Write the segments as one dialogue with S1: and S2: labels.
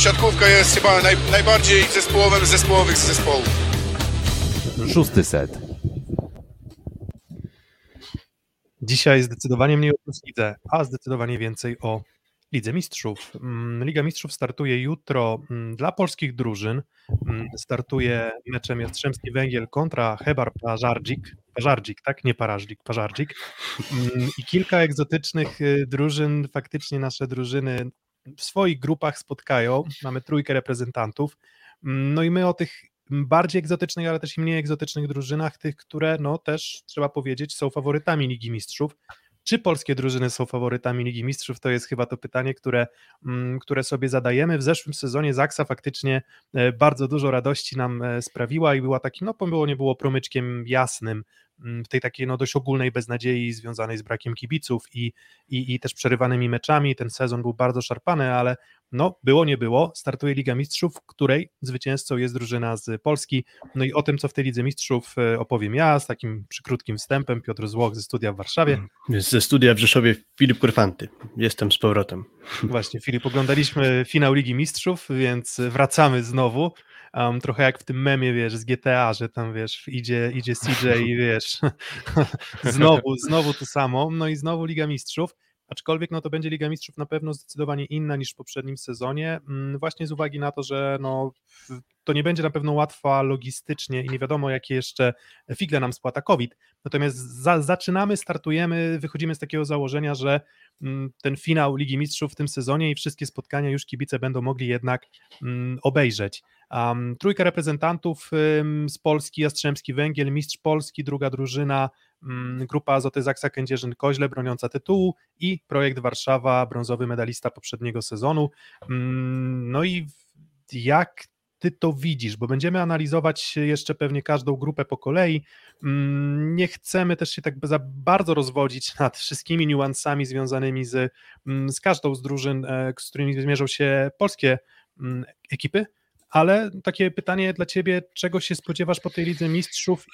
S1: siatkówka jest chyba najbardziej zespołowym z zespołowych zespołów.
S2: 6. set.
S3: Dzisiaj zdecydowanie mniej o Plus-lidze, a zdecydowanie więcej o Lidze Mistrzów. Liga Mistrzów startuje jutro dla polskich drużyn. Startuje meczem Jastrzębski Węgiel kontra Chebar Pażardzik, tak? Nie Parażdżik, Pażardzik. I kilka egzotycznych drużyn, faktycznie nasze drużyny w swoich grupach spotkają. Mamy 3 reprezentantów. No i my o tych bardziej egzotycznych, ale też i mniej egzotycznych drużynach, tych, które no też trzeba powiedzieć są faworytami Ligi Mistrzów. Czy polskie drużyny są faworytami Ligi Mistrzów? To jest chyba to pytanie, które sobie zadajemy. W zeszłym sezonie Zaksa faktycznie bardzo dużo radości nam sprawiła i była takim, no było nie było promyczkiem jasnym w tej takiej no dość ogólnej beznadziei związanej z brakiem kibiców i też przerywanymi meczami. Ten sezon był bardzo szarpany, ale no było nie było. Startuje Liga Mistrzów, w której zwycięzcą jest drużyna z Polski. No i o tym, co w tej Lidze Mistrzów opowiem ja, z takim przykrótkim wstępem. Piotr Złoch ze studia w Warszawie.
S4: Ze studia w Rzeszowie Filip Kurfanty. Jestem z powrotem.
S3: Właśnie, Filip, oglądaliśmy finał Ligi Mistrzów, więc wracamy znowu. Trochę jak w tym memie, wiesz, z GTA, że tam, wiesz, idzie CJ i wiesz, znowu to samo, no i znowu Liga Mistrzów, aczkolwiek no to będzie Liga Mistrzów na pewno zdecydowanie inna niż w poprzednim sezonie, właśnie z uwagi na to, że no to nie będzie na pewno łatwa logistycznie i nie wiadomo, jakie jeszcze figle nam spłata COVID, natomiast startujemy, wychodzimy z takiego założenia, że ten finał Ligi Mistrzów w tym sezonie i wszystkie spotkania już kibice będą mogli jednak obejrzeć. 3 reprezentantów z Polski, Jastrzębski Węgiel, mistrz Polski, druga drużyna, grupa Azoty Zaksa Kędzierzyn-Koźle broniąca tytułu i Projekt Warszawa, brązowy medalista poprzedniego sezonu. No i jak ty to widzisz, bo będziemy analizować jeszcze pewnie każdą grupę po kolei. Nie chcemy też się tak za bardzo rozwodzić nad wszystkimi niuansami związanymi z każdą z drużyn, z którymi zmierzą się polskie ekipy, ale takie pytanie dla ciebie, czego się spodziewasz po tej Lidze Mistrzów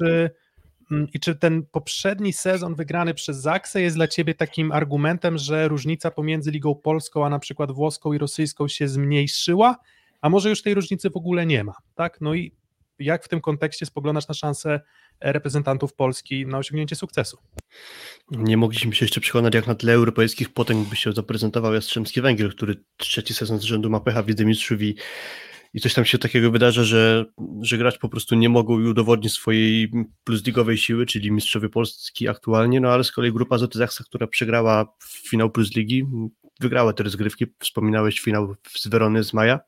S3: i czy ten poprzedni sezon wygrany przez Zaksę jest dla ciebie takim argumentem, że różnica pomiędzy Ligą Polską, a na przykład włoską i rosyjską się zmniejszyła, a może już tej różnicy w ogóle nie ma, tak? No i jak w tym kontekście spoglądasz na szansę reprezentantów Polski na osiągnięcie sukcesu?
S4: Nie mogliśmy się jeszcze przekonać, jak na tle europejskich potęg by się zaprezentował Jastrzębski Węgiel, który 3. sezon z rzędu ma pecha w Lidze Mistrzów i coś tam się takiego wydarza, że grać po prostu nie mogą i udowodnić swojej plusligowej siły, czyli mistrzowie Polski aktualnie, no ale z kolei grupa Azoty Zaksa, która przegrała finał Plus Ligi, wygrała te rozgrywki, wspominałeś finał z Werony z maja.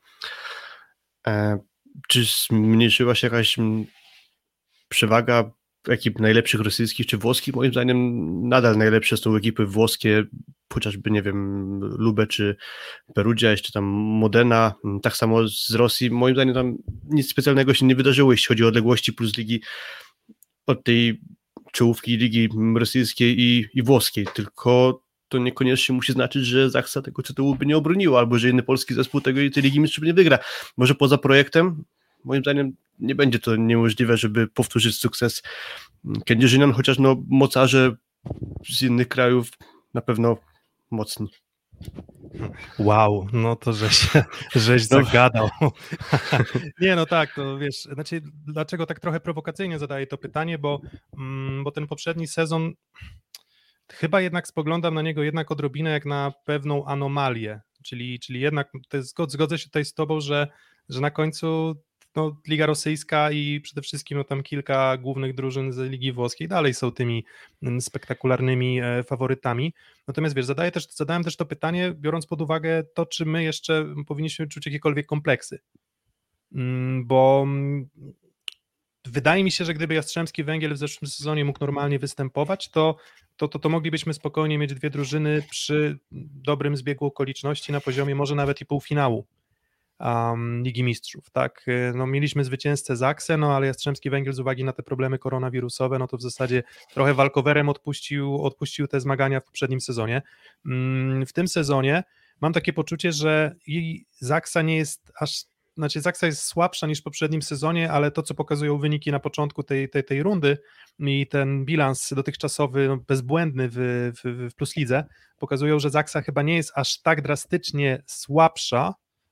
S4: Czy zmniejszyła się jakaś przewaga ekip najlepszych rosyjskich czy włoskich? Moim zdaniem nadal najlepsze są ekipy włoskie, chociażby, nie wiem, Lube czy Perugia, jeszcze tam Modena, tak samo z Rosji. Moim zdaniem tam nic specjalnego się nie wydarzyło, jeśli chodzi o odległości plus ligi od tej czołówki ligi rosyjskiej i włoskiej, tylko to niekoniecznie musi znaczyć, że Zaksa tego tytułu by nie obroniła, albo że inny polski zespół tej Ligi Mistrzów nie wygra. Może poza projektem, moim zdaniem nie będzie to niemożliwe, żeby powtórzyć sukces Kędzierzynian, chociaż no mocarze z innych krajów na pewno mocni.
S3: Wow, no to żeś zagadał. Nie, no tak, to wiesz, znaczy, dlaczego tak trochę prowokacyjnie zadaję to pytanie, bo ten poprzedni sezon chyba jednak spoglądam na niego jednak odrobinę jak na pewną anomalię, czyli jednak zgodzę się tutaj z tobą, że na końcu no, Liga Rosyjska i przede wszystkim no, tam kilka głównych drużyn z Ligi Włoskiej dalej są tymi spektakularnymi faworytami. Natomiast wiesz, zadałem też to pytanie, biorąc pod uwagę to, czy my jeszcze powinniśmy czuć jakiekolwiek kompleksy. Bo wydaje mi się, że gdyby Jastrzębski Węgiel w zeszłym sezonie mógł normalnie występować, to moglibyśmy spokojnie mieć 2 drużyny przy dobrym zbiegu okoliczności na poziomie może nawet i półfinału Ligi Mistrzów, tak, no mieliśmy zwycięzcę Zaksę, no ale Jastrzębski Węgiel z uwagi na te problemy koronawirusowe, no to w zasadzie trochę walkowerem odpuścił te zmagania w poprzednim sezonie. W tym sezonie mam takie poczucie, że Zaksa nie jest Zaksa jest słabsza niż w poprzednim sezonie, ale to, co pokazują wyniki na początku tej rundy i ten bilans dotychczasowy, no, bezbłędny w Plus Lidze, pokazują, że Zaksa chyba nie jest aż tak drastycznie słabsza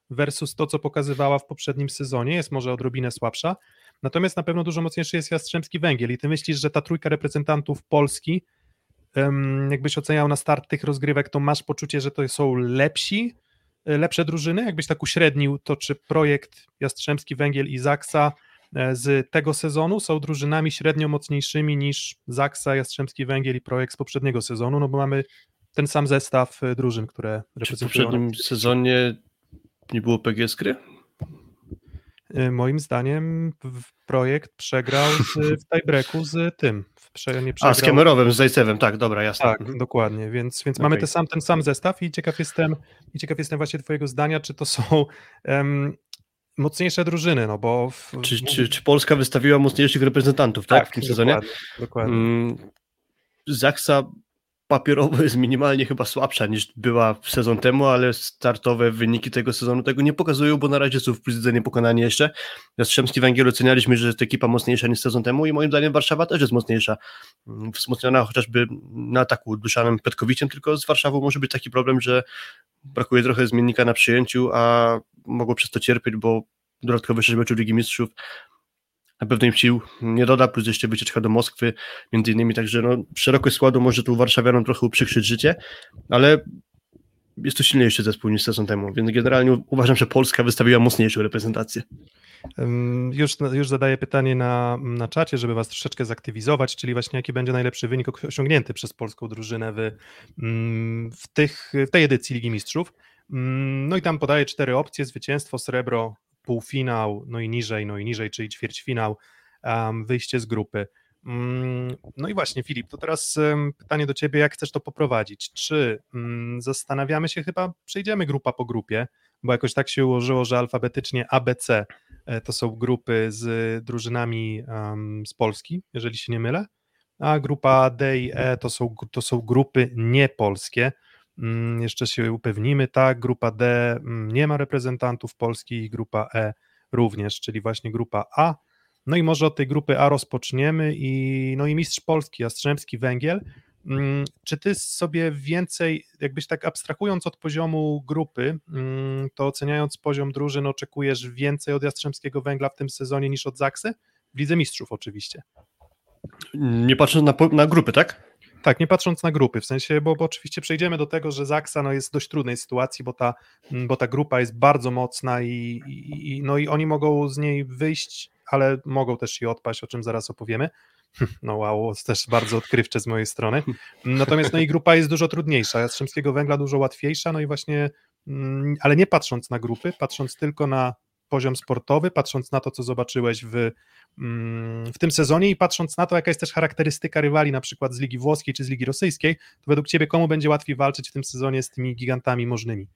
S3: versus to, co pokazywała w poprzednim sezonie, jest może odrobinę słabsza, natomiast na pewno dużo mocniejszy jest Jastrzębski Węgiel i ty myślisz, że ta trójka reprezentantów Polski, jakbyś oceniał na start tych rozgrywek, to masz poczucie, że to są lepsze drużyny? Jakbyś tak uśrednił to, czy projekt Jastrzębski Węgiel i Zaksa z tego sezonu są drużynami średnio mocniejszymi niż Zaksa, Jastrzębski Węgiel i projekt z poprzedniego sezonu, no bo mamy ten sam zestaw drużyn, które
S4: Czy w
S3: reprezentują.
S4: poprzednim sezonie nie było PGS gry?
S3: Moim zdaniem projekt przegrał w tiebreaku z tym.
S4: Z Kemerowem, z Zajcewem, tak, dobra, jasne.
S3: Tak, dokładnie, więc mamy ten sam zestaw i ciekaw jestem właśnie twojego zdania, czy to są mocniejsze drużyny, no bo...
S4: Czy Polska wystawiła mocniejszych reprezentantów, tak w tym sezonie?
S3: Dokładnie.
S4: Zaksa papierowo jest minimalnie chyba słabsza niż była sezon temu, ale startowe wyniki tego sezonu tego nie pokazują, bo na razie są w plus niepokonani jeszcze. Jastrzębski Węgiel ocenialiśmy, że jest to ekipa mocniejsza niż sezon temu i moim zdaniem Warszawa też jest mocniejsza. Wzmocniona chociażby na ataku Duszanem Petkowiciem, tylko z Warszawą może być taki problem, że brakuje trochę zmiennika na przyjęciu, a mogło przez to cierpieć, bo dodatkowy 6 meczów Ligi Mistrzów na pewno im sił nie doda, plus jeszcze wycieczka do Moskwy między innymi, także szerokość składu może tu warszawianom trochę uprzykrzyć życie, ale jest to silniejszy zespół niż sezon temu, więc generalnie uważam, że Polska wystawiła mocniejszą reprezentację.
S3: Już zadaję pytanie na czacie, żeby was troszeczkę zaktywizować, czyli właśnie jaki będzie najlepszy wynik osiągnięty przez polską drużynę w tej edycji Ligi Mistrzów. No i tam podaję 4 opcje: zwycięstwo, srebro, półfinał, no i niżej, czyli ćwierćfinał, wyjście z grupy. No i właśnie, Filip, to teraz pytanie do ciebie, jak chcesz to poprowadzić? Czy zastanawiamy się, chyba przejdziemy grupa po grupie, bo jakoś tak się ułożyło, że alfabetycznie ABC to są grupy z drużynami z Polski, jeżeli się nie mylę, a grupa D i E to są grupy niepolskie. Jeszcze się upewnimy, tak, grupa D nie ma reprezentantów Polski i grupa E również, czyli właśnie grupa A. No i może od tej grupy A rozpoczniemy i mistrz Polski, Jastrzębski Węgiel. Czy ty sobie więcej, jakbyś tak abstrahując od poziomu grupy, to oceniając poziom drużyn, oczekujesz więcej od Jastrzębskiego Węgla w tym sezonie niż od Zaksy? W Lidze Mistrzów oczywiście.
S4: Nie patrząc na grupy, tak?
S3: Tak, nie patrząc na grupy, w sensie, bo oczywiście przejdziemy do tego, że Zaksa jest w dość trudnej sytuacji, bo ta grupa jest bardzo mocna i oni mogą z niej wyjść, ale mogą też i odpaść, o czym zaraz opowiemy. No wow, to też bardzo odkrywcze z mojej strony. Natomiast i grupa jest dużo trudniejsza, Jastrzębskiego Węgla dużo łatwiejsza, no i właśnie, ale nie patrząc na grupy, patrząc tylko na poziom sportowy, patrząc na to, co zobaczyłeś w tym sezonie i patrząc na to, jaka jest też charakterystyka rywali, na przykład z Ligi Włoskiej czy z Ligi Rosyjskiej, to według ciebie komu będzie łatwiej walczyć w tym sezonie z tymi gigantami możnymi?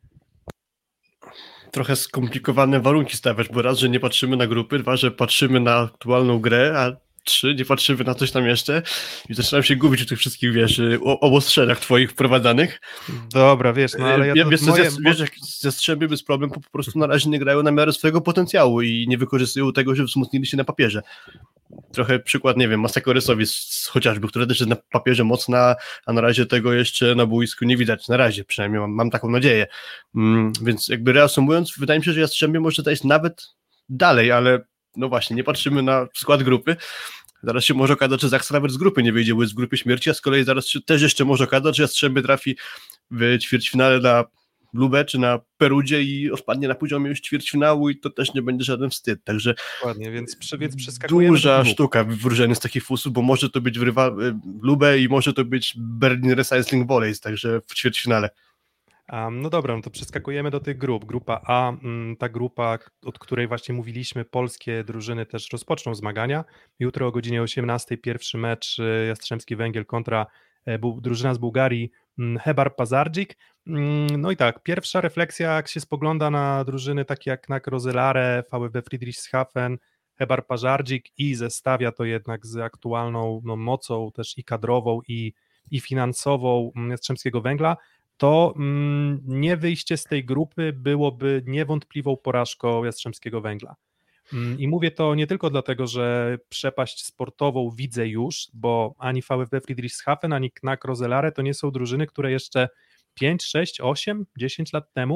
S4: Trochę skomplikowane warunki stawiasz, bo raz, że nie patrzymy na grupy, dwa, że patrzymy na aktualną grę, a 3, nie patrzymy na coś tam jeszcze i zaczynam się gubić w tych wszystkich, obostrzeniach twoich wprowadzanych.
S3: Dobra, wiesz, ale ja
S4: wiesz, jak z Jastrzębiem jest problem, bo po prostu na razie nie grają na miarę swojego potencjału i nie wykorzystują tego, że wzmocnili się na papierze. Trochę przykład, nie wiem, Masakoresowi chociażby, która też jest na papierze mocna, a na razie tego jeszcze na boisku nie widać, na razie przynajmniej mam taką nadzieję. Więc jakby reasumując, wydaje mi się, że Jastrzębie może zajść nawet dalej, ale no właśnie, nie patrzymy na skład grupy. Zaraz się może okazać, że Zaksa nawet z grupy nie wyjdzie, bo jest w grupie śmierci, a z kolei zaraz się też jeszcze może okazać, że Jastrzębie trafi w ćwierćfinale na Lubę czy na Perudzie i odpadnie na poziomie już ćwierćfinału i to też nie będzie żaden wstyd, także
S3: dokładnie, więc przeskakujemy
S4: duża sztuka wróżenia z takich fusów, bo może to być Lubę i może to być Berlin Recycling Volleys, także w ćwierćfinale.
S3: No dobra, no to przeskakujemy do tych grup. Grupa A, ta grupa, od której właśnie mówiliśmy, polskie drużyny też rozpoczną zmagania. Jutro o godzinie 18:00 pierwszy mecz Jastrzębski Węgiel kontra drużyna z Bułgarii, Hebar Pazardzik. No i tak, pierwsza refleksja, jak się spogląda na drużyny takie jak NAK Roselare, VfB Friedrichshafen, Hebar Pazardzik i zestawia to jednak z aktualną mocą też i kadrową i finansową Jastrzębskiego Węgla, to nie wyjście z tej grupy byłoby niewątpliwą porażką Jastrzębskiego Węgla. I mówię to nie tylko dlatego, że przepaść sportową widzę już, bo ani VfB Friedrichshafen, ani KNAK Roselare to nie są drużyny, które jeszcze 5, 6, 8, 10 lat temu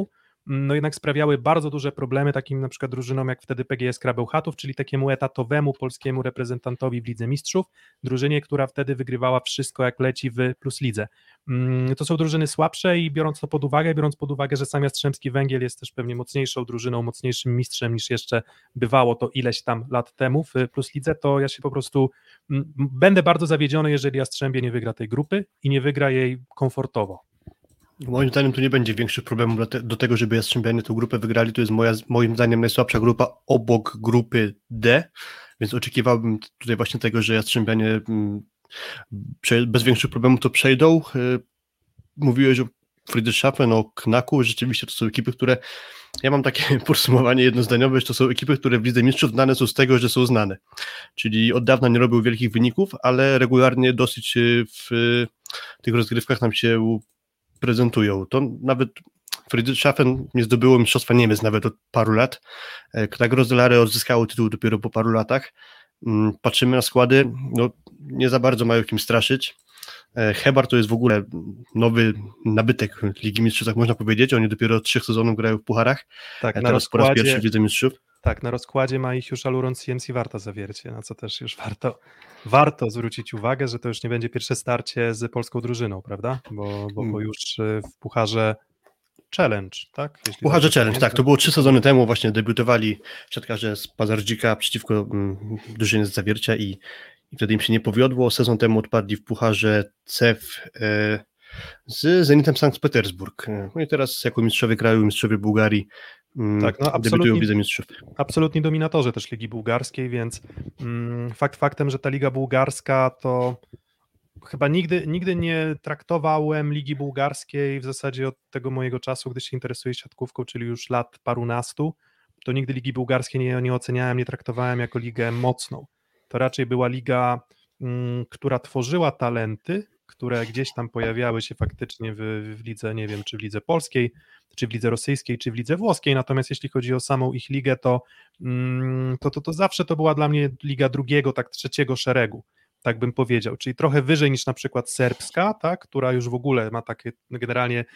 S3: no jednak sprawiały bardzo duże problemy takim na przykład drużynom jak wtedy PGS Krabełchatów, czyli takiemu etatowemu polskiemu reprezentantowi w Lidze Mistrzów, drużynie, która wtedy wygrywała wszystko jak leci w Plus Lidze. To są drużyny słabsze i biorąc pod uwagę, że sam Jastrzębski Węgiel jest też pewnie mocniejszą drużyną, mocniejszym mistrzem niż jeszcze bywało to ileś tam lat temu w Plus Lidze, to ja się po prostu będę bardzo zawiedziony, jeżeli Jastrzębie nie wygra tej grupy i nie wygra jej komfortowo.
S4: Moim zdaniem tu nie będzie większych problemów do tego, żeby Jastrzębianie tę grupę wygrali. To jest moim zdaniem najsłabsza grupa obok grupy D, więc oczekiwałbym tutaj właśnie tego, że Jastrzębianie bez większych problemów to przejdą. Mówiłeś o Friedrichshafen, o Knaku, rzeczywiście to są ekipy, które, ja mam takie podsumowanie jednozdaniowe, że to są ekipy, które w Lidze Mistrzów znane są z tego, że są znane, czyli od dawna nie robią wielkich wyników, ale regularnie dosyć w tych rozgrywkach nam się prezentują. To nawet Friedrichshafen nie zdobyło Mistrzostwa Niemiec nawet od paru lat. Knak Roselare odzyskało tytuł dopiero po paru latach. Patrzymy na składy, no nie za bardzo mają kim straszyć. Hebar to jest w ogóle nowy nabytek Ligi Mistrzów, tak można powiedzieć. Oni dopiero od 3 sezonów grają w pucharach.
S3: Tak,
S4: teraz po raz pierwszy w Lidze Mistrzów.
S3: Tak, na rozkładzie ma ich już Aluron CMC Warta Zawiercie, na co też już warto zwrócić uwagę, że to już nie będzie pierwsze starcie z polską drużyną, prawda? Bo już w Pucharze Challenge, tak?
S4: Pucharze Challenge, tak. To było 3 sezony temu, właśnie debiutowali siatkarze z Pazardzika przeciwko drużynie z Zawiercia i wtedy im się nie powiodło. Sezon temu odpadli w Pucharze CEF z Zenitem Sankt Petersburg. No i teraz jako mistrzowie kraju, mistrzowie Bułgarii
S3: tak, no
S4: debiutują w Lidze Mistrzów.
S3: Absolutni dominatorzy też Ligi Bułgarskiej, więc faktem, że ta Liga Bułgarska to chyba nigdy nie traktowałem Ligi Bułgarskiej w zasadzie od tego mojego czasu, gdy się interesuję siatkówką, czyli już lat parunastu, to nigdy Ligi Bułgarskiej nie oceniałem, nie traktowałem jako ligę mocną. To raczej była liga, która tworzyła talenty, które gdzieś tam pojawiały się faktycznie w lidze, nie wiem, czy w lidze polskiej, czy w lidze rosyjskiej, czy w lidze włoskiej, natomiast jeśli chodzi o samą ich ligę, to zawsze to była dla mnie liga drugiego, tak trzeciego szeregu, tak bym powiedział, czyli trochę wyżej niż na przykład serbska, tak, która już w ogóle ma takie generalnie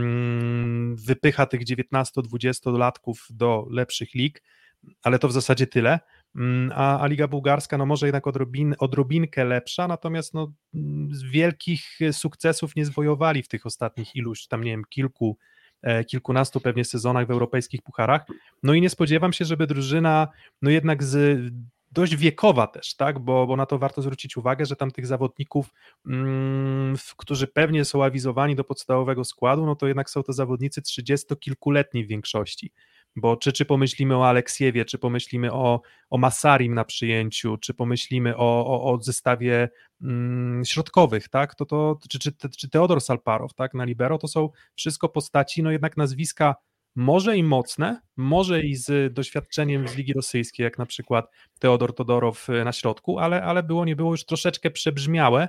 S3: wypycha tych 19-20-latków do lepszych lig, ale to w zasadzie tyle. A Liga Bułgarska no może jednak odrobinkę lepsza, natomiast no, z wielkich sukcesów nie zwojowali w tych ostatnich iluś, tam nie wiem, kilkunastu pewnie sezonach w europejskich pucharach, no i nie spodziewam się, żeby drużyna, no jednak dość wiekowa też, tak, bo na to warto zwrócić uwagę, że tam tych zawodników, którzy pewnie są awizowani do podstawowego składu, no to jednak są to zawodnicy 30-kilkuletni w większości, bo czy pomyślimy o Aleksiewie, czy pomyślimy o Masarim na przyjęciu, czy pomyślimy o zestawie środkowych, tak, czy Teodor Salparow, tak, na libero, to są wszystko postaci, no jednak nazwiska może i mocne, może i z doświadczeniem z Ligi Rosyjskiej, jak na przykład Teodor Todorow na środku, ale było nie było już troszeczkę przebrzmiałe.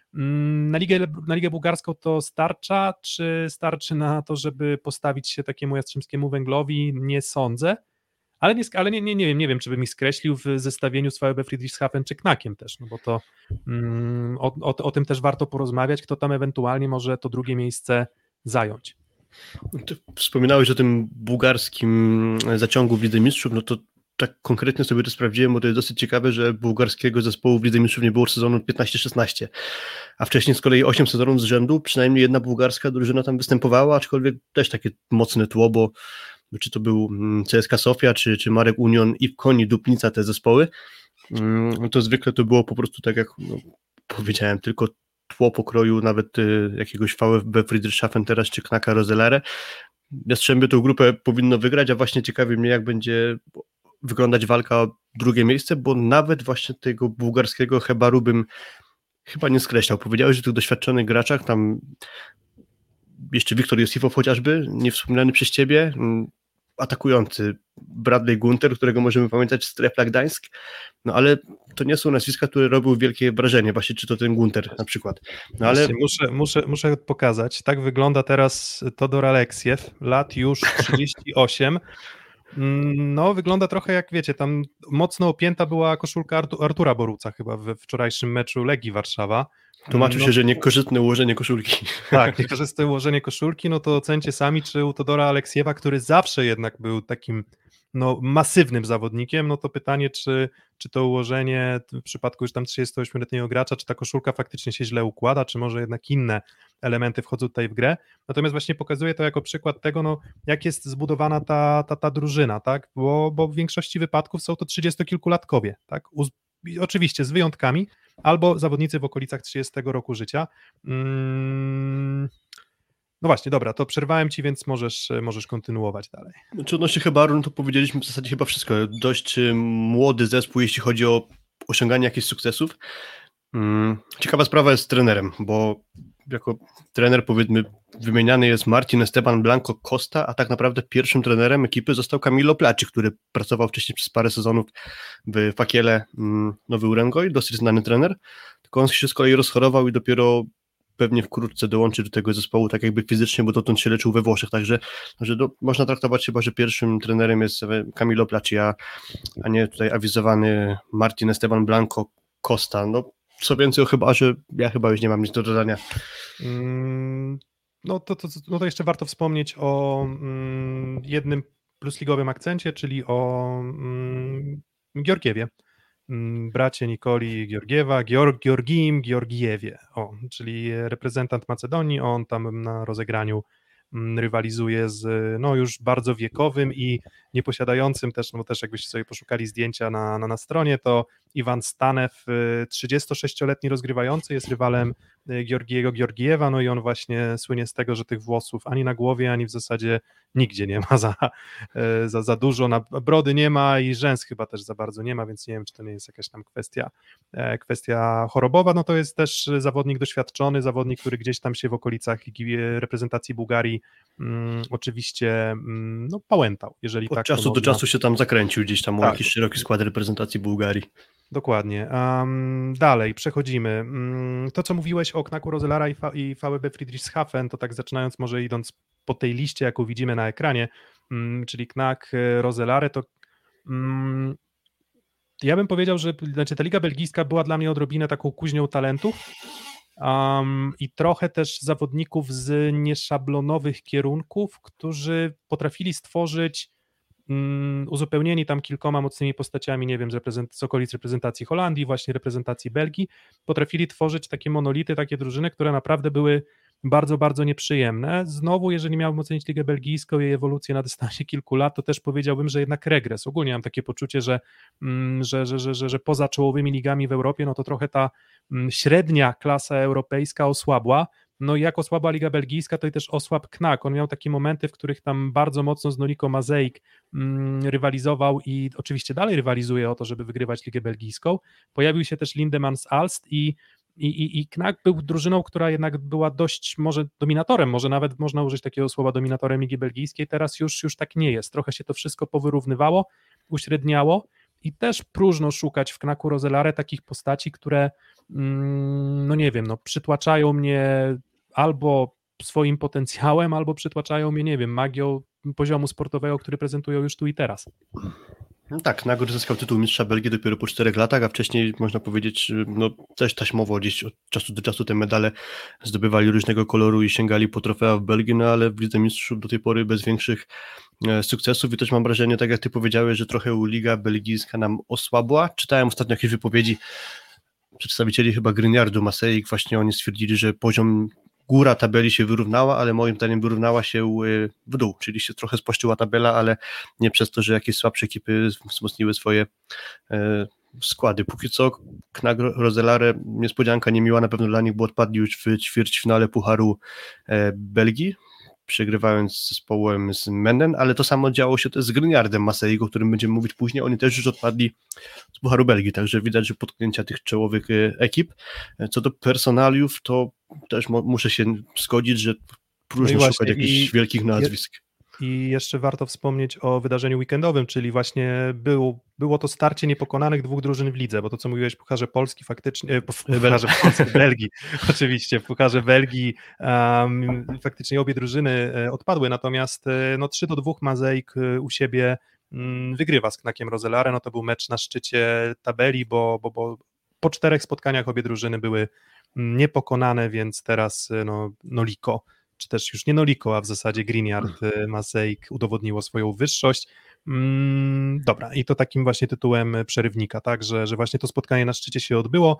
S3: Na Ligę Bułgarską to starcza, czy starczy na to, żeby postawić się takiemu Jastrzębskiemu Węglowi? Nie sądzę, ale nie wiem, czy bym ich skreślił w zestawieniu z VfB Friedrichshafen czy Knakiem też, no bo to o tym też warto porozmawiać, kto tam ewentualnie może to drugie miejsce zająć.
S4: Ty wspominałeś o tym bułgarskim zaciągu w Lidze Mistrzów, no to tak konkretnie sobie to sprawdziłem, bo to jest dosyć ciekawe, że bułgarskiego zespołu w Lidze Mistrzów nie było od sezonu 15-16, a wcześniej z kolei 8 sezonów z rzędu, przynajmniej jedna bułgarska drużyna tam występowała, aczkolwiek też takie mocne tło, bo czy to był CSKA Sofia, czy Marek Union i Koni Dupnica, te zespoły, to zwykle to było po prostu tak jak powiedziałem, tylko tło pokroju nawet jakiegoś VfB Friedrichshafen teraz, czy Knaka Roselare. Jastrzębie tą grupę powinno wygrać, a właśnie ciekawi mnie, jak będzie wyglądać walka o drugie miejsce, bo nawet właśnie tego bułgarskiego Hebaru bym chyba nie skreślał. Powiedziałeś o tych doświadczonych graczach, tam jeszcze Wiktor Josifow chociażby, nie wspomniany przez ciebie, atakujący Bradley Gunter, którego możemy pamiętać z Trefla Gdańsk, no ale to nie są nazwiska, które robią wielkie wrażenie, właśnie czy to ten Gunter na przykład. No ale
S3: muszę pokazać, tak wygląda teraz Todor Aleksiew, lat już 38, no wygląda trochę jak wiecie, tam mocno opięta była koszulka Artura Boruca chyba we wczorajszym meczu Legii Warszawa,
S4: Tłumaczył się, że niekorzystne ułożenie koszulki.
S3: Tak, niekorzystne ułożenie koszulki, no to ocencie sami, czy u Todora Aleksiewa, który zawsze jednak był takim masywnym zawodnikiem, no to pytanie, czy to ułożenie w przypadku już tam 38-letniego gracza, czy ta koszulka faktycznie się źle układa, czy może jednak inne elementy wchodzą tutaj w grę. Natomiast właśnie pokazuje to jako przykład tego, jak jest zbudowana ta drużyna, tak? Bo w większości wypadków są to 30-kilkulatkowie, tak? Oczywiście z wyjątkami, albo zawodnicy w okolicach 30 roku życia. No właśnie, dobra, to przerwałem ci, więc możesz kontynuować dalej.
S4: Znaczy odnośnie Hebaru, no to powiedzieliśmy w zasadzie chyba wszystko. Dość młody zespół, jeśli chodzi o osiąganie jakichś sukcesów. Ciekawa sprawa jest z trenerem, bo jako trener, powiedzmy, wymieniany jest Martin Esteban Blanco Costa, a tak naprawdę pierwszym trenerem ekipy został Camillo Placci, który pracował wcześniej przez parę sezonów w Fakiele Nowy Urengoj, dosyć znany trener, tylko on się z kolei rozchorował i dopiero pewnie wkrótce dołączy do tego zespołu, tak jakby fizycznie, bo dotąd się leczył we Włoszech, także można traktować chyba, że pierwszym trenerem jest Camillo Placci, a nie tutaj awizowany Martin Esteban Blanco Costa. No, co więcej o Hebarze, ja chyba już nie mam nic do dodania.
S3: No to jeszcze warto wspomnieć o jednym plusligowym akcencie, czyli o Georgiewie. Bracie Nikoli Georgiewa, Georgijim Georgijewie, czyli reprezentant Macedonii, on tam na rozegraniu rywalizuje z już bardzo wiekowym i nieposiadającym też, no też jakbyście sobie poszukali zdjęcia na stronie, to Iwan Stanew, 36-letni rozgrywający, jest rywalem Georgiego Georgijewa, no i on właśnie słynie z tego, że tych włosów ani na głowie, ani w zasadzie nigdzie nie ma za dużo, brody nie ma i rzęs chyba też za bardzo nie ma, więc nie wiem, czy to nie jest jakaś tam kwestia chorobowa. No to jest też zawodnik doświadczony, zawodnik, który gdzieś tam się w okolicach reprezentacji Bułgarii oczywiście pałętał, jeżeli
S4: od
S3: tak.
S4: czasu do czasu się tam zakręcił gdzieś tam, tak. Jakiś szeroki skład reprezentacji Bułgarii.
S3: Dokładnie. Dalej, przechodzimy. To, co mówiłeś o Knaku Roselara i VfB Friedrichshafen, to tak zaczynając, może idąc po tej liście, jaką widzimy na ekranie, czyli Knak, Roselare, to ja bym powiedział, że ta liga belgijska była dla mnie odrobinę taką kuźnią talentów i trochę też zawodników z nieszablonowych kierunków, którzy potrafili stworzyć uzupełnieni tam kilkoma mocnymi postaciami, nie wiem, z okolic reprezentacji Holandii, właśnie reprezentacji Belgii, potrafili tworzyć takie monolity, takie drużyny, które naprawdę były bardzo, bardzo nieprzyjemne. Znowu, jeżeli miałbym ocenić ligę belgijską i jej ewolucję na dystansie kilku lat, to też powiedziałbym, że jednak regres. Ogólnie mam takie poczucie, że poza czołowymi ligami w Europie, no to trochę ta średnia klasa europejska osłabła. No i jak osłabła liga belgijska, to i też osłabł Knak. On miał takie momenty, w których tam bardzo mocno z Noliko Mazeik rywalizował i oczywiście dalej rywalizuje o to, żeby wygrywać ligę belgijską. Pojawił się też Lindemans Alst i Knak był drużyną, która jednak była dość może dominatorem, może nawet można użyć takiego słowa dominatorem ligi belgijskiej, teraz już tak nie jest. Trochę się to wszystko powyrównywało, uśredniało i też próżno szukać w Knaku Roselare takich postaci, które no nie wiem, przytłaczają mnie albo swoim potencjałem, albo przytłaczają mnie, nie wiem, magią poziomu sportowego, który prezentują już tu i teraz.
S4: No tak, Nagor zyskał tytuł mistrza Belgii dopiero po 4 latach, a wcześniej można powiedzieć, też taśmowo gdzieś od czasu do czasu te medale zdobywali różnego koloru i sięgali po trofea w Belgii, no ale w Lidze Mistrzów do tej pory bez większych sukcesów i też mam wrażenie, tak jak ty powiedziałeś, że trochę liga belgijska nam osłabła. Czytałem ostatnio jakieś wypowiedzi przedstawicieli chyba Gryniardu, Maseik, właśnie oni stwierdzili, że poziom góra tabeli się wyrównała, ale moim zdaniem wyrównała się w dół, czyli się trochę spłaszczyła tabela, ale nie przez to, że jakieś słabsze ekipy wzmocniły swoje składy. Póki co Knak Roselare, niespodzianka niemiła na pewno dla nich, bo odpadli już w ćwierćfinale Pucharu Belgii, przegrywając z zespołem z Menden, ale to samo działo się też z Gryniardem Maseik, o którym będziemy mówić później. Oni też już odpadli z Pucharu Belgii, także widać, że potknięcia tych czołowych ekip. Co do personaliów, to też muszę się zgodzić, że próżno szukać jakichś wielkich nazwisk.
S3: I jeszcze warto wspomnieć o wydarzeniu weekendowym, czyli właśnie było to starcie niepokonanych dwóch drużyn w lidze, bo to, co mówiłeś w Pucharze Polski faktycznie, w Pucharze Polski, Belgii, oczywiście, w Pucharze Belgii faktycznie obie drużyny odpadły, natomiast 3-2 Mazeik u siebie wygrywa z Knakiem Roselare, no to był mecz na szczycie tabeli, bo po 4 spotkaniach obie drużyny były niepokonane, więc teraz Noliko, czy też już nie Noliko, a w zasadzie Greenyard, Mazeik udowodniło swoją wyższość. Dobra, i to takim właśnie tytułem przerywnika, tak, że właśnie to spotkanie na szczycie się odbyło.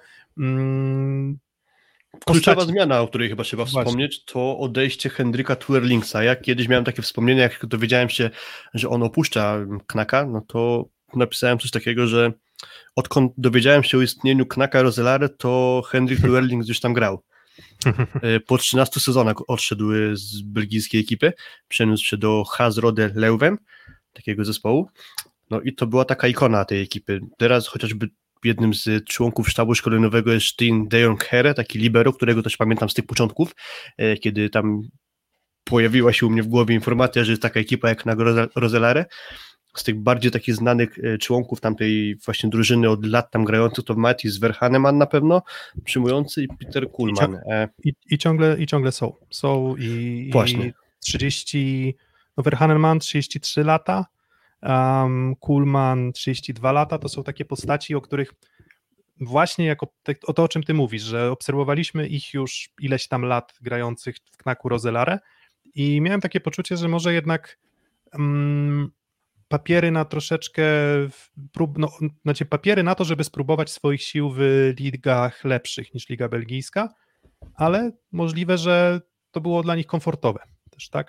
S4: Kluczowa zmiana, o której chyba trzeba
S3: Właśnie.
S4: wspomnieć, to odejście Hendrika Twirlingsa. Ja kiedyś miałem takie wspomnienia, jak dowiedziałem się, że on opuszcza Knaka, no to napisałem coś takiego, że odkąd dowiedziałem się o istnieniu Knaka Roselare, to Hendrik Twirlings już tam grał. Po 13 sezonach odszedł z belgijskiej ekipy, przeniósł się do Haasrode Leuven, takiego zespołu, no i to była taka ikona tej ekipy. Teraz chociażby jednym z członków sztabu szkoleniowego jest Steen de Jong Here, taki libero, którego też pamiętam z tych początków, kiedy tam pojawiła się u mnie w głowie informacja, że jest taka ekipa jak na Roselare. Z tych bardziej takich znanych członków tamtej właśnie drużyny od lat tam grających to Matthijs Verhaneman na pewno, przyjmujący, i Peter Kuhlmann.
S3: I ciągle są i
S4: Właśnie.
S3: 30, Verhaneman 33 lata, Kuhlmann 32 lata, to są takie postaci, o których właśnie jako o to, o czym ty mówisz, że obserwowaliśmy ich już ileś tam lat grających w Knaku Roselare i miałem takie poczucie, że może jednak papiery na troszeczkę papiery na to, żeby spróbować swoich sił w ligach lepszych niż Liga Belgijska, ale możliwe, że to było dla nich komfortowe też, tak?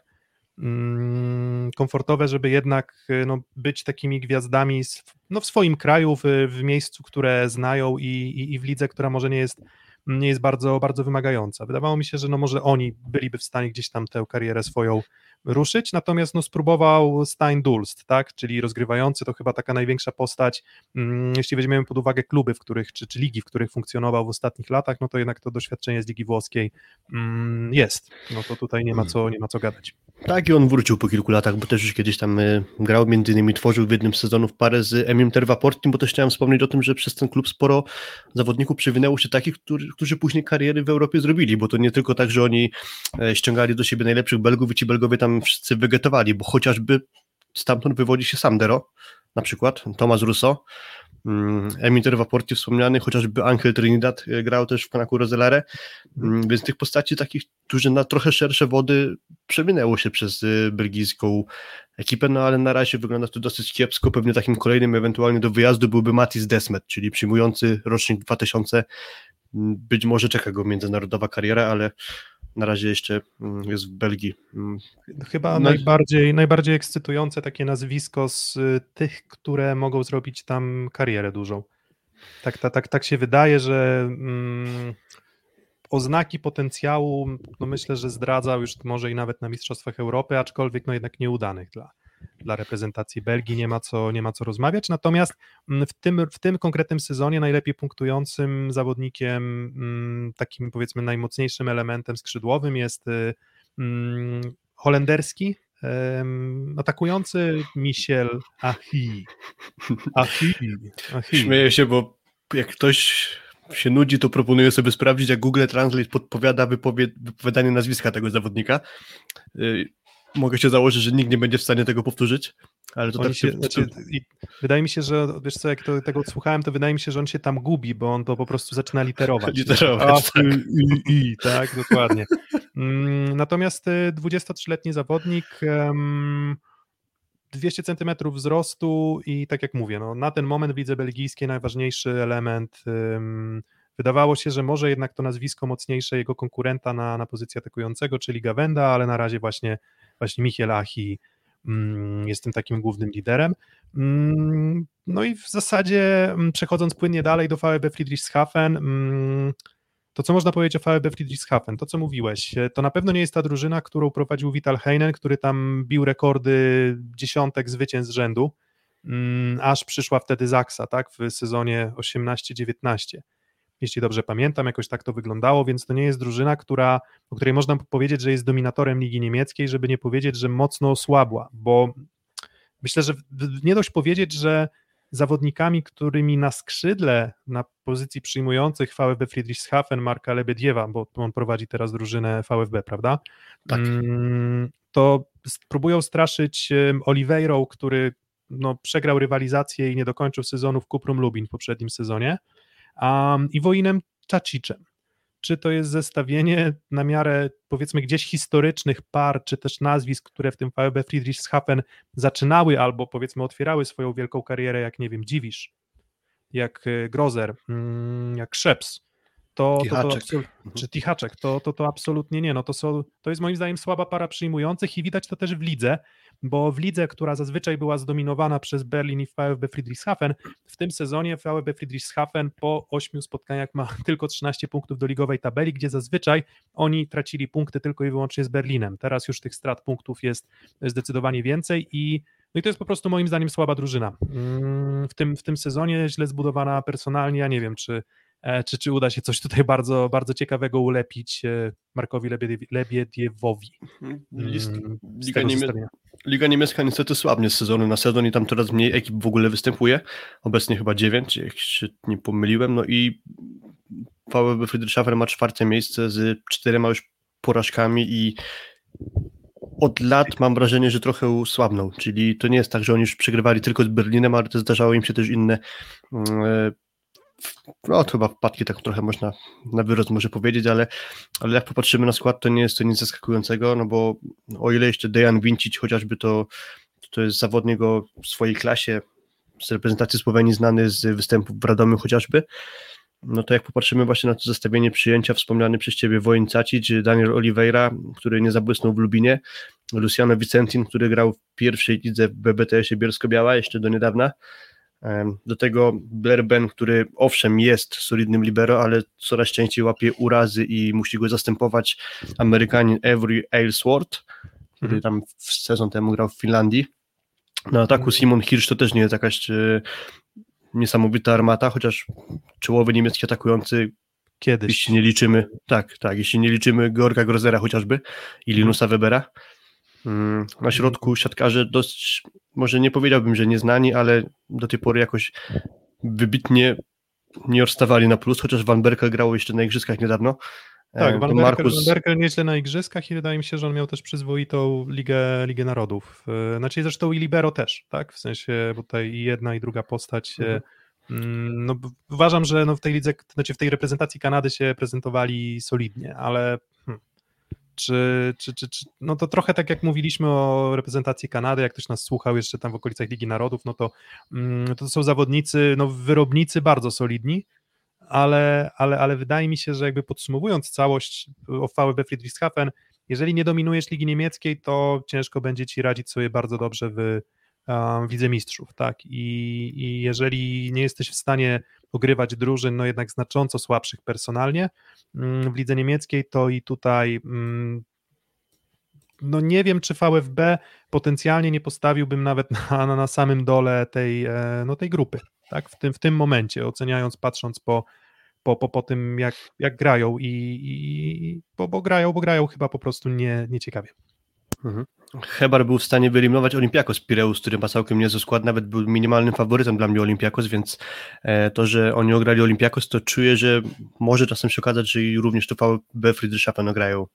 S3: Komfortowe, żeby jednak być takimi gwiazdami w swoim kraju, w miejscu, które znają i w lidze, która może nie jest bardzo, bardzo wymagająca. Wydawało mi się, że może oni byliby w stanie gdzieś tam tę karierę swoją ruszyć, natomiast spróbował Stein Dulst, tak, czyli rozgrywający, to chyba taka największa postać, jeśli weźmiemy pod uwagę kluby, w których, czy ligi, w których funkcjonował w ostatnich latach, no to jednak to doświadczenie z Ligi Włoskiej jest, no to tutaj nie ma co gadać.
S4: Tak, i on wrócił po kilku latach, bo też już kiedyś tam grał, między innymi tworzył w jednym z sezonów parę z Emim Tervaportim, bo też chciałem wspomnieć o tym, że przez ten klub sporo zawodników przewinęło się takich, którzy później kariery w Europie zrobili, bo to nie tylko tak, że oni ściągali do siebie najlepszych Belgów i ci Belgowie tam wszyscy wegetowali, bo chociażby stamtąd wywodzi się Sandero, na przykład Thomas Russo, Emil Tervaporti wspomniany, chociażby Angel Trinidad grał też w Knaku Roselare, więc tych postaci takich, którzy na trochę szersze wody przewinęło się przez belgijską ekipę, no ale na razie wygląda to dosyć kiepsko. Pewnie takim kolejnym ewentualnie do wyjazdu byłby Matthijs Desmet, czyli przyjmujący rocznik 2000. Być może czeka go międzynarodowa kariera, ale na razie jeszcze jest w Belgii.
S3: Chyba najbardziej ekscytujące takie nazwisko z tych, które mogą zrobić tam karierę dużą. Tak się wydaje, że oznaki potencjału, myślę, że zdradzał już może i nawet na Mistrzostwach Europy, aczkolwiek jednak nieudanych dla reprezentacji Belgii, nie ma co rozmawiać, natomiast w tym konkretnym sezonie najlepiej punktującym zawodnikiem, takim powiedzmy najmocniejszym elementem skrzydłowym jest holenderski atakujący Michel Ahi.
S4: Śmieję się, bo jak ktoś się nudzi, to proponuję sobie sprawdzić, jak Google Translate podpowiada wypowiadanie nazwiska tego zawodnika. Mogę się założyć, że nikt nie będzie w stanie tego powtórzyć, ale to
S3: wydaje mi się, że wiesz co, jak tego odsłuchałem, to wydaje mi się, że on się tam gubi, bo on to po prostu zaczyna literować. Tak, dokładnie. Natomiast 23-letni zawodnik, 200 cm wzrostu i tak jak mówię, na ten moment w lidze belgijskiej najważniejszy element. Wydawało się, że może jednak to nazwisko mocniejsze jego konkurenta na pozycję atakującego, czyli Gawenda, ale na razie właśnie Michel Ahi jest tym takim głównym liderem. No i w zasadzie przechodząc płynnie dalej do VfB Friedrichshafen, to co można powiedzieć o VfB Friedrichshafen? To co mówiłeś, to na pewno nie jest ta drużyna, którą prowadził Vital Heinen, który tam bił rekordy dziesiątek zwycięstw z rzędu, aż przyszła wtedy Zaksa, tak, w sezonie 18-19. Jeśli dobrze pamiętam, jakoś tak to wyglądało, więc to nie jest drużyna, o której można powiedzieć, że jest dominatorem Ligi Niemieckiej, żeby nie powiedzieć, że mocno osłabła, bo myślę, że nie dość powiedzieć, że zawodnikami, którymi na skrzydle, na pozycji przyjmujących VfB Friedrichshafen Marka Lebediewa, bo on prowadzi teraz drużynę VfB, prawda?
S4: Tak.
S3: To próbują straszyć Oliveirą, który przegrał rywalizację i nie dokończył sezonu w Kuprum Lubin w poprzednim sezonie, i Wojinem Czacicem. czy to jest zestawienie na miarę, powiedzmy, gdzieś historycznych par, czy też nazwisk, które w tym VfB Friedrichshafen zaczynały albo, powiedzmy, otwierały swoją wielką karierę, jak, nie wiem, Dziwisz, jak Grozer, jak Szeps, czy Tichaczek, to absolutnie nie, no to jest moim zdaniem słaba para przyjmujących i widać to też w lidze, bo w lidze, która zazwyczaj była zdominowana przez Berlin i VfB Friedrichshafen, w tym sezonie VfB Friedrichshafen po 8 spotkaniach ma tylko 13 punktów do ligowej tabeli, gdzie zazwyczaj oni tracili punkty tylko i wyłącznie z Berlinem. Teraz już tych strat punktów jest zdecydowanie więcej i to jest po prostu moim zdaniem słaba drużyna. W tym sezonie źle zbudowana personalnie, ja nie wiem, czy uda się coś tutaj bardzo, bardzo ciekawego ulepić Markowi Lebiediewowi.
S4: Liga niemiecka niestety słabnie z sezonu na sezon i tam coraz mniej ekip w ogóle występuje. Obecnie chyba 9, jak się nie pomyliłem. No i VfB Friedrichshafen ma 4. miejsce z 4 już porażkami i od lat mam wrażenie, że trochę słabną. Czyli to nie jest tak, że oni już przegrywali tylko z Berlinem, ale to zdarzało im się też inne chyba wpadki, tak trochę można na wyrost może powiedzieć, ale jak popatrzymy na skład, to nie jest to nic zaskakującego, no bo o ile jeszcze Dejan Vincic chociażby to jest zawodnik o swojej klasie z reprezentacji Słowenii znany z występów w Radomiu chociażby, no to jak popatrzymy właśnie na to zestawienie przyjęcia, wspomniany przez Ciebie Wojin Cacic, Daniel Oliveira, który nie zabłysnął w Lubinie, Luciano Vicentin, który grał w pierwszej lidze w BBTS-ie Bielsko-Biała jeszcze do niedawna, do tego Blair Ben, który owszem jest solidnym libero, ale coraz częściej łapie urazy i musi go zastępować Amerykanin Avery Aylesworth, który tam sezon temu grał w Finlandii. Na ataku Simon Hirsch to też nie jest jakaś niesamowita armata, chociaż czołowy niemiecki atakujący
S3: kiedyś.
S4: Jeśli nie liczymy, jeśli nie liczymy Georga Grozera chociażby i Linusa Webera. Na środku siatkarze dość, może nie powiedziałbym, że nieznani, ale do tej pory jakoś wybitnie nie odstawali na plus, chociaż Van Berkel grał jeszcze na igrzyskach niedawno.
S3: Tak, Van Berkel nieźle na igrzyskach i wydaje mi się, że on miał też przyzwoitą Ligę Narodów. Znaczy zresztą i libero też, tak? W sensie, bo tutaj i jedna i druga postać no, uważam, że no w tej lidze, znaczy w tej reprezentacji Kanady się prezentowali solidnie, ale czy no to trochę tak jak mówiliśmy o reprezentacji Kanady, jak ktoś nas słuchał jeszcze tam w okolicach Ligi Narodów, no to są zawodnicy, no wyrobnicy bardzo solidni, ale wydaje mi się, że jakby podsumowując całość o VfB Friedrichshafen, jeżeli nie dominujesz Ligi Niemieckiej, to ciężko będzie ci radzić sobie bardzo dobrze w Lidze Mistrzów, tak, i jeżeli nie jesteś w stanie ogrywać drużyn, no jednak znacząco słabszych personalnie w lidze niemieckiej, to i tutaj no nie wiem, czy VfB potencjalnie nie postawiłbym nawet na samym dole tej grupy, tak, w tym momencie, oceniając, patrząc po tym, jak grają bo grają chyba po prostu nieciekawie.
S4: Hebar był w stanie wyeliminować Olympiakos Pireus, który ma całkiem niezły skład, nawet był minimalnym faworytem dla mnie Olympiakos, więc to, że oni ograli Olympiakos, to czuję, że może czasem się okazać, że i również to VfB Friedrichshafen ograją.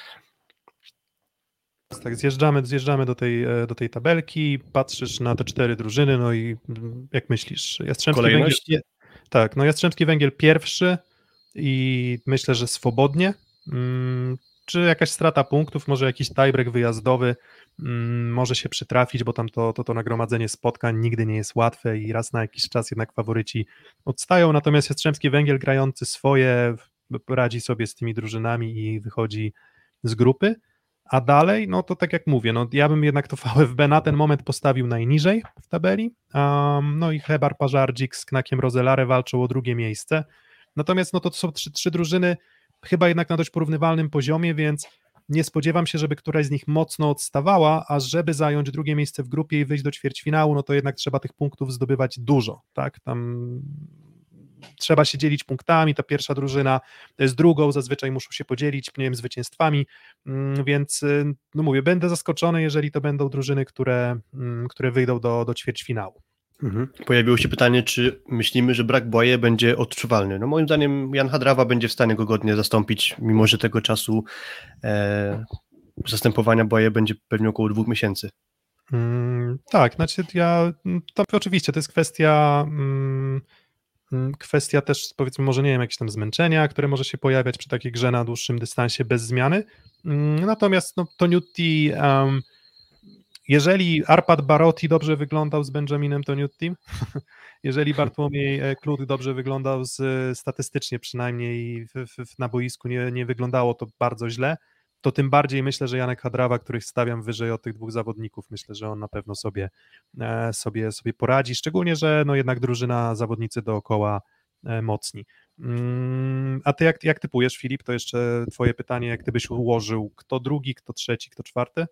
S3: Tak, zjeżdżamy do tej tabelki, patrzysz na te 4 drużyny, no i jak myślisz? Jastrzębski Węgiel pierwszy i myślę, że swobodnie. Czy jakaś strata punktów, może jakiś tiebreak wyjazdowy może się przytrafić, bo tam to nagromadzenie spotkań nigdy nie jest łatwe i raz na jakiś czas jednak faworyci odstają, natomiast Jastrzębski Węgiel grający swoje radzi sobie z tymi drużynami i wychodzi z grupy, a dalej, no to tak jak mówię, no ja bym jednak to VfB na ten moment postawił najniżej w tabeli, no i Hebar Pażardzik z Knakiem Rozelare walczą o drugie miejsce, natomiast no to są trzy drużyny chyba jednak na dość porównywalnym poziomie, więc nie spodziewam się, żeby któraś z nich mocno odstawała, a żeby zająć drugie miejsce w grupie i wyjść do ćwierćfinału, no to jednak trzeba tych punktów zdobywać dużo, tak, tam trzeba się dzielić punktami, ta pierwsza drużyna z drugą, zazwyczaj muszą się podzielić, nie wiem, zwycięstwami, więc no mówię, będę zaskoczony, jeżeli to będą drużyny, które wyjdą do ćwierćfinału.
S4: Pojawiło się pytanie, czy myślimy, że brak Boye będzie odczuwalny. No moim zdaniem Jan Hadrawa będzie w stanie go godnie zastąpić, mimo że tego czasu zastępowania Boye będzie pewnie około 2 miesięcy.
S3: Tak, znaczy to oczywiście to jest kwestia kwestia też, powiedzmy, może nie wiem, jakieś tam zmęczenia, które może się pojawiać przy takiej grze na dłuższym dystansie bez zmiany. Natomiast no, Toniutti, jeżeli Arpad Barotti dobrze wyglądał z Benjaminem Toniuttim, jeżeli Bartłomiej Klut dobrze wyglądał statystycznie przynajmniej na boisku, nie wyglądało to bardzo źle, to tym bardziej myślę, że Janek Hadrawa, których stawiam wyżej od tych dwóch zawodników, myślę, że on na pewno sobie poradzi, szczególnie, że no jednak drużyna, zawodnicy dookoła mocni. A ty jak typujesz, Filip? To jeszcze twoje pytanie, jak ty byś ułożył, kto drugi, kto trzeci, kto czwarty?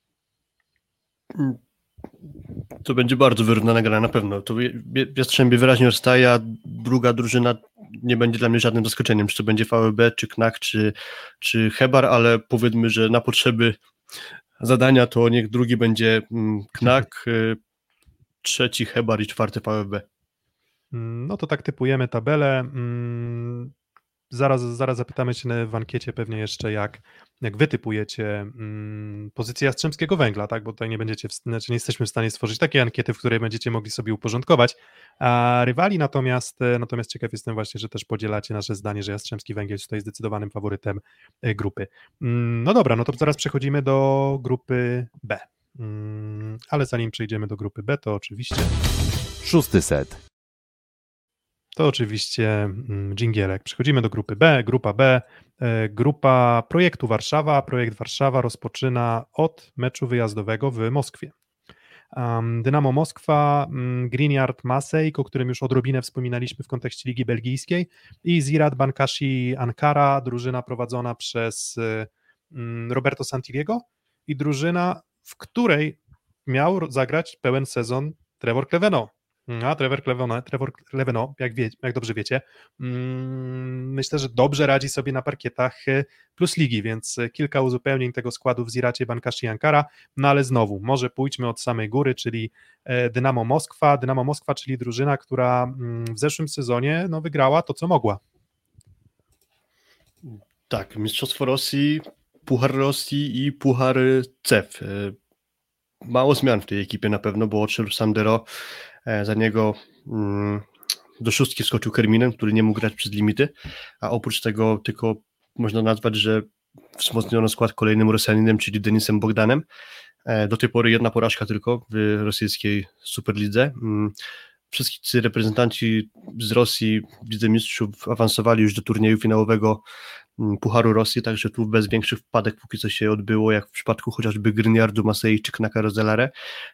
S4: To będzie bardzo wyrównana gra na pewno. To Jastrzębie wyraźnie rozstaje, a druga drużyna nie będzie dla mnie żadnym zaskoczeniem, czy to będzie VfB, czy Knak, czy Chebar, ale powiedzmy, że na potrzeby zadania to niech drugi będzie Knak, trzeci Chebar i czwarty VfB.
S3: No to tak typujemy tabelę. Zaraz zapytamy się w ankiecie pewnie jeszcze, jak wy typujecie pozycję Jastrzębskiego Węgla, tak? Bo tutaj nie jesteśmy w stanie stworzyć takiej ankiety, w której będziecie mogli sobie uporządkować rywali, natomiast ciekaw jestem właśnie, że też podzielacie nasze zdanie, że Jastrzębski Węgiel jest tutaj zdecydowanym faworytem grupy. No dobra, no to zaraz przechodzimy do grupy B. Ale zanim przejdziemy do grupy B, to oczywiście
S2: 6. set.
S3: To oczywiście dżingielek. Przechodzimy do grupy B. Grupa B, grupa Projektu Warszawa. Projekt Warszawa rozpoczyna od meczu wyjazdowego w Moskwie. Dynamo Moskwa, Greenyard Masejk, o którym już odrobinę wspominaliśmy w kontekście Ligi Belgijskiej, i Ziraat Bankashi Ankara, drużyna prowadzona przez Roberto Santilliego i drużyna, w której miał zagrać pełen sezon Trevor Clevenot. A Trevor Clevenot, jak dobrze wiecie, myślę, że dobrze radzi sobie na parkietach Plus Ligi, więc kilka uzupełnień tego składu w Ziracie Bankashi Ankara, no ale znowu, może pójdźmy od samej góry, czyli Dynamo Moskwa, czyli drużyna, która w zeszłym sezonie no, wygrała to, co mogła.
S4: Tak, Mistrzostwo Rosji, Puchar Rosji i Puchar CEF. Mało zmian w tej ekipie na pewno, bo odszedł Sandero, za niego do szóstki wskoczył Kerminen, który nie mógł grać przez limity, a oprócz tego tylko można nazwać, że wzmocniono skład kolejnym Rosjaninem, czyli Denisem Bogdanem. Do tej pory jedna porażka tylko w rosyjskiej Superlidze. Wszyscy reprezentanci z Rosji w Lidze Mistrzów awansowali już do turnieju finałowego Pucharu Rosji, także tu bez większych wpadek póki co się odbyło, jak w przypadku chociażby Gryniardu Masei czy Knaka Rozelare,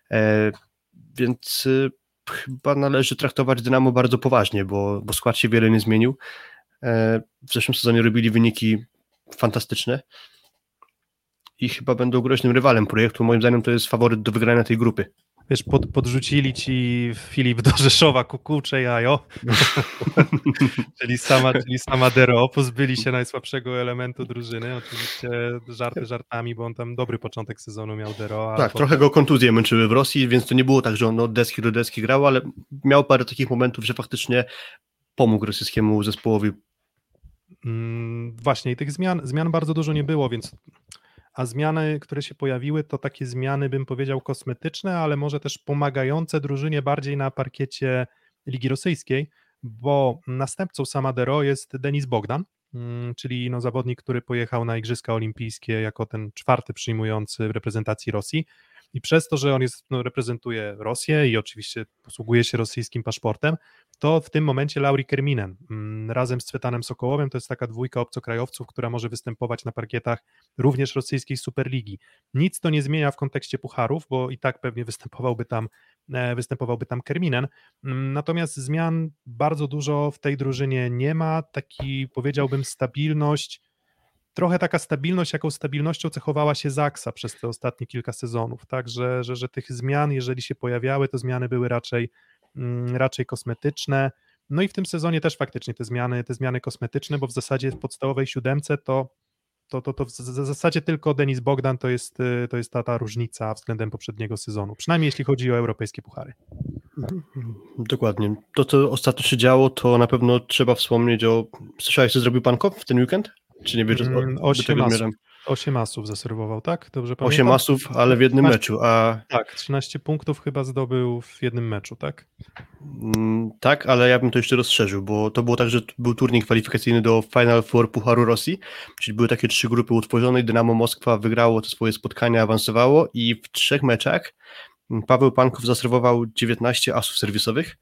S4: więc chyba należy traktować Dynamo bardzo poważnie, bo skład się wiele nie zmienił. W zeszłym sezonie robili wyniki fantastyczne i chyba będą groźnym rywalem projektu. Moim zdaniem to jest faworyt do wygrania tej grupy.
S3: Wiesz, podrzucili ci, Filip, do Rzeszowa kukucze jajo, czyli sama Dero, pozbyli się najsłabszego elementu drużyny, oczywiście żarty żartami, bo on tam dobry początek sezonu miał Dero.
S4: Tak, trochę go kontuzje męczyły w Rosji, więc to nie było tak, że on od deski do deski grał, ale miał parę takich momentów, że faktycznie pomógł rosyjskiemu zespołowi.
S3: Właśnie i tych zmian bardzo dużo nie było, więc... A zmiany, które się pojawiły, to takie zmiany, bym powiedział, kosmetyczne, ale może też pomagające drużynie bardziej na parkiecie Ligi Rosyjskiej, bo następcą Samadero jest Denis Bogdan, czyli no zawodnik, który pojechał na Igrzyska Olimpijskie jako ten czwarty przyjmujący w reprezentacji Rosji i przez to, że on reprezentuje Rosję i oczywiście posługuje się rosyjskim paszportem, to w tym momencie Lauri Kerminen razem z Cwetanem Sokołowem to jest taka dwójka obcokrajowców, która może występować na parkietach również rosyjskiej Superligi. Nic to nie zmienia w kontekście pucharów, bo i tak pewnie występowałby tam Kerminen, natomiast zmian bardzo dużo w tej drużynie nie ma, taki powiedziałbym stabilność, trochę taka stabilność, jaką stabilnością cechowała się Zaksa przez te ostatnie kilka sezonów, tak, że tych zmian, jeżeli się pojawiały, to zmiany były raczej kosmetyczne, no i w tym sezonie też faktycznie te zmiany kosmetyczne, bo w zasadzie w podstawowej siódemce to w zasadzie tylko Denis Bogdan to jest ta różnica względem poprzedniego sezonu, przynajmniej jeśli chodzi o europejskie puchary.
S4: Dokładnie. To, co ostatnio się działo, to na pewno trzeba wspomnieć o... Słyszałeś, co zrobił Pankow w ten weekend? Czy nie wiesz,
S3: 8 asów. 8 asów zaserwował, tak? Dobrze
S4: 8
S3: pamiętam?
S4: asów, ale w jednym
S3: 13
S4: meczu, a
S3: Tak, 13 punktów chyba zdobył w jednym meczu, tak?
S4: tak, ale ja bym to jeszcze rozszerzył, bo to było tak, że był turniej kwalifikacyjny do Final Four Pucharu Rosji, czyli były takie 3 grupy utworzone i Dynamo Moskwa wygrało te swoje spotkania, awansowało i w 3 meczach Paweł Pankow zaserwował 19 asów serwisowych,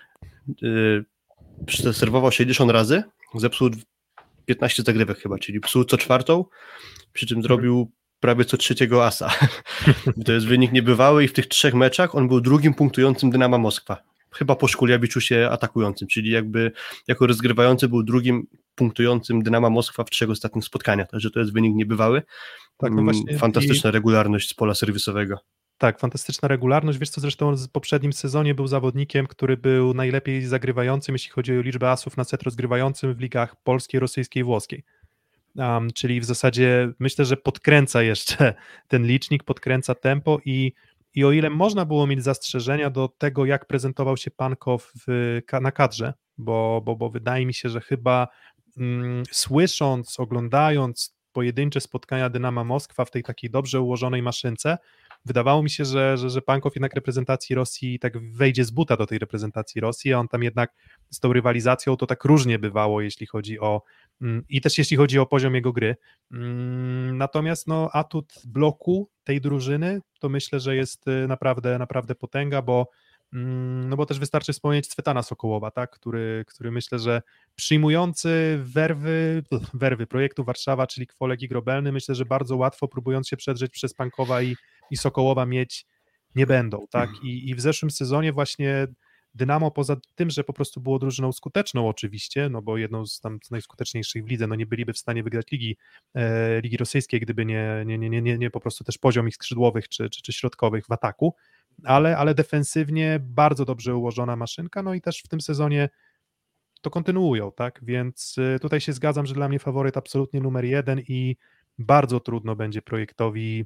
S4: zaserwował 60 razy, zepsuł 15 zagrywek chyba, czyli psuł co czwartą, przy czym zrobił prawie co trzeciego asa. To jest wynik niebywały i w tych 3 meczach on był drugim punktującym Dynama Moskwa. Chyba po Szkuliawiczusie atakującym, czyli jakby jako rozgrywający był drugim punktującym Dynama Moskwa w 3 ostatnich spotkaniach, także to jest wynik niebywały.
S3: Tak, no właśnie
S4: Fantastyczna regularność z pola serwisowego.
S3: Tak, fantastyczna regularność. Wiesz co, zresztą w poprzednim sezonie był zawodnikiem, który był najlepiej zagrywającym, jeśli chodzi o liczbę asów na set rozgrywającym w ligach polskiej, rosyjskiej i włoskiej. Czyli w zasadzie myślę, że podkręca jeszcze ten licznik, podkręca tempo i o ile można było mieć zastrzeżenia do tego, jak prezentował się Pankow na kadrze, bo wydaje mi się, że chyba słysząc, oglądając pojedyncze spotkania Dynama Moskwa w tej takiej dobrze ułożonej maszynce, wydawało mi się, że Pankow jednak reprezentacji Rosji tak wejdzie z buta do tej reprezentacji Rosji, a on tam jednak z tą rywalizacją to tak różnie bywało, jeśli chodzi o i też jeśli chodzi o poziom jego gry. Natomiast no, atut bloku tej drużyny to myślę, że jest naprawdę, naprawdę potęga, no bo też wystarczy wspomnieć Cwetana Sokołowa, tak? który myślę, że przyjmujący werwy projektu Warszawa, czyli Kwolek Grobelny, myślę, że bardzo łatwo próbując się przedrzeć przez Pankowa i Sokołowa mieć nie będą, tak? I w zeszłym sezonie właśnie Dynamo poza tym, że po prostu było drużyną skuteczną oczywiście, no bo jedną z najskuteczniejszych w lidze, no nie byliby w stanie wygrać ligi rosyjskiej, gdyby nie po prostu też poziom ich skrzydłowych czy środkowych w ataku, ale defensywnie bardzo dobrze ułożona maszynka, no i też w tym sezonie to kontynuują, tak, więc tutaj się zgadzam, że dla mnie faworyt absolutnie numer 1 i bardzo trudno będzie projektowi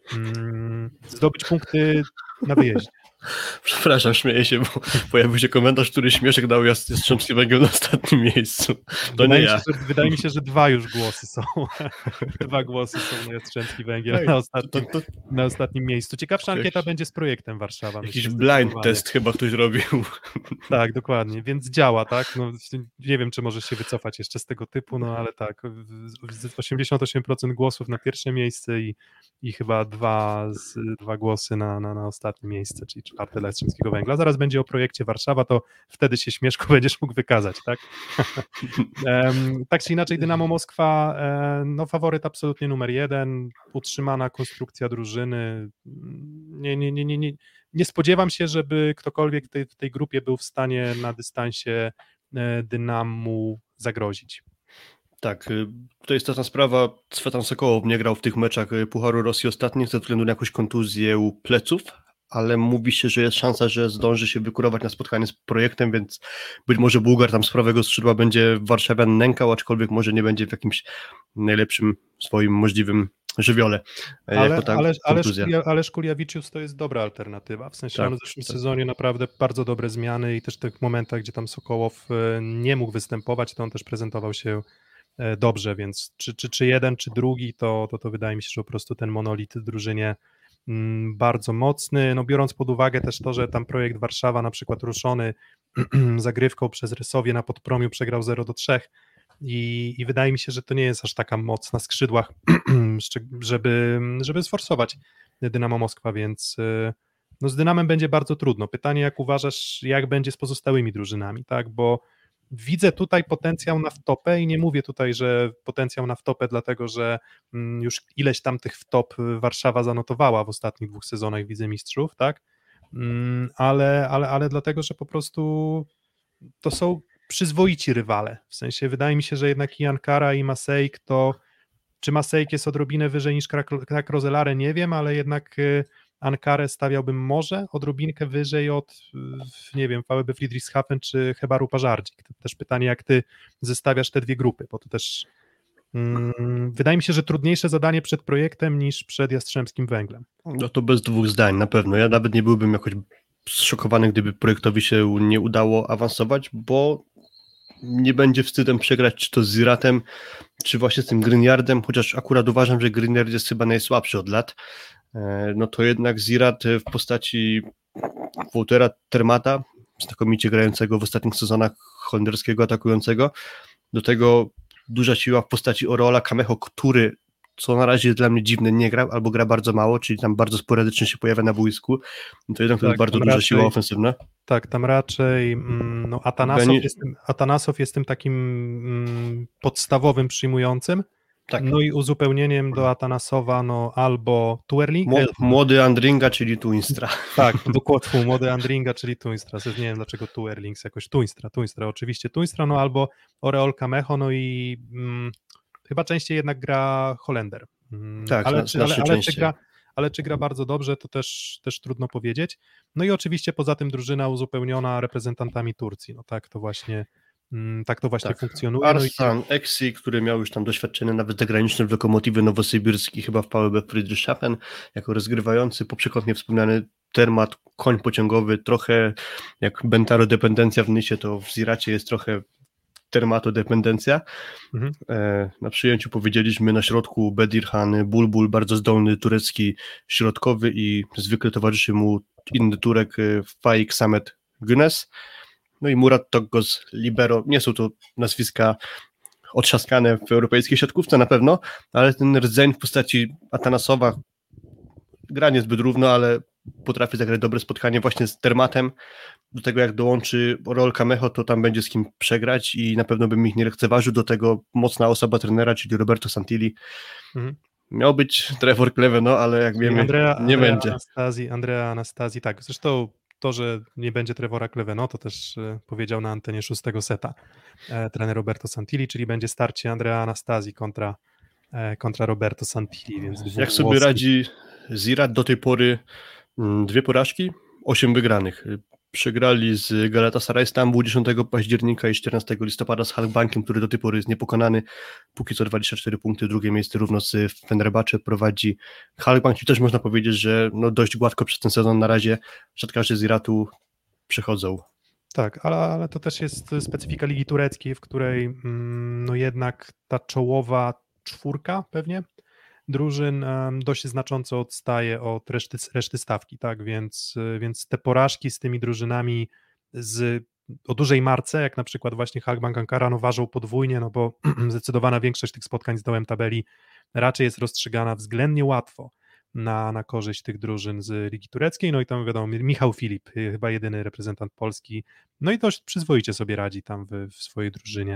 S3: zdobyć punkty na wyjeździe.
S4: Przepraszam, śmieję się, bo pojawił się komentarz, który śmieszek dał Jastrzębski Węgiel na ostatnim miejscu. To nie ja.
S3: Wydaje mi się, że 2 już głosy są. 2 głosy są na Jastrzębski Węgiel na ostatnim miejscu. Ciekawsza ankieta będzie z projektem Warszawa.
S4: Jakiś blind test chyba ktoś robił.
S3: Tak, dokładnie, więc działa, tak? No, nie wiem, czy możesz się wycofać jeszcze z tego typu, no ale tak, 88% głosów na pierwsze miejsce i chyba 2 głosy na ostatnie miejsce, czyli 4 dla Jastrzębskiego Węgla. Zaraz będzie o projekcie Warszawa, to wtedy się śmieszku będziesz mógł wykazać, tak? Tak czy inaczej Dynamo Moskwa, no faworyt absolutnie numer 1, utrzymana konstrukcja drużyny, nie spodziewam się, żeby ktokolwiek w tej grupie był w stanie na dystansie Dynamu zagrozić.
S4: Tak, to jest ta sprawa, Cwetan Sokołow nie grał w tych meczach Pucharu Rosji ostatnich ze względu na jakąś kontuzję u pleców, ale mówi się, że jest szansa, że zdąży się wykurować na spotkanie z projektem, więc być może Bułgar tam z prawego skrzydła będzie warszawian nękał, aczkolwiek może nie będzie w jakimś najlepszym swoim możliwym żywiole.
S3: Ale Szkuliawiczus to jest dobra alternatywa, w sensie
S4: tak,
S3: on w zeszłym sezonie naprawdę bardzo dobre zmiany i też w tych momentach, gdzie tam Sokołow nie mógł występować, to on też prezentował się dobrze, więc czy jeden, czy drugi, to wydaje mi się, że po prostu ten monolit w drużynie bardzo mocny, no biorąc pod uwagę też to, że tam projekt Warszawa na przykład ruszony zagrywką przez Rysowie na Podpromiu przegrał 0-3 i wydaje mi się, że to nie jest aż taka moc na skrzydłach, żeby sforsować Dynamo Moskwa, więc no z Dynamem będzie bardzo trudno. Pytanie, jak uważasz, jak będzie z pozostałymi drużynami, tak, bo widzę tutaj potencjał na wtopę i nie mówię tutaj, że potencjał na wtopę, dlatego że już ileś tam tych wtop Warszawa zanotowała w ostatnich 2 sezonach w Lidze Mistrzów, tak? Ale dlatego, że po prostu to są przyzwoici rywale. W sensie wydaje mi się, że jednak i Ankara i Masejk to, czy Masejk jest odrobinę wyżej niż Krak Rozelare, nie wiem, ale jednak Ankarę stawiałbym może odrobinkę wyżej od, nie wiem, VfB Friedrichshafen czy Chebaru Pażardzik. To też pytanie, jak ty zestawiasz te 2 grupy, bo to też wydaje mi się, że trudniejsze zadanie przed projektem niż przed Jastrzębskim Węglem.
S4: No to bez 2 zdań na pewno. Ja nawet nie byłbym jakoś zszokowany, gdyby projektowi się nie udało awansować, bo nie będzie wstydem przegrać czy to z Ziratem, czy właśnie z tym Grignardem, chociaż akurat uważam, że Grignard jest chyba najsłabszy od lat, no to jednak Zirat w postaci Woutera Termata, znakomicie grającego w ostatnich sezonach holenderskiego atakującego, do tego duża siła w postaci Oriola Camejo, który co na razie jest dla mnie dziwne, nie gra albo gra bardzo mało, czyli tam bardzo sporadycznie się pojawia na boisku, to jednak to jest bardzo duża siła ofensywna.
S3: Tak, tam raczej no, Atanasow jest tym takim podstawowym przyjmującym, tak. No i uzupełnieniem do Atanasowa no albo Tuerling.
S4: Młody Andringa, czyli Tuinstra.
S3: Tak, dokładnie, młody Andringa, czyli Tuinstra. Nie wiem dlaczego Tuerlings, jakoś Tuinstra, oczywiście Tuinstra, no albo Oriol Camejo, no i chyba częściej jednak gra Holender.
S4: Tak,
S3: ale czy gra bardzo dobrze, to też trudno powiedzieć. No i oczywiście poza tym drużyna uzupełniona reprezentantami Turcji. No tak to właśnie funkcjonuje.
S4: Arslan Eksi, który miał już tam doświadczenie nawet zagraniczne w Lokomotywie Nowosybirski, chyba w PWB Friedrichshafen, jako rozgrywający, poprzekątnie wspomniany Termat, koń pociągowy, trochę jak Bentaro dependencja w Nysie, to w Ziracie jest trochę Termato dependencja. Na przyjęciu powiedzieliśmy na środku Bedirhan, Bulbul, bardzo zdolny turecki środkowy i zwykle towarzyszy mu inny Turek Faik Samet Günes. No i Murat Toggos, libero. Nie są to nazwiska otrzaskane w europejskiej siatkówce na pewno, ale ten rdzeń w postaci Atanasowa gra niezbyt równo, ale potrafi zagrać dobre spotkanie właśnie z Termatem. Do tego jak dołączy Oriol Camejo, to tam będzie z kim przegrać i na pewno bym ich nie lekceważył. Do tego mocna osoba trenera, czyli Roberto Santilli. Miał być Trevor Kleveno, ale jak wiemy, nie będzie.
S3: Andrea Anastasi, tak. Zresztą to, że nie będzie Trevora Kleveno, to też powiedział na antenie 6. seta trener Roberto Santilli, czyli będzie starcie Andrea Anastasi kontra Roberto Santilli. Więc
S4: jak sobie radzi Zirat do tej pory? 2 porażki, 8 wygranych. Przegrali z Galatasaray Stambuł 10 października i 14 listopada z Halkbankiem, który do tej pory jest niepokonany. Póki co 24 punkty, drugie miejsce równo z Fenerbahce prowadzi Halkbank. I też można powiedzieć, że no dość gładko przez ten sezon na razie siatkarze z Iratu przechodzą.
S3: Tak, ale to też jest specyfika Ligi Tureckiej, w której no jednak ta czołowa 4 pewnie drużyn dość znacząco odstaje od reszty stawki, tak, więc te porażki z tymi drużynami o dużej marce, jak na przykład właśnie Halkbank Ankara, no ważą podwójnie, no bo zdecydowana większość tych spotkań z dołem tabeli raczej jest rozstrzygana względnie łatwo na korzyść tych drużyn z Ligi Tureckiej, no i tam wiadomo, Michał Filip, chyba jedyny reprezentant Polski, no i dość przyzwoicie sobie radzi tam w swojej drużynie.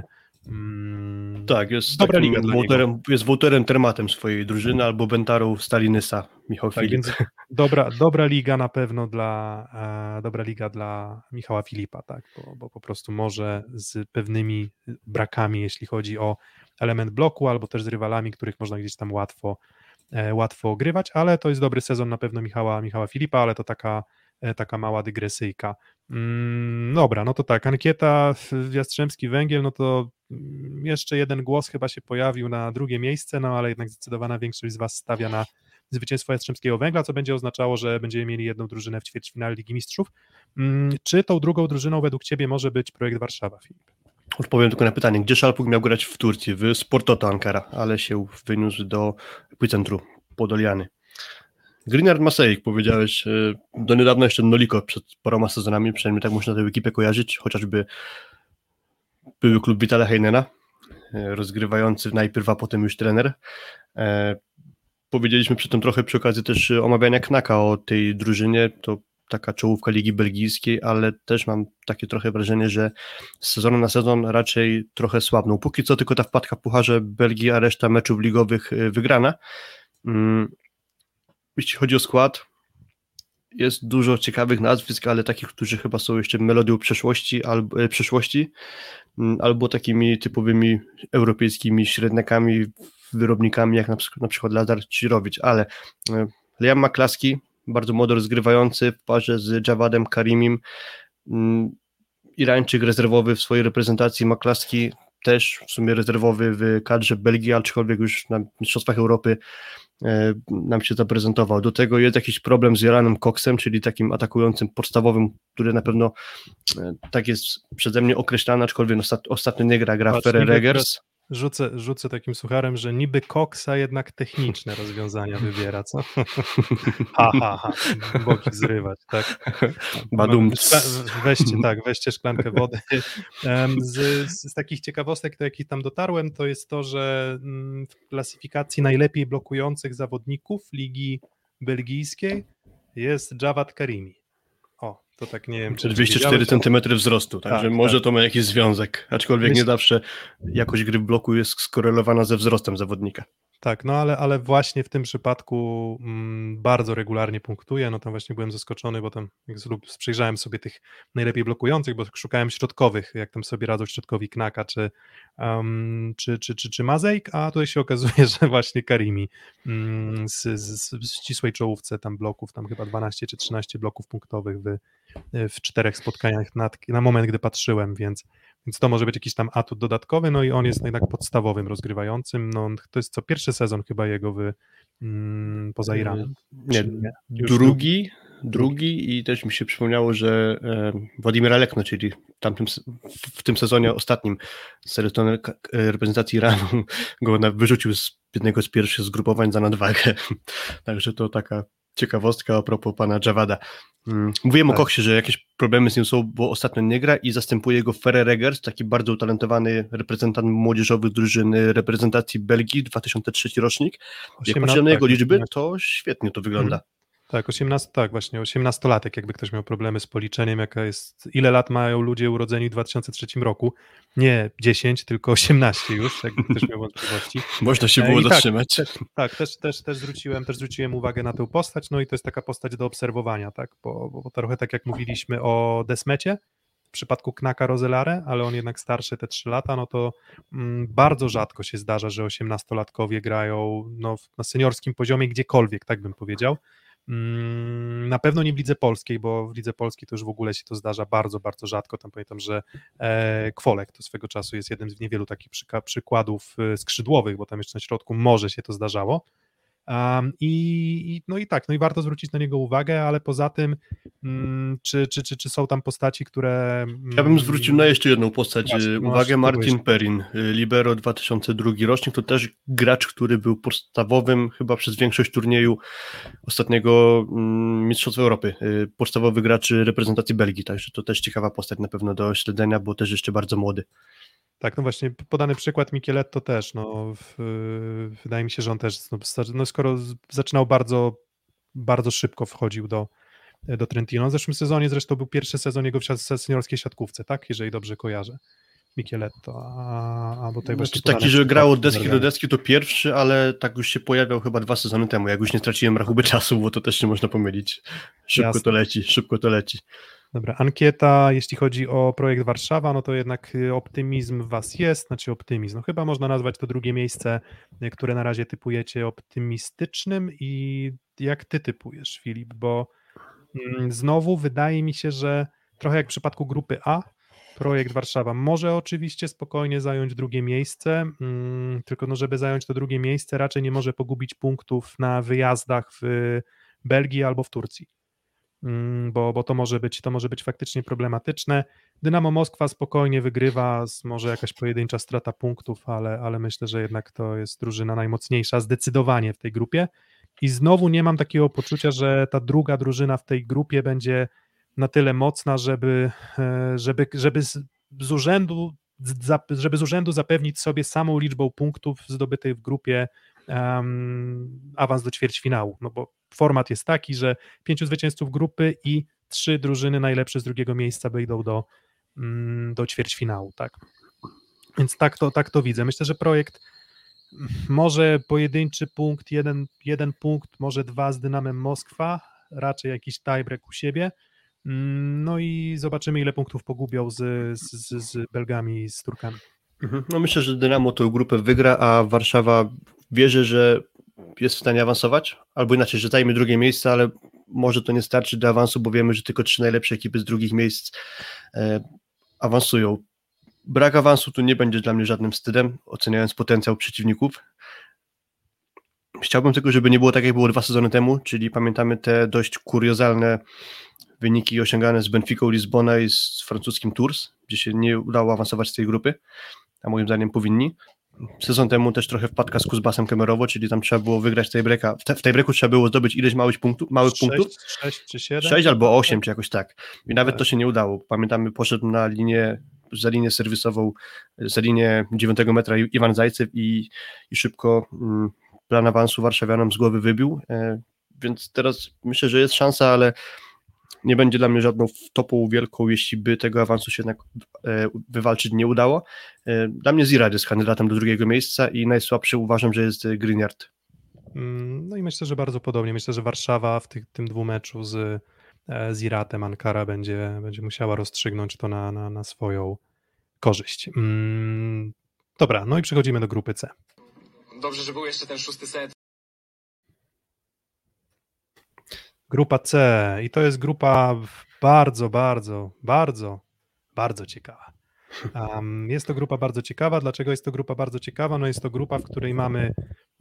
S4: Tak, jest dobra liga jest Wouterem Termatem swojej drużyny, albo Bentarą Stalinysa, Michał Filip. Więc
S3: dobra liga na pewno dobra liga dla Michała Filipa, tak, bo po prostu może z pewnymi brakami, jeśli chodzi o element bloku, albo też z rywalami, których można gdzieś tam łatwo ogrywać, ale to jest dobry sezon na pewno Michała Filipa, ale to taka mała dygresyjka. Dobra, no to tak, ankieta Jastrzębski Węgiel, no to jeszcze jeden głos chyba się pojawił na drugie miejsce, no ale jednak zdecydowana większość z Was stawia na zwycięstwo Jastrzębskiego Węgla, co będzie oznaczało, że będziemy mieli jedną drużynę w ćwierćfinale Ligi Mistrzów. Czy tą drugą drużyną według Ciebie może być Projekt Warszawa, Filip?
S4: Odpowiem tylko na pytanie, gdzie Szalpuk miał grać w Turcji? W Sportoto Ankara, ale się wyniósł do epicentru Podoliany. Grignard Maaseik, powiedziałeś, do niedawna jeszcze Noliko przed paroma sezonami, przynajmniej tak można tę ekipę kojarzyć, chociażby były klub Vitala Heinena, rozgrywający najpierw, a potem już trener. Powiedzieliśmy przy tym trochę przy okazji też omawiania Knaka o tej drużynie, to taka czołówka Ligi Belgijskiej, ale też mam takie trochę wrażenie, że z sezonu na sezon raczej trochę słabną. Póki co tylko ta wpadka w Pucharze Belgii, a reszta meczów ligowych wygrana. Jeśli chodzi o skład, jest dużo ciekawych nazwisk, ale takich, którzy chyba są jeszcze melodią przeszłości, albo takimi typowymi europejskimi średniakami, wyrobnikami, jak na przykład Lazar Cirowicz, ale Liam Maklaski, bardzo młody rozgrywający w parze z Jawadem Karimim, Irańczyk rezerwowy w swojej reprezentacji, Maklaski też w sumie rezerwowy w kadrze Belgii, aczkolwiek już na Mistrzostwach Europy nam się zaprezentował. Do tego jest jakiś problem z Jolanem Coxem, czyli takim atakującym podstawowym, który na pewno tak jest przeze mnie określany, aczkolwiek ostatnio nie gra Ferrer Regers.
S3: Rzucę takim sucharem, że niby Coxa jednak techniczne rozwiązania wybiera, co? Ha, boki zrywać, tak? Weźcie szklankę wody. Z takich ciekawostek, do jakich tam dotarłem, to jest to, że w klasyfikacji najlepiej blokujących zawodników Ligi Belgijskiej jest Javad Karimi. To tak nie wiem, czy
S4: 204 cm wzrostu, także może to ma jakiś związek, aczkolwiek nie zawsze jakość gry w bloku jest skorelowana ze wzrostem zawodnika.
S3: Tak, no ale właśnie w tym przypadku bardzo regularnie punktuje, no tam właśnie byłem zaskoczony, bo tam przyjrzałem sobie tych najlepiej blokujących, bo szukałem środkowych, jak tam sobie radzą środkowi Knaka czy Mazejk, a tutaj się okazuje, że właśnie Karimi z ścisłej czołówce tam bloków, tam chyba 12 czy 13 bloków punktowych w 4 spotkaniach na moment, gdy patrzyłem, więc to może być jakiś tam atut dodatkowy, no i on jest jednak podstawowym rozgrywającym, no to jest pierwszy sezon chyba jego poza Iranem.
S4: Nie, drugi i też mi się przypomniało, że Władimir Alekno, czyli w tym sezonie ostatnim selekcjoner reprezentacji Iranu go wyrzucił z jednego z pierwszych zgrupowań za nadwagę, także to taka ciekawostka a propos pana Javada. Mówiłem o Coxie, że jakieś problemy z nim są, bo ostatnio nie gra i zastępuje go Ferrer Regers, taki bardzo utalentowany reprezentant młodzieżowych drużyny reprezentacji Belgii, 2003 rocznik. Jak patrzę na jego liczby, to świetnie to wygląda.
S3: Tak, 18-latek, jakby ktoś miał problemy z policzeniem, ile lat mają ludzie urodzeni w 2003 roku. Nie 10, tylko 18 już, jakby ktoś miał wątpliwości.
S4: Można się było zatrzymać.
S3: Też zwróciłem uwagę na tę postać, no i to jest taka postać do obserwowania, tak, bo trochę tak jak mówiliśmy o Desmecie, w przypadku Knaka Rozelare, ale on jednak starszy te 3 lata, no to bardzo rzadko się zdarza, że 18-latkowie grają na seniorskim poziomie gdziekolwiek, tak bym powiedział. Na pewno nie w lidze polskiej, bo w lidze polskiej to już w ogóle się to zdarza bardzo, bardzo rzadko. Tam pamiętam, że Kwolek to swego czasu jest jeden z niewielu takich przykładów skrzydłowych, bo tam jeszcze na środku może się to zdarzało. I warto zwrócić na niego uwagę, ale poza tym czy są tam postaci, które...
S4: Ja bym zwrócił na jeszcze jedną postać uwagę, Martin Perin, libero 2002 rocznik, to też gracz, który był podstawowym chyba przez większość turnieju ostatniego Mistrzostw Europy, podstawowy gracz reprezentacji Belgii, także to też ciekawa postać na pewno do śledzenia, bo też jeszcze bardzo młody.
S3: Tak, no właśnie, podany przykład Micheletto też, wydaje mi się, że on też, skoro zaczynał bardzo, bardzo szybko wchodził do Trentino, w zeszłym sezonie zresztą był pierwszy sezon jego w seniorskiej siatkówce, tak, jeżeli dobrze kojarzę, Micheletto, a bo tutaj właśnie
S4: taki, że grał od deski do deski, to pierwszy, ale tak już się pojawiał chyba 2 sezony temu, jak już nie straciłem rachuby czasu, bo to też nie można pomylić, szybko to leci.
S3: Dobra, ankieta, jeśli chodzi o projekt Warszawa, no to jednak optymizm w was jest, znaczy optymizm, chyba można nazwać to drugie miejsce, które na razie typujecie optymistycznym i jak ty typujesz, Filip, bo znowu wydaje mi się, że trochę jak w przypadku grupy A, projekt Warszawa może oczywiście spokojnie zająć drugie miejsce, tylko żeby zająć to drugie miejsce raczej nie może pogubić punktów na wyjazdach w Belgii albo w Turcji. Bo to może być faktycznie problematyczne. Dynamo Moskwa spokojnie wygrywa, może jakaś pojedyncza strata punktów, ale myślę, że jednak to jest drużyna najmocniejsza zdecydowanie w tej grupie i znowu nie mam takiego poczucia, że ta druga drużyna w tej grupie będzie na tyle mocna, żeby z urzędu zapewnić sobie samą liczbą punktów zdobytych w grupie awans do ćwierćfinału, no bo format jest taki, że 5 zwycięzców grupy i 3 drużyny najlepsze z drugiego miejsca wyjdą do ćwierćfinału, tak. Więc tak to widzę. Myślę, że projekt może pojedynczy punkt, jeden punkt, może 2 z Dynamem Moskwa, raczej jakiś tiebreak u siebie, no i zobaczymy, ile punktów pogubią z Belgami i z Turkami.
S4: No myślę, że Dynamo tę grupę wygra, a Warszawa wierzy, że jest w stanie awansować, albo inaczej, że zajmie drugie miejsce, ale może to nie starczy do awansu, bo wiemy, że tylko 3 najlepsze ekipy z drugich miejsc awansują. Brak awansu tu nie będzie dla mnie żadnym wstydem, oceniając potencjał przeciwników. Chciałbym tylko, żeby nie było tak, jak było 2 sezony temu, czyli pamiętamy te dość kuriozalne wyniki osiągane z Benficą Lizbona i z francuskim Tours, gdzie się nie udało awansować z tej grupy, a moim zdaniem powinni. Sezon temu też trochę wpadka z Kuzbasem Kemerowo, czyli tam trzeba było wygrać tiebreaka. W tiebreaku trzeba było zdobyć ileś małych punktów.
S3: 6 czy 7?
S4: 6 albo 8, czy jakoś tak. I nawet to się nie udało. Pamiętamy, poszedł za linię serwisową, za linię 9 metra Iwan Zajcew i szybko plan awansu warszawianom z głowy wybił. Więc teraz myślę, że jest szansa, ale nie będzie dla mnie żadną topą wielką, jeśli by tego awansu się jednak wywalczyć nie udało. Dla mnie Zirad jest kandydatem do 2. miejsca i najsłabszy uważam, że jest Grignard.
S3: No i myślę, że bardzo podobnie. Myślę, że Warszawa w tym dwumeczu z Ziratem Ankara będzie musiała rozstrzygnąć to na swoją korzyść. Dobra, no i przechodzimy do grupy C.
S5: Dobrze, że był jeszcze ten 6. set.
S3: Grupa C i to jest grupa bardzo, bardzo, bardzo, bardzo ciekawa. Jest to grupa bardzo ciekawa. Dlaczego jest to grupa bardzo ciekawa? No jest to grupa, w której mamy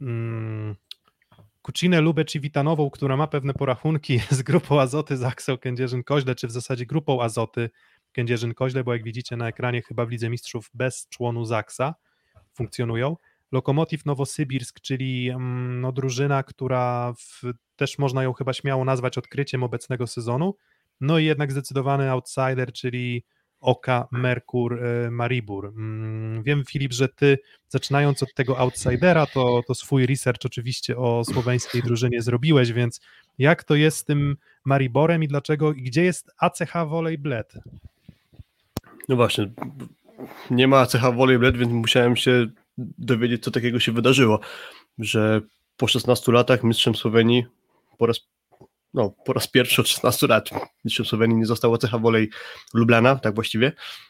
S3: Kucinę, Lubecz i Witanową, która ma pewne porachunki z grupą Azoty, Zaksą, Kędzierzyn-Koźle, czy w zasadzie grupą Azoty, Kędzierzyn-Koźle, bo jak widzicie na ekranie chyba w Lidze Mistrzów bez członu Zaksa funkcjonują. Lokomotiv Nowosybirsk, czyli drużyna, która też można ją chyba śmiało nazwać odkryciem obecnego sezonu, no i jednak zdecydowany outsider, czyli Oka, Merkur, Maribor. Wiem, Filip, że ty zaczynając od tego outsidera, to swój research oczywiście o słoweńskiej drużynie zrobiłeś, więc jak to jest z tym Mariborem i dlaczego, i gdzie jest ACH Volley Bled?
S4: No właśnie, nie ma ACH Volley Bled, więc musiałem się dowiedzieć, co takiego się wydarzyło, że po 16 latach mistrzem Słowenii po raz pierwszy od 16 lat mistrzem Słowenii nie został ACH Volley Lublana, tak właściwie.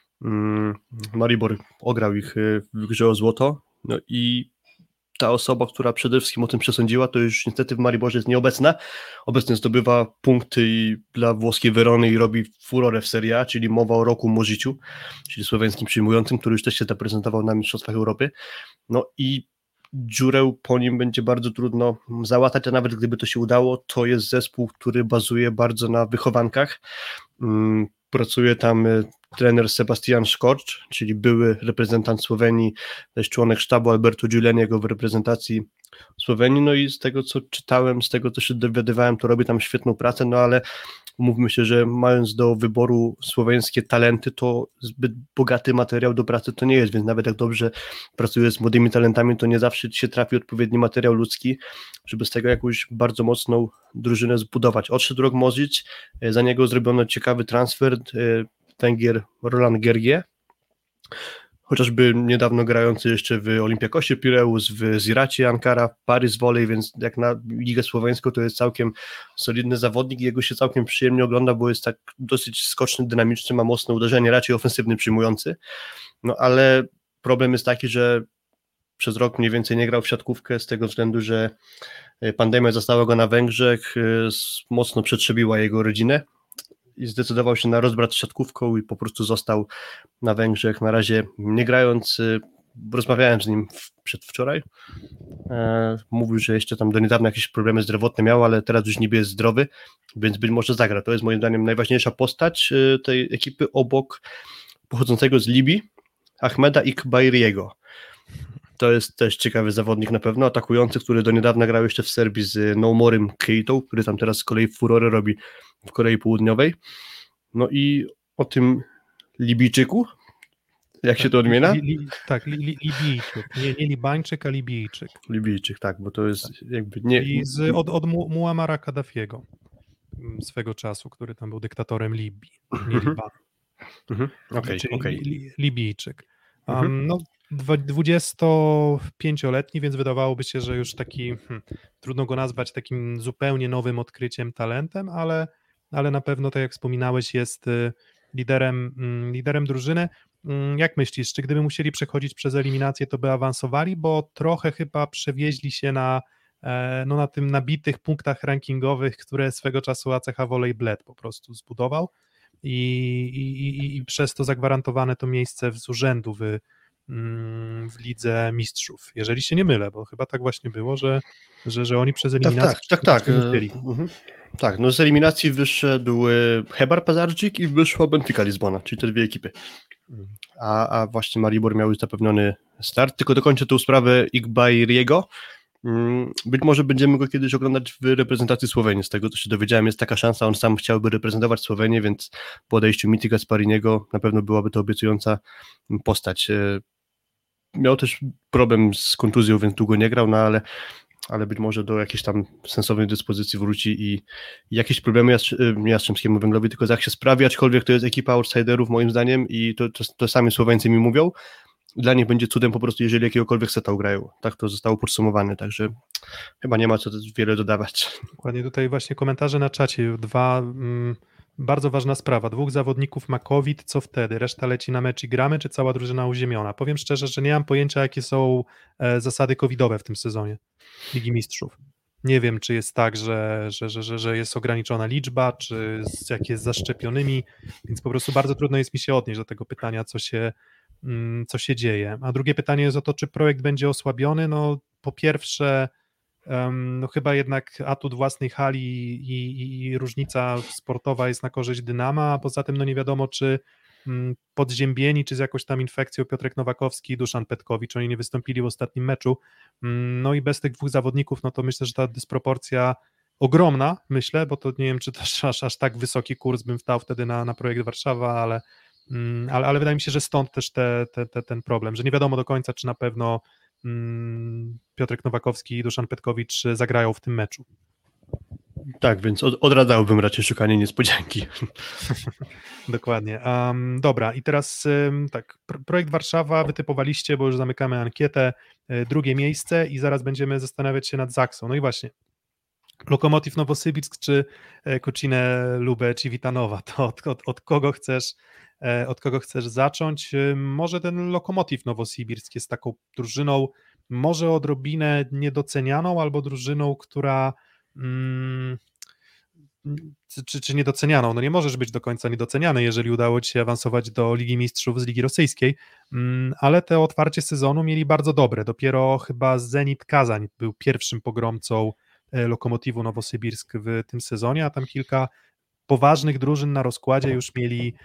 S4: Maribor ograł ich w grze o złoto, no i ta osoba, która przede wszystkim o tym przesądziła, to już niestety w Mariborze jest nieobecna. Obecnie zdobywa punkty dla włoskiej Werony i robi furorę w Serie A, czyli mowa o Roku Możiciu, czyli słoweńskim przyjmującym, który już też się zaprezentował na Mistrzostwach Europy. No i dziurę po nim będzie bardzo trudno załatać, a nawet gdyby to się udało, to jest zespół, który bazuje bardzo na wychowankach. Pracuje tam trener Sebastian Skorcz, czyli były reprezentant Słowenii, też członek sztabu Alberto Giulianiego w reprezentacji Słowenii, no i z tego co czytałem, z tego co się dowiadywałem, to robi tam świetną pracę, no ale umówmy się, że mając do wyboru słoweńskie talenty, to zbyt bogaty materiał do pracy to nie jest, więc nawet jak dobrze pracuje z młodymi talentami, to nie zawsze się trafi odpowiedni materiał ludzki, żeby z tego jakąś bardzo mocną drużynę zbudować. Odszedł Rok Mozic, za niego zrobiono ciekawy transfer, Węgier Roland Gergie, chociażby niedawno grający jeszcze w Olympiakosie Pireus, w Ziracie Ankara, Paris Volley, więc jak na Ligę Słoweńską to jest całkiem solidny zawodnik i jego się całkiem przyjemnie ogląda, bo jest tak dosyć skoczny, dynamiczny, ma mocne uderzenie, raczej ofensywny, przyjmujący, no ale problem jest taki, że przez rok mniej więcej nie grał w siatkówkę z tego względu, że pandemia zastała go na Węgrzech, mocno przetrzebiła jego rodzinę i zdecydował się na rozbrat z siatkówką i po prostu został na Węgrzech, na razie nie grając. Rozmawiałem z nim przedwczoraj, mówił, że jeszcze tam do niedawna jakieś problemy zdrowotne miał, ale teraz już niby jest zdrowy, więc być może zagra. To jest moim zdaniem najważniejsza postać tej ekipy obok pochodzącego z Libii Ahmeda Ikbairiego. To jest też ciekawy zawodnik na pewno, atakujący, który do niedawna grał jeszcze w Serbii z Noumorem Keitą, który tam teraz z kolei furorę robi w Korei Południowej. No i o tym Libijczyku, jak się to odmienia?
S3: Libijczyk, nie Libańczyk, a Libijczyk.
S4: Libijczyk, tak, bo to jest jakby nie...
S3: I od Muammara Kaddafiego swego czasu, który tam był dyktatorem Libii, nie Libanu.
S4: Okej.
S3: Libijczyk. No 25-letni, więc wydawałoby się, że już taki, trudno go nazwać takim zupełnie nowym odkryciem, talentem, ale na pewno, tak jak wspominałeś, jest liderem drużyny. Jak myślisz, czy gdyby musieli przechodzić przez eliminację, to by awansowali, bo trochę chyba przewieźli się na tym nabitych punktach rankingowych, które swego czasu ACH Volley Bled po prostu zbudował i przez to zagwarantowane to miejsce z urzędu w Lidze Mistrzów, jeżeli się nie mylę, bo chyba tak właśnie było, że oni przez eliminację...
S4: Tak. Tak, no z eliminacji wyszedł Hebar Pazardzik i wyszła Benfica Lizbona, czyli te dwie ekipy. A właśnie Maribor miał już zapewniony start. Tylko dokończę tą sprawę Igbairiego. Być może będziemy go kiedyś oglądać w reprezentacji Słowenii. Z tego, co się dowiedziałem, jest taka szansa. On sam chciałby reprezentować Słowenię, więc po odejściu Miti Gaspariniego na pewno byłaby to obiecująca postać. Miał też problem z kontuzją, więc długo nie grał, no ale być może do jakiejś tam sensownej dyspozycji wróci i jakieś problemy nie Jastrzębskiemu Węglowi, tylko Zach się sprawi, aczkolwiek to jest ekipa outsiderów moim zdaniem i to sami Słoweńcy mi mówią. Dla nich będzie cudem po prostu, jeżeli jakiegokolwiek seta ugrają. Tak to zostało podsumowane, także chyba nie ma co wiele dodawać.
S3: Dokładnie, tutaj właśnie komentarze na czacie. Bardzo ważna sprawa. 2 zawodników ma COVID, co wtedy? Reszta leci na mecz i gramy, czy cała drużyna uziemiona? Powiem szczerze, że nie mam pojęcia, jakie są zasady covidowe w tym sezonie Ligi Mistrzów. Nie wiem, czy jest tak, że jest ograniczona liczba, czy jak jest z zaszczepionymi, więc po prostu bardzo trudno jest mi się odnieść do tego pytania, co się dzieje. A drugie pytanie jest o to, czy projekt będzie osłabiony. No po pierwsze, no chyba jednak atut własnej hali i różnica sportowa jest na korzyść Dynama, a poza tym no nie wiadomo, czy podziębieni, czy z jakąś tam infekcją Piotrek Nowakowski i Duszan Petkowicz, oni nie wystąpili w ostatnim meczu, no i bez tych 2 zawodników, no to myślę, że ta dysproporcja ogromna, myślę, bo to nie wiem, czy też aż tak wysoki kurs bym wstał wtedy na projekt Warszawa, ale wydaje mi się, że stąd też ten problem, że nie wiadomo do końca, czy na pewno Piotrek Nowakowski i Duszan Petkowicz zagrają w tym meczu.
S4: Tak, więc odradzałbym raczej szukanie niespodzianki.
S3: Dokładnie. Dobra, i teraz tak, projekt Warszawa wytypowaliście, bo już zamykamy ankietę, 2. miejsce i zaraz będziemy zastanawiać się nad Zaksą. No i właśnie, Lokomotiv Nowosybirsk czy Kucinę Lubę Civitanowa, to od kogo chcesz zacząć? Może ten Lokomotiv Nowosybirsk jest taką drużyną może odrobinę niedocenianą, albo drużyną, która czy niedocenianą, no nie możesz być do końca niedoceniany, jeżeli udało ci się awansować do Ligi Mistrzów z Ligi Rosyjskiej, ale te otwarcie sezonu mieli bardzo dobre, dopiero chyba Zenit Kazań był pierwszym pogromcą Lokomotivu Nowosybirsk w tym sezonie, a tam kilka poważnych drużyn na rozkładzie już mieli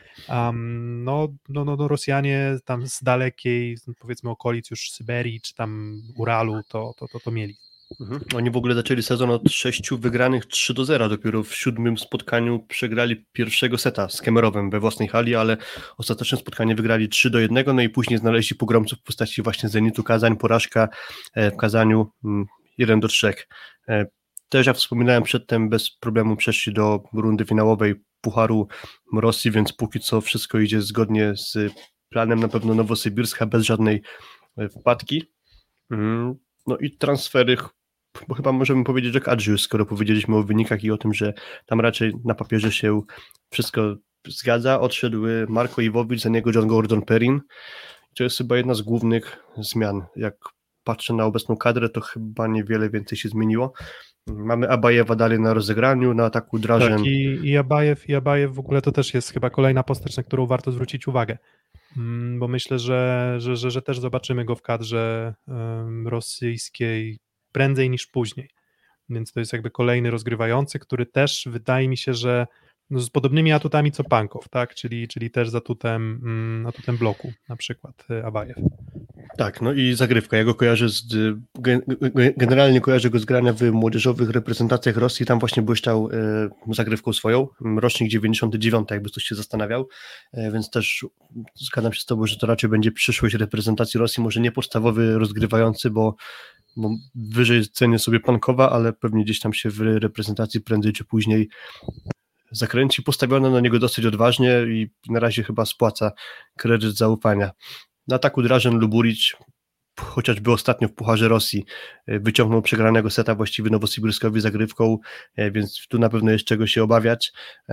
S3: Rosjanie tam z dalekiej, powiedzmy okolic już Syberii, czy tam Uralu, to mieli.
S4: Oni w ogóle zaczęli sezon od 6 wygranych 3-0, dopiero w 7. spotkaniu przegrali pierwszego seta z Kemerowem we własnej hali, ale ostateczne spotkanie wygrali 3-1, no i później znaleźli pogromców w postaci właśnie Zenitu Kazań, porażka w Kazaniu 1-3. Też jak wspominałem przedtem, bez problemu przeszli do rundy finałowej Pucharu Rosji, więc póki co wszystko idzie zgodnie z planem, na pewno Nowosybirska bez żadnej wpadki. No i transfery, bo chyba możemy powiedzieć, że Kadrzy, skoro powiedzieliśmy o wynikach i o tym, że tam raczej na papierze się wszystko zgadza. Odszedł Marko Iwowicz, za niego John Gordon Perrin. To jest chyba jedna z głównych zmian. Jak patrzę na obecną kadrę, to chyba niewiele więcej się zmieniło. Mamy Abajewa dalej na rozegraniu, na ataku Drażen.
S3: Tak, i Abajew w ogóle to też jest chyba kolejna postać, na którą warto zwrócić uwagę, bo myślę, że też zobaczymy go w kadrze rosyjskiej prędzej niż później, więc to jest jakby kolejny rozgrywający, który też wydaje mi się, że z podobnymi atutami co Pankow, tak? Czyli też z atutem bloku, na przykład Abajew.
S4: Tak, no i zagrywka. Ja go kojarzę generalnie kojarzę go z grania w młodzieżowych reprezentacjach Rosji, tam właśnie błyszczał zagrywką swoją, rocznik 99, jakby ktoś się zastanawiał, więc też zgadzam się z tobą, że to raczej będzie przyszłość reprezentacji Rosji, może nie podstawowy rozgrywający, bo wyżej cenię sobie Pankowa, ale pewnie gdzieś tam się w reprezentacji prędzej czy później zakręci. Postawiono na niego dosyć odważnie i na razie chyba spłaca kredyt zaufania. Na ataku Drażen Luburić, chociażby ostatnio w Pucharze Rosji, wyciągnął przegranego seta właściwie Nowosybirskowi zagrywką, więc tu na pewno jest czego się obawiać.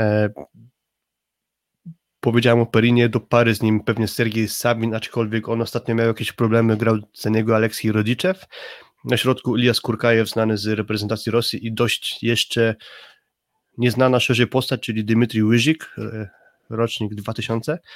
S4: Powiedziałem o Perinie, do pary z nim pewnie Sergiej Sabin, aczkolwiek on ostatnio miał jakieś problemy, grał za niego Aleksiej Rodziczew. Na środku Ilias Kurkajew, znany z reprezentacji Rosji i dość jeszcze nieznana szerzej postać, czyli Dmitrij Łyzik, rocznik 2000.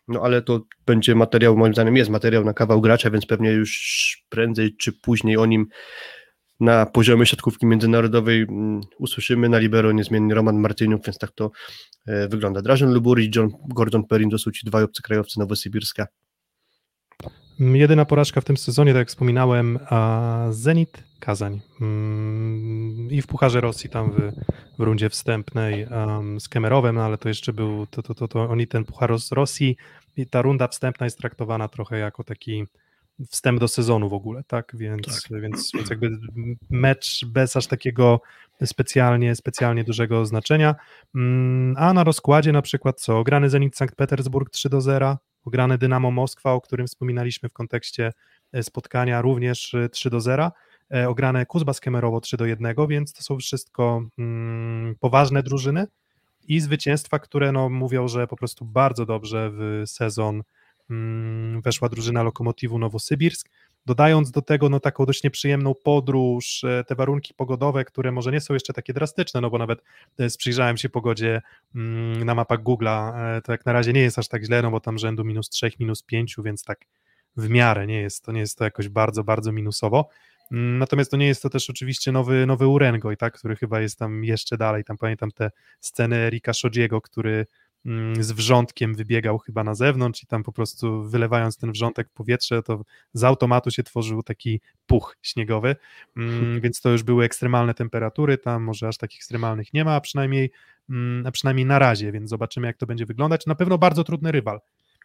S4: No ale to będzie materiał, moim zdaniem jest materiał na kawał gracza, więc pewnie już prędzej czy później o nim na poziomie siatkówki międzynarodowej usłyszymy. Na libero niezmiennie Roman Martyniuk, więc tak to wygląda. Drażen Lubur i Gordon Perrin to są ci dwaj obcokrajowcy Nowosybirska.
S3: Jedyna porażka w tym sezonie, tak jak wspominałem, Zenit Kazań i w Pucharze Rosji tam w rundzie wstępnej z Kemerowem, no ale to jeszcze był, to oni ten Puchar Rosji i ta runda wstępna jest traktowana trochę jako taki wstęp do sezonu w ogóle, tak? Więc jakby mecz bez aż takiego specjalnie dużego znaczenia, a na rozkładzie na przykład co? Grany Zenit Sankt Petersburg 3-0, ograny Dynamo Moskwa, o którym wspominaliśmy w kontekście spotkania, również 3-0, ograne Kuzbas Kemerowo 3-1, więc to są wszystko poważne drużyny i zwycięstwa, które no, mówią, że po prostu bardzo dobrze w sezon weszła drużyna Lokomotivu Nowosybirsk, dodając do tego no, taką dość nieprzyjemną podróż, te warunki pogodowe, które może nie są jeszcze takie drastyczne, no bo nawet przyjrzałem się pogodzie na mapach Google'a, to jak na razie nie jest aż tak źle, no bo tam rzędu -3, -5, więc tak w miarę nie jest to jakoś bardzo, bardzo minusowo. Natomiast to nie jest to też oczywiście nowy Urengoj, tak, który chyba jest tam jeszcze dalej, tam pamiętam te sceny Erika Szodziego, który z wrzątkiem wybiegał chyba na zewnątrz i tam po prostu wylewając ten wrzątek w powietrze, to z automatu się tworzył taki puch śniegowy, więc to już były ekstremalne temperatury, tam może aż takich ekstremalnych nie ma, a przynajmniej na razie, więc zobaczymy jak to będzie wyglądać. Na pewno bardzo trudny rywal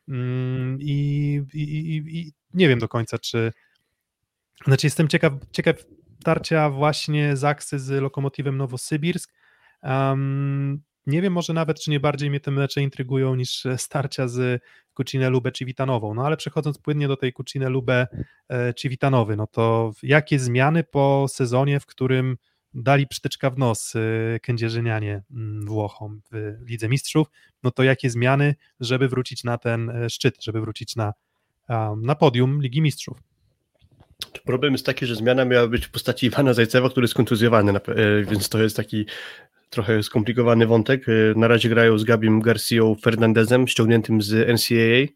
S3: i nie wiem do końca, znaczy jestem ciekaw tarcia właśnie Zaksy z Lokomotywem Nowosybirsk. Nie wiem może nawet, czy nie bardziej mnie te mecze intrygują niż starcia z Kucine Lubę Civitanową, no ale przechodząc płynnie do tej Kucine Lubę Civitanowy, no to jakie zmiany po sezonie, w którym dali przytyczka w nos kędzierzynianie Włochom w Lidze Mistrzów, no to jakie zmiany, żeby wrócić na ten szczyt, żeby wrócić na podium Ligi Mistrzów?
S4: Problem jest taki, że zmiana miała być w postaci Iwana Zajcewa, który jest kontuzjowany, więc to jest taki trochę skomplikowany wątek. Na razie grają z Gabim Garcią Fernandezem, ściągniętym z NCAA.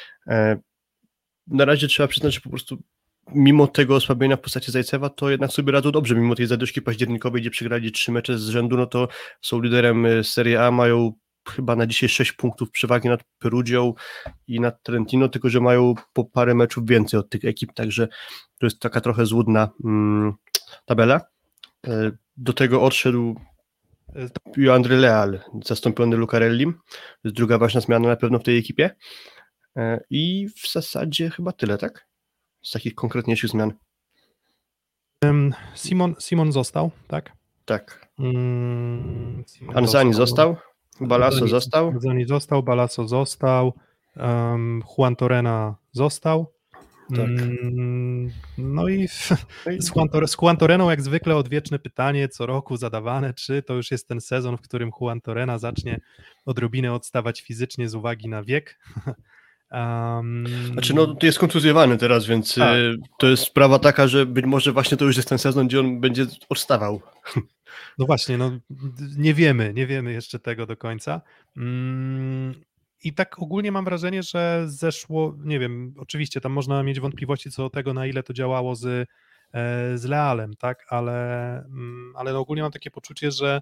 S4: Na razie trzeba przyznać, że po prostu mimo tego osłabienia w postaci Zajcewa, to jednak sobie radzą dobrze, mimo tej zadyszki październikowej, gdzie przegrali 3 mecze z rzędu, no to są liderem Serie A, mają chyba na dzisiaj 6 punktów przewagi nad Perugią i nad Trentino, tylko że mają po parę meczów więcej od tych ekip, także to jest taka trochę złudna tabela. Do tego odszedł André Leal, zastąpiony Lucarellim. To jest druga ważna zmiana na pewno w tej ekipie. I w zasadzie chyba tyle, tak? Z takich konkretniejszych zmian.
S3: Simon został, tak?
S4: Tak. Anzani został. Balasso został.
S3: Anzani został, Balasso został. Juan Torrena został.
S4: Tak.
S3: No i z Juan Torreną jak zwykle odwieczne pytanie, co roku zadawane, czy to już jest ten sezon, w którym Juan Torrena zacznie odrobinę odstawać fizycznie z uwagi na wiek.
S4: Znaczy, no to jest kontuzjowany teraz, więc to jest sprawa taka, że być może właśnie to już jest ten sezon, gdzie on będzie odstawał.
S3: No właśnie, no nie wiemy jeszcze tego do końca. I tak ogólnie mam wrażenie, że zeszło, nie wiem, oczywiście tam można mieć wątpliwości co do tego, na ile to działało z Lealem, tak, ale no ogólnie mam takie poczucie, że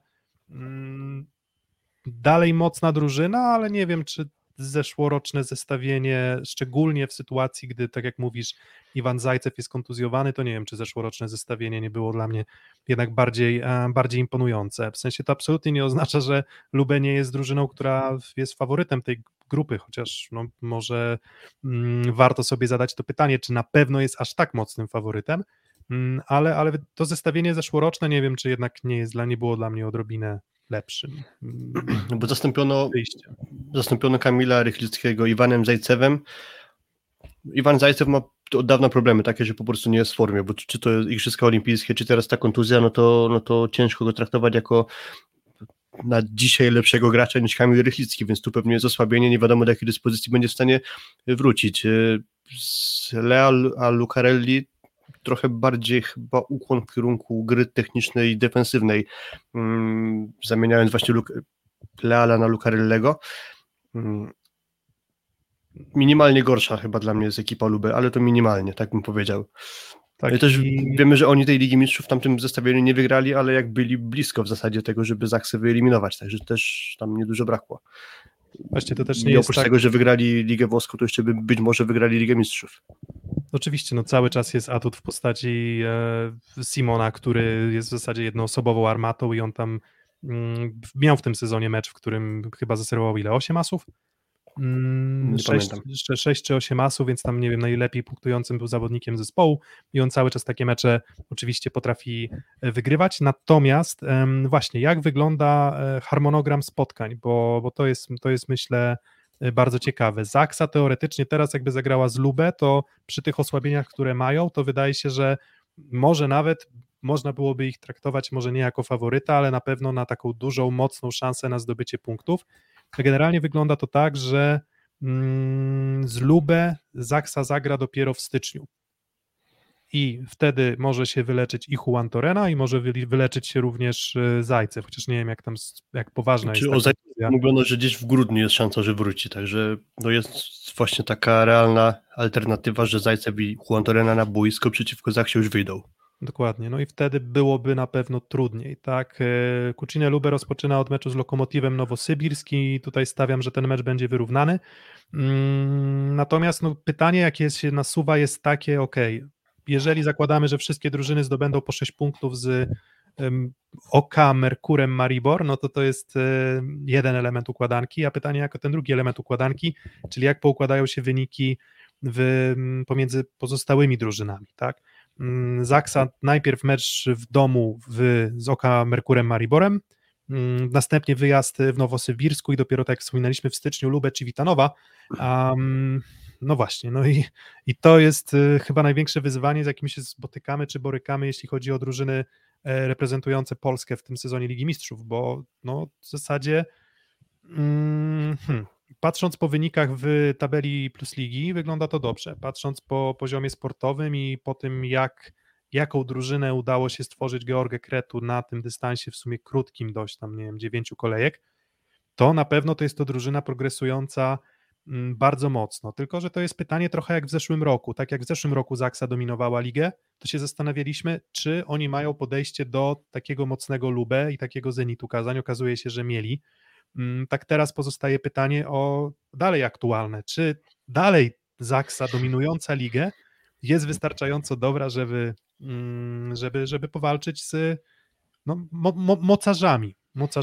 S3: dalej mocna drużyna, ale nie wiem, czy zeszłoroczne zestawienie, szczególnie w sytuacji, gdy, tak jak mówisz, Iwan Zajcew jest kontuzjowany, to nie wiem, czy zeszłoroczne zestawienie nie było dla mnie jednak bardziej imponujące. W sensie to absolutnie nie oznacza, że Lubę nie jest drużyną, która jest faworytem tej grupy, chociaż no, może warto sobie zadać to pytanie, czy na pewno jest aż tak mocnym faworytem, ale to zestawienie zeszłoroczne, nie wiem, czy jednak nie było dla mnie odrobinę lepszym.
S4: Bo zastąpiono Kamila Rychlickiego Iwanem Zajcewem. Iwan Zajcew ma od dawna problemy takie, że po prostu nie jest w formie, bo czy to Igrzyska Olimpijskie, czy teraz ta kontuzja, no to ciężko go traktować jako na dzisiaj lepszego gracza niż Kamil Rychlicki, więc tu pewnie jest osłabienie, nie wiadomo do jakiej dyspozycji będzie w stanie wrócić. Z Leal a Lucarelli trochę bardziej chyba ukłon w kierunku gry technicznej i defensywnej, zamieniając właśnie Leala na Lucarellego. minimalnie gorsza chyba dla mnie jest ekipa Lube, ale to minimalnie, tak bym powiedział.
S3: Tak,
S4: Ale też wiemy, że oni tej Ligi Mistrzów w tamtym zestawieniu nie wygrali, ale jak byli blisko w zasadzie tego, żeby Zaksy wyeliminować, także też tam niedużo brakło.
S3: Właśnie to też nie
S4: I
S3: jest
S4: oprócz
S3: tak...
S4: tego, że wygrali Ligę Włoską, to jeszcze by być może wygrali Ligę Mistrzów.
S3: Oczywiście, no cały czas jest atut w postaci Simona, który jest w zasadzie jednoosobową armatą i on tam miał w tym sezonie mecz, w którym chyba zaserwował ile? 8 asów?
S4: Nie
S3: 6
S4: pamiętam.
S3: czy 8 asów, więc tam nie wiem, najlepiej punktującym był zawodnikiem zespołu i on cały czas takie mecze oczywiście potrafi wygrywać. Natomiast właśnie, jak wygląda harmonogram spotkań, bo to jest myślę bardzo ciekawe. Zaksa teoretycznie teraz jakby zagrała z Lubę, to przy tych osłabieniach, które mają, to wydaje się, że może nawet można byłoby ich traktować może nie jako faworyta, ale na pewno na taką dużą, mocną szansę na zdobycie punktów. Generalnie wygląda to tak, że z Lubę Zaksa zagra dopiero w styczniu. I wtedy może się wyleczyć i Juan Torena i może wyleczyć się również Zajcew, chociaż nie wiem jak poważna
S4: Czy o
S3: jest ta
S4: Zajcewie
S3: kwestia.
S4: mówiono, że gdzieś w grudniu jest szansa, że wróci, także no jest właśnie taka realna alternatywa, że Zajcew i Juan Torena na boisko przeciwko Zaksie już wyjdą.
S3: Dokładnie, no i wtedy byłoby na pewno trudniej, tak? Kucine Lubę rozpoczyna od meczu z Lokomotywem Nowosybirski i tutaj stawiam, że ten mecz będzie wyrównany. Natomiast no, pytanie, jakie się nasuwa, jest takie, jeżeli zakładamy, że wszystkie drużyny zdobędą po 6 punktów z Oka, Merkurem, Maribor, no to jest jeden element układanki, a pytanie, jako ten drugi element układanki, czyli jak poukładają się wyniki pomiędzy pozostałymi drużynami, tak? Zaksa najpierw mecz w domu z Oka, Merkurem, Mariborem, następnie wyjazd w Nowosybirsku i dopiero tak jak wspominaliśmy w styczniu Lubę czy Witanowa. No właśnie, no i to jest chyba największe wyzwanie, z jakim się spotykamy czy borykamy, jeśli chodzi o drużyny reprezentujące Polskę w tym sezonie Ligi Mistrzów, bo no w zasadzie patrząc po wynikach w tabeli Plus Ligi wygląda to dobrze, patrząc po poziomie sportowym i po tym jaką drużynę udało się stworzyć George Kretu na tym dystansie w sumie krótkim dość tam, nie wiem, 9 kolejek, to na pewno to jest to drużyna progresująca bardzo mocno, tylko że to jest pytanie trochę jak w zeszłym roku, tak jak w zeszłym roku Zaksa dominowała ligę, to się zastanawialiśmy, czy oni mają podejście do takiego mocnego Lubę i takiego Zenitu Kazań, okazuje się, że mieli. Tak teraz pozostaje pytanie o dalej aktualne, czy dalej Zaksa dominująca ligę jest wystarczająco dobra, żeby powalczyć z mocarzami.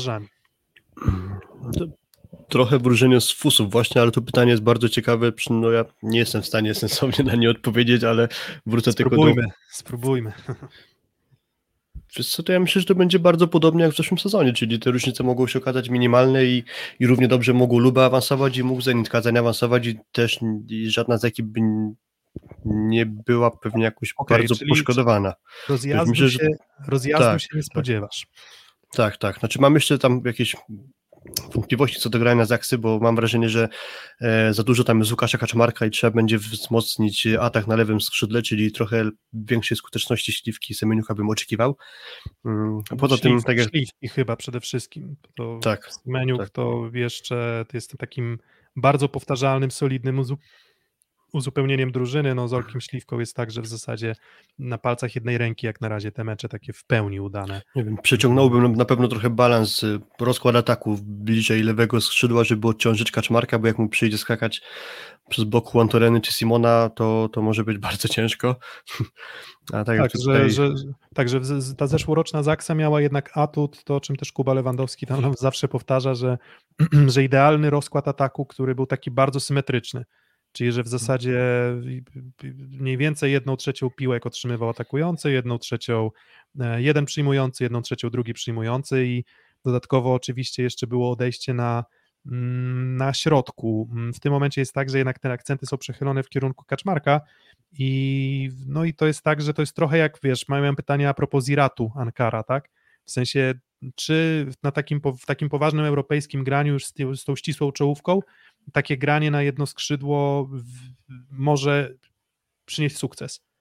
S4: Trochę wróżenie z fusów właśnie, ale to pytanie jest bardzo ciekawe, no ja nie jestem w stanie sensownie na nie odpowiedzieć, ale wrócę tylko do...
S3: Spróbujmy.
S4: Wiesz co, to ja myślę, że to będzie bardzo podobnie jak w zeszłym sezonie, czyli te różnice mogą się okazać minimalne i równie dobrze mógł Luba awansować i mógł Zenit Kazań awansować i też żadna z ekip by nie była pewnie jakoś bardzo poszkodowana.
S3: Rozjazdu się nie spodziewasz.
S4: Tak. Znaczy mam jeszcze tam jakieś wątpliwości co do grania Zaksy, bo mam wrażenie, że za dużo tam jest Łukasza Kaczmarka i trzeba będzie wzmocnić atak na lewym skrzydle, czyli trochę większej skuteczności Śliwki i Semeniuka bym oczekiwał. Poza tym, tak jak...
S3: Śliwki chyba przede wszystkim. To
S4: tak.
S3: Semeniuk to jeszcze jest takim bardzo powtarzalnym, solidnym uzupełnieniem drużyny, no z Olkiem Śliwką jest tak, że w zasadzie na palcach jednej ręki jak na razie te mecze takie w pełni udane.
S4: Nie wiem, przeciągnąłbym na pewno trochę balans, rozkład ataku bliżej lewego skrzydła, żeby odciążyć Kaczmarka, bo jak mu przyjdzie skakać przez bok Juan Toreny czy Simona, to może być bardzo ciężko. A
S3: Także ta zeszłoroczna Zaksa miała jednak atut, to o czym też Kuba Lewandowski tam nam zawsze powtarza, że idealny rozkład ataku, który był taki bardzo symetryczny. Czyli, że w zasadzie mniej więcej 1/3 piłek otrzymywał atakujący, 1/3 jeden przyjmujący, 1/3 drugi przyjmujący i dodatkowo oczywiście jeszcze było odejście na środku. W tym momencie jest tak, że jednak te akcenty są przechylone w kierunku Kaczmarka i to jest tak, że to jest trochę jak, wiesz, mają pytanie a propos Ziratu Ankara, tak? W sensie, czy w takim poważnym europejskim graniu już z tą ścisłą czołówką takie granie na jedno skrzydło może przynieść sukces.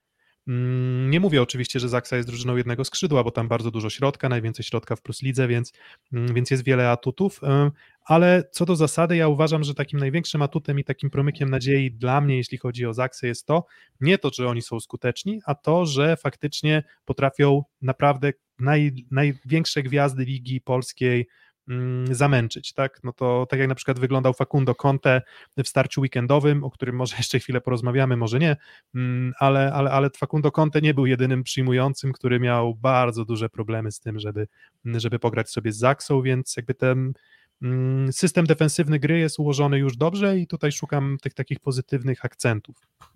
S3: Nie mówię oczywiście, że Zaksa jest drużyną jednego skrzydła, bo tam bardzo dużo środka, najwięcej środka w Plus Lidze, więc jest wiele atutów, ale co do zasady ja uważam, że takim największym atutem i takim promykiem nadziei dla mnie, jeśli chodzi o Zaksę, jest to, nie to, że oni są skuteczni, a to, że faktycznie potrafią naprawdę największe gwiazdy Ligi Polskiej zamęczyć, tak? No to tak jak na przykład wyglądał Facundo Conte w starciu weekendowym, o którym może jeszcze chwilę porozmawiamy, może nie, ale Facundo Conte nie był jedynym przyjmującym, który miał bardzo duże problemy z tym, żeby pograć sobie z Zaksą, więc jakby ten system defensywny gry jest ułożony już dobrze i tutaj szukam tych takich pozytywnych akcentów.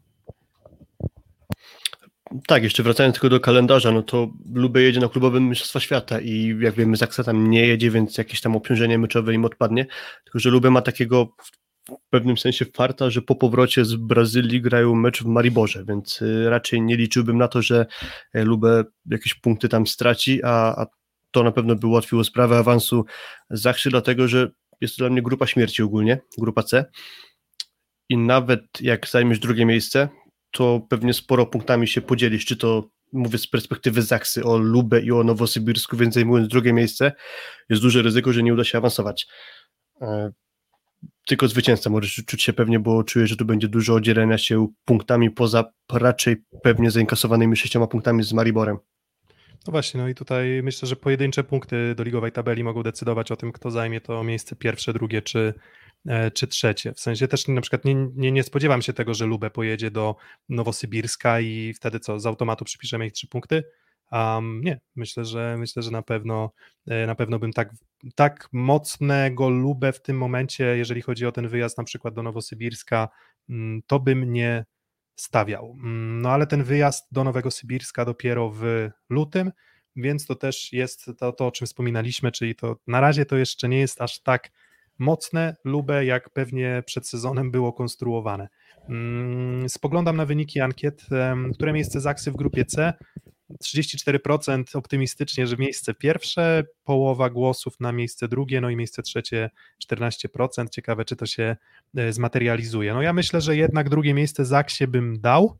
S4: Tak, jeszcze wracając tylko do kalendarza, no to Lubę jedzie na klubowym Mistrzostwa Świata i jak wiemy Zaksa tam nie jedzie, więc jakieś tam obciążenie meczowe im odpadnie, tylko że Lubę ma takiego w pewnym sensie farta, że po powrocie z Brazylii grają mecz w Mariborze, więc raczej nie liczyłbym na to, że Lubę jakieś punkty tam straci, a to na pewno by ułatwiło sprawę awansu Zakszy, dlatego że jest to dla mnie grupa śmierci ogólnie, grupa C i nawet jak zajmiesz drugie miejsce, to pewnie sporo punktami się podzielisz, czy to mówię z perspektywy Zaksy o Lubę i o Nowosybirsku, więc zajmując drugie miejsce jest duże ryzyko, że nie uda się awansować. Tylko zwycięzca możesz czuć się pewnie, bo czuję, że tu będzie dużo oddzielenia się punktami poza raczej pewnie zainkasowanymi 6 punktami z Mariborem.
S3: No właśnie, no i tutaj myślę, że pojedyncze punkty do ligowej tabeli mogą decydować o tym, kto zajmie to miejsce pierwsze, drugie czy trzecie. W sensie też na przykład nie spodziewam się tego, że Lubę pojedzie do Nowosybirska i wtedy co, z automatu przypiszemy ich 3 punkty? Nie, myślę, że na pewno bym tak mocnego Lubę w tym momencie, jeżeli chodzi o ten wyjazd na przykład do Nowosybirska, to bym nie stawiał. No ale ten wyjazd do Nowego Sybirska dopiero w lutym, więc to też jest to, o czym wspominaliśmy, czyli to na razie to jeszcze nie jest aż tak mocne Lubę, jak pewnie przed sezonem było konstruowane. Spoglądam na wyniki ankiet, które miejsce Zaksy w grupie C, 34% optymistycznie, że miejsce pierwsze, połowa głosów na miejsce drugie, no i miejsce trzecie 14%. Ciekawe, czy to się zmaterializuje. No ja myślę, że jednak drugie miejsce Zaksie bym dał,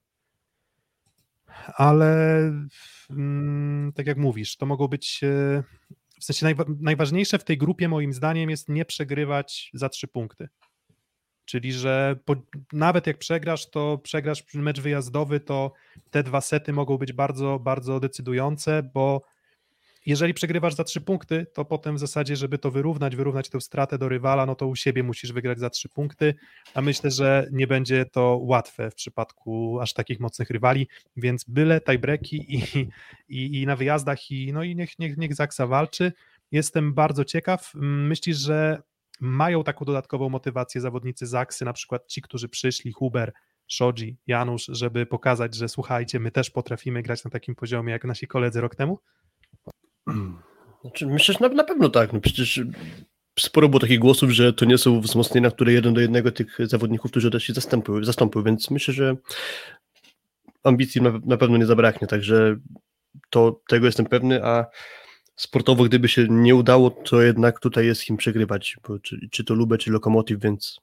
S3: ale tak jak mówisz, to mogą być, w sensie najważniejsze w tej grupie moim zdaniem jest nie przegrywać za 3 punkty. Czyli, że nawet jak przegrasz, to przegrasz mecz wyjazdowy, to te 2 sety mogą być bardzo, bardzo decydujące, bo jeżeli przegrywasz za 3 punkty, to potem w zasadzie, żeby to wyrównać tę stratę do rywala, no to u siebie musisz wygrać za 3 punkty, a myślę, że nie będzie to łatwe w przypadku aż takich mocnych rywali, więc byle tiebreaki i na wyjazdach i niech Zaksa walczy. Jestem bardzo ciekaw. Myślisz, że mają taką dodatkową motywację zawodnicy Zaksy, na przykład ci, którzy przyszli, Huber, Szodzi, Janusz, żeby pokazać, że słuchajcie, my też potrafimy grać na takim poziomie jak nasi koledzy rok temu?
S4: Znaczy, myślę, że na pewno tak. No przecież sporo było takich głosów, że to nie są wzmocnienia, które 1-1 tych zawodników, którzy też się zastąpiły, więc myślę, że ambicji na pewno nie zabraknie, także tego jestem pewny, a sportowo gdyby się nie udało, to jednak tutaj jest kim przegrywać, bo czy to Lubę, czy Lokomotiv, więc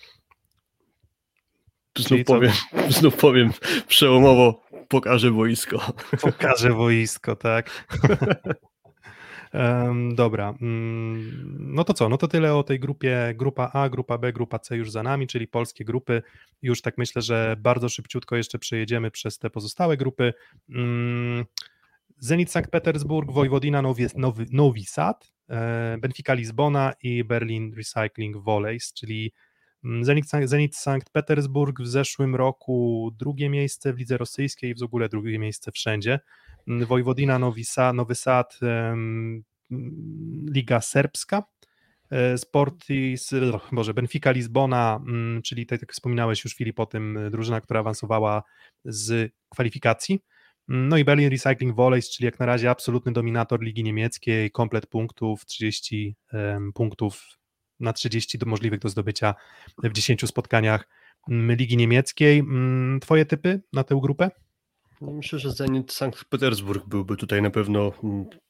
S4: znów powiem przełomowo, pokażę boisko.
S3: Pokażę boisko, tak. Dobra, no to co, no to tyle o tej grupie, grupa A, grupa B, grupa C już za nami, czyli polskie grupy, już tak myślę, że bardzo szybciutko jeszcze przejedziemy przez te pozostałe grupy. Zenit Sankt Petersburg, Vojvodina Novi Sad, Benfica Lizbona i Berlin Recycling Volleys, czyli Zenit Sankt Petersburg w zeszłym roku drugie miejsce w lidze rosyjskiej i w ogóle drugie miejsce wszędzie. Vojvodina Novi Sad, Liga Serbska, Benfica Lizbona, czyli tak jak wspominałeś już Filip o tym, drużyna, która awansowała z kwalifikacji. No i Berlin Recycling Volleys, czyli jak na razie absolutny dominator Ligi Niemieckiej, komplet punktów, 30 punktów na 30 możliwych do zdobycia w 10 spotkaniach Ligi Niemieckiej. Twoje typy na tę grupę?
S4: No myślę, że Zenit Sankt Petersburg byłby tutaj na pewno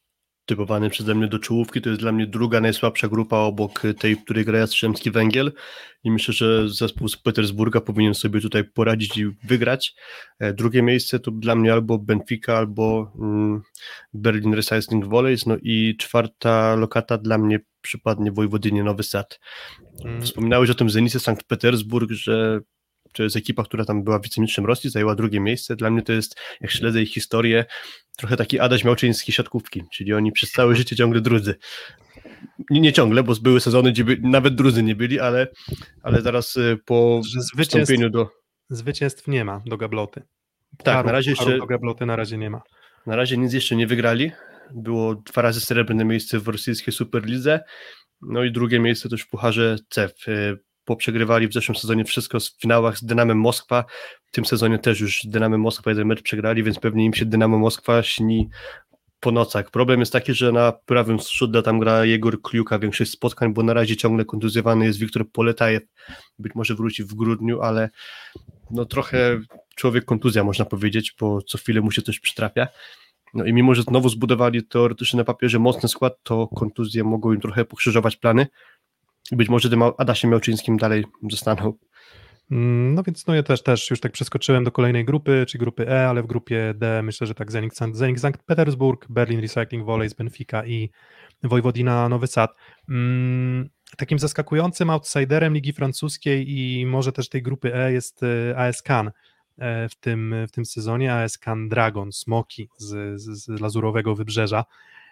S4: typowany przeze mnie do czołówki, to jest dla mnie druga najsłabsza grupa obok tej, w której gra Jastrzębski Węgiel i myślę, że zespół z Petersburga powinien sobie tutaj poradzić i wygrać. Drugie miejsce to dla mnie albo Benfica, albo Berlin Recycling Volleys, no i czwarta lokata dla mnie przypadnie Wojwodynie Nowy Sad. Wspominałeś o tym Zenicie Sankt Petersburg, że to jest ekipa, która tam była wicemistrzem Rosji, zajęła drugie miejsce. Dla mnie to jest, jak śledzę ich historię, trochę taki Adaś Miałczyński siatkówki, czyli oni przez całe życie ciągle drudzy. Nie ciągle, bo były sezony, gdzie nawet drudzy nie byli, ale zaraz po wstąpieniu do...
S3: Zwycięstw nie ma do gabloty.
S4: Tak, na razie jeszcze...
S3: do gabloty na razie nie ma.
S4: Na razie nic jeszcze nie wygrali. Było 2 razy srebrne miejsce w rosyjskiej Superlidze, no i drugie miejsce też w Pucharze CEF. Poprzegrywali w zeszłym sezonie wszystko w finałach z Dynamem Moskwa. W tym sezonie też już Dynamem Moskwa jeden mecz przegrali, więc pewnie im się Dynamo Moskwa śni po nocach. Problem jest taki, że na prawym skrzydle tam gra Jegor Kliuka większość spotkań, bo na razie ciągle kontuzjowany jest Wiktor Poletajew. Być może wróci w grudniu, ale no trochę człowiek kontuzja można powiedzieć, bo co chwilę mu się coś przytrafia. No i mimo, że znowu zbudowali teoretycznie na papierze mocny skład, to kontuzje mogą im trochę pokrzyżować plany. Być może tym Adasiem Miałczyńskim dalej zostaną.
S3: No więc no ja też już tak przeskoczyłem do kolejnej grupy, czyli grupy E, ale w grupie D myślę, że tak Zenit Sankt Petersburg, Berlin Recycling Volleys, Benfica i Wojwodina Nowy Sad. Takim zaskakującym outsiderem Ligi Francuskiej i może też tej grupy E jest AS Cannes w tym sezonie, AS Cannes Dragon, Smoki z lazurowego wybrzeża.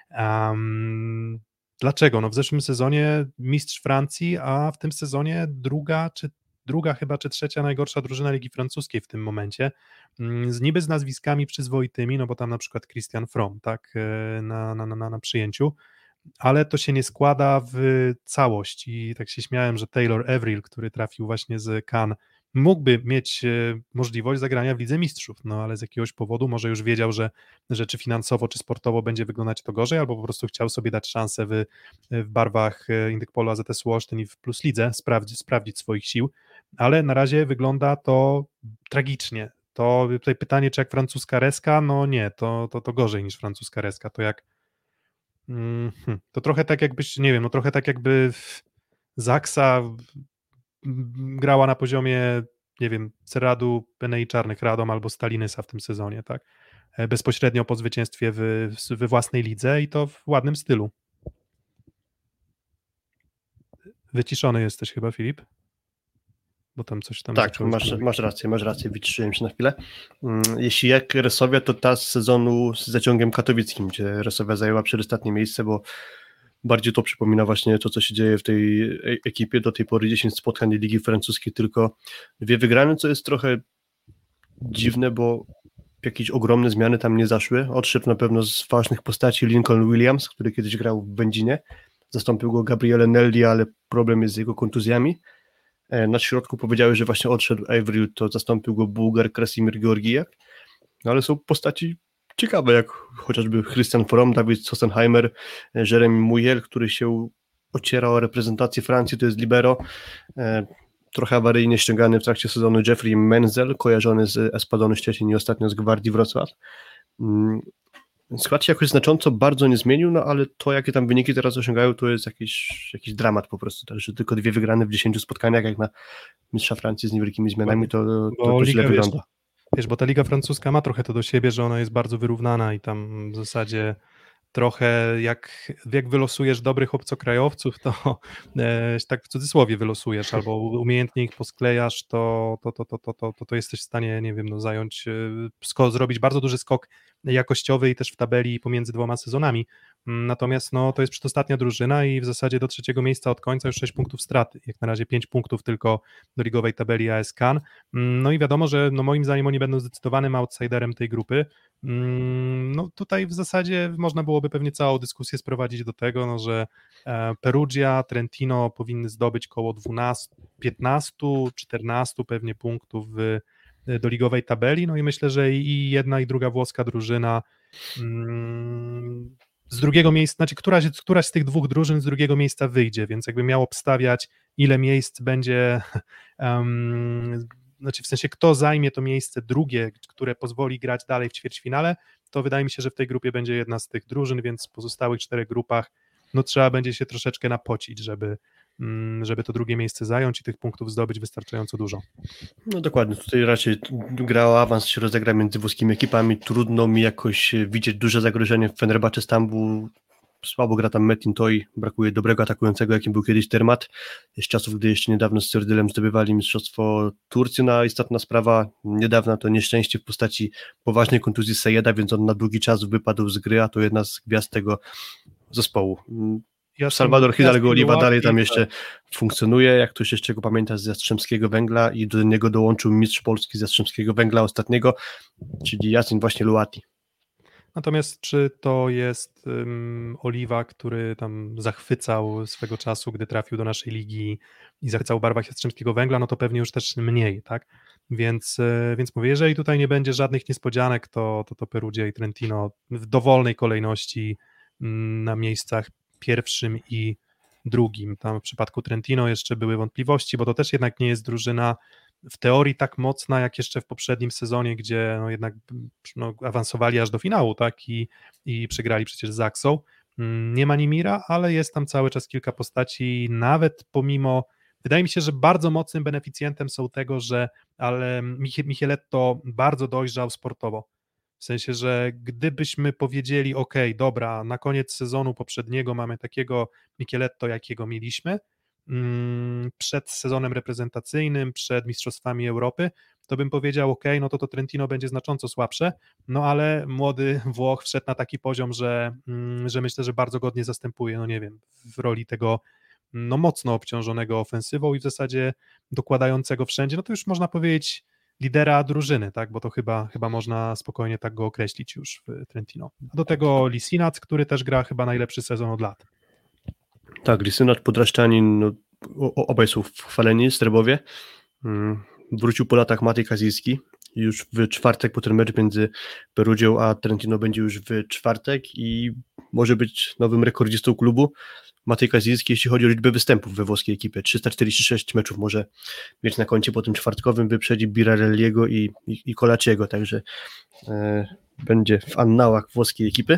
S3: Dlaczego? No w zeszłym sezonie mistrz Francji, a w tym sezonie druga chyba, czy trzecia najgorsza drużyna Ligi Francuskiej w tym momencie, niby z nazwiskami przyzwoitymi, no bo tam na przykład Christian Fromm, tak, na przyjęciu, ale to się nie składa w całość i tak się śmiałem, że Taylor Averill, który trafił właśnie z Cannes, mógłby mieć możliwość zagrania w Lidze Mistrzów, no ale z jakiegoś powodu może już wiedział, że czy finansowo, czy sportowo będzie wyglądać to gorzej, albo po prostu chciał sobie dać szansę w barwach Indykpolu AZS Olsztyn i w Plus Lidze sprawdzić swoich sił, ale na razie wygląda to tragicznie. To tutaj pytanie, czy jak francuska Reska? No nie, to gorzej niż francuska Reska, to jak to trochę tak jakbyś, nie wiem, no trochę tak jakby Zaksa grała na poziomie, nie wiem, Ceradu, Penei Czarnych Radom albo Stalinysa w tym sezonie, tak? Bezpośrednio po zwycięstwie we własnej lidze i to w ładnym stylu. Wyciszony jesteś chyba, Filip? Bo tam coś tam...
S4: Tak, masz rację, wyciszyłem się na chwilę. Jeśli jak Resowia, to ta z sezonu z Zaciągiem Katowickim, gdzie Resowia zajęła przedostatnie miejsce, bo bardziej to przypomina właśnie to, co się dzieje w tej ekipie. Do tej pory 10 spotkań Ligi Francuskiej, tylko 2 wygrane, co jest trochę dziwne, bo jakieś ogromne zmiany tam nie zaszły. Odszedł na pewno z ważnych postaci Lincoln Williams, który kiedyś grał w Będzinie. Zastąpił go Gabriele Nelli, ale problem jest z jego kontuzjami. Na środku powiedziały, że właśnie odszedł Averill, to zastąpił go Bułgar Krasimir Georgiew. No ale są postaci ciekawe, jak chociażby Christian Fromm, Dawid Sossenheimer, Jeremy Muyel, który się ociera o reprezentację Francji, to jest libero. Trochę awaryjnie ściągany w trakcie sezonu Jeffrey Menzel, kojarzony z Espadonu Szczecin i ostatnio z Gwardii Wrocław. Skład się jakoś znacząco bardzo nie zmienił, no ale to, jakie tam wyniki teraz osiągają, to jest jakiś dramat po prostu. Także tylko 2 wygrane w 10 spotkaniach, jak na mistrza Francji z niewielkimi zmianami, to źle wygląda.
S3: Wiesz, bo ta Liga Francuska ma trochę to do siebie, że ona jest bardzo wyrównana i tam w zasadzie trochę jak wylosujesz dobrych obcokrajowców, to tak w cudzysłowie wylosujesz, albo umiejętnie ich posklejasz, to jesteś w stanie, nie wiem, no zająć, zrobić bardzo duży skok jakościowy i też w tabeli pomiędzy 2 sezonami. Natomiast no, to jest przedostatnia drużyna i w zasadzie do 3 miejsca od końca już 6 punktów straty. Jak na razie 5 punktów tylko do ligowej tabeli AS Cannes. No i wiadomo, że no moim zdaniem oni będą zdecydowanym outsiderem tej grupy. No tutaj w zasadzie można byłoby pewnie całą dyskusję sprowadzić do tego, no, że Perugia, Trentino powinny zdobyć koło 12, 15, 14 pewnie punktów do ligowej tabeli, no i myślę, że i jedna i druga włoska drużyna z drugiego miejsca, znaczy któraś z tych 2 drużyn z drugiego miejsca wyjdzie, więc jakby miał obstawiać, ile miejsc będzie znaczy w sensie kto zajmie to miejsce drugie, które pozwoli grać dalej w ćwierćfinale, to wydaje mi się, że w tej grupie będzie jedna z tych drużyn, więc w pozostałych 4 grupach no trzeba będzie się troszeczkę napocić, żeby to drugie miejsce zająć i tych punktów zdobyć wystarczająco dużo.
S4: No dokładnie, tutaj raczej gra o awans się rozegra między włoskimi ekipami, trudno mi jakoś widzieć duże zagrożenie w Fenerbahce Stambuł, słabo gra tam Metin Toy, brakuje dobrego atakującego, jakim był kiedyś Termat, z czasów, gdy jeszcze niedawno z Serdylem zdobywali mistrzostwo Turcji, no a istotna sprawa niedawna to nieszczęście w postaci poważnej kontuzji Sejeda, więc on na długi czas wypadł z gry, a to jedna z gwiazd tego zespołu. Salvador Hidalgo Oliva dalej tam jeszcze funkcjonuje, jak ktoś jeszcze go pamięta z Jastrzębskiego Węgla i do niego dołączył mistrz Polski z Jastrzębskiego Węgla ostatniego, czyli Yasin właśnie Luati.
S3: Natomiast czy to jest Oliva, który tam zachwycał swego czasu, gdy trafił do naszej ligi i zachwycał w barwach Jastrzębskiego Węgla, no to pewnie już też mniej, tak? Więc mówię, jeżeli tutaj nie będzie żadnych niespodzianek, to Perugia i Trentino w dowolnej kolejności na miejscach pierwszym i drugim. Tam w przypadku Trentino jeszcze były wątpliwości, bo to też jednak nie jest drużyna w teorii tak mocna, jak jeszcze w poprzednim sezonie, gdzie no jednak awansowali aż do finału, tak, i przegrali przecież z Zaksą. Nie ma Nimira, ale jest tam cały czas kilka postaci, nawet pomimo, wydaje mi się, że bardzo mocnym beneficjentem są tego, że Micheletto bardzo dojrzał sportowo. W sensie, że gdybyśmy powiedzieli, ok, dobra, na koniec sezonu poprzedniego mamy takiego Micheletto, jakiego mieliśmy, przed sezonem reprezentacyjnym, przed Mistrzostwami Europy, to bym powiedział, ok, no to Trentino będzie znacząco słabsze, no ale młody Włoch wszedł na taki poziom, że myślę, że bardzo godnie zastępuje, no nie wiem, w roli tego no mocno obciążonego ofensywą i w zasadzie dokładającego wszędzie, no to już można powiedzieć lidera drużyny, tak, bo to chyba można spokojnie tak go określić już w Trentino. A do tego Lisinac, który też gra chyba najlepszy sezon od lat.
S4: Tak, Lisinac, Podraszczanin, no, obaj są chwaleni, Serbowie. Wrócił po latach Matej Kazijski, już w czwartek po ten mecz między Perugią a Trentino będzie już w czwartek i może być nowym rekordzistą klubu. Matej Kazijski, jeśli chodzi o liczbę występów we włoskiej ekipie, 346 meczów może mieć na koncie po tym czwartkowym, wyprzedzi Birarelliego i Colaciego, także będzie w annałach włoskiej ekipy.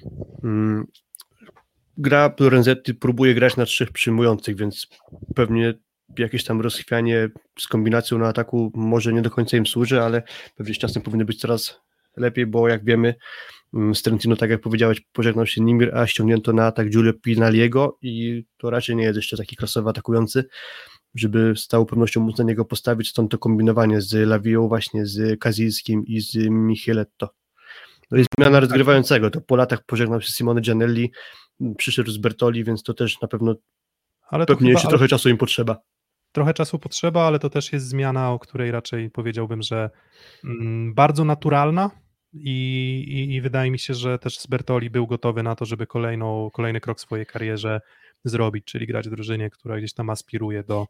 S4: Gra Lorenzetti, próbuje grać na 3 przyjmujących, więc pewnie jakieś tam rozchwianie z kombinacją na ataku może nie do końca im służy, ale pewnie z czasem powinno być coraz lepiej, bo jak wiemy z Trentino, tak jak powiedziałeś, pożegnał się Nimir, a ściągnięto na atak Giulio Pinaliego i to raczej nie jest jeszcze taki klasowy atakujący, żeby z całą pewnością móc na niego postawić, stąd to kombinowanie z Lavią, właśnie z Kazijskim i z Micheletto. No jest zmiana rozgrywającego, to po latach pożegnał się Simone Giannelli, przyszedł z Bertoli, więc to też na pewno pewnie jeszcze trochę czasu im potrzeba.
S3: Trochę czasu potrzeba, ale to też jest zmiana, o której raczej powiedziałbym, że bardzo naturalna i wydaje mi się, że też z Bertoli był gotowy na to, żeby kolejny krok w swojej karierze zrobić, czyli grać w drużynie, która gdzieś tam aspiruje do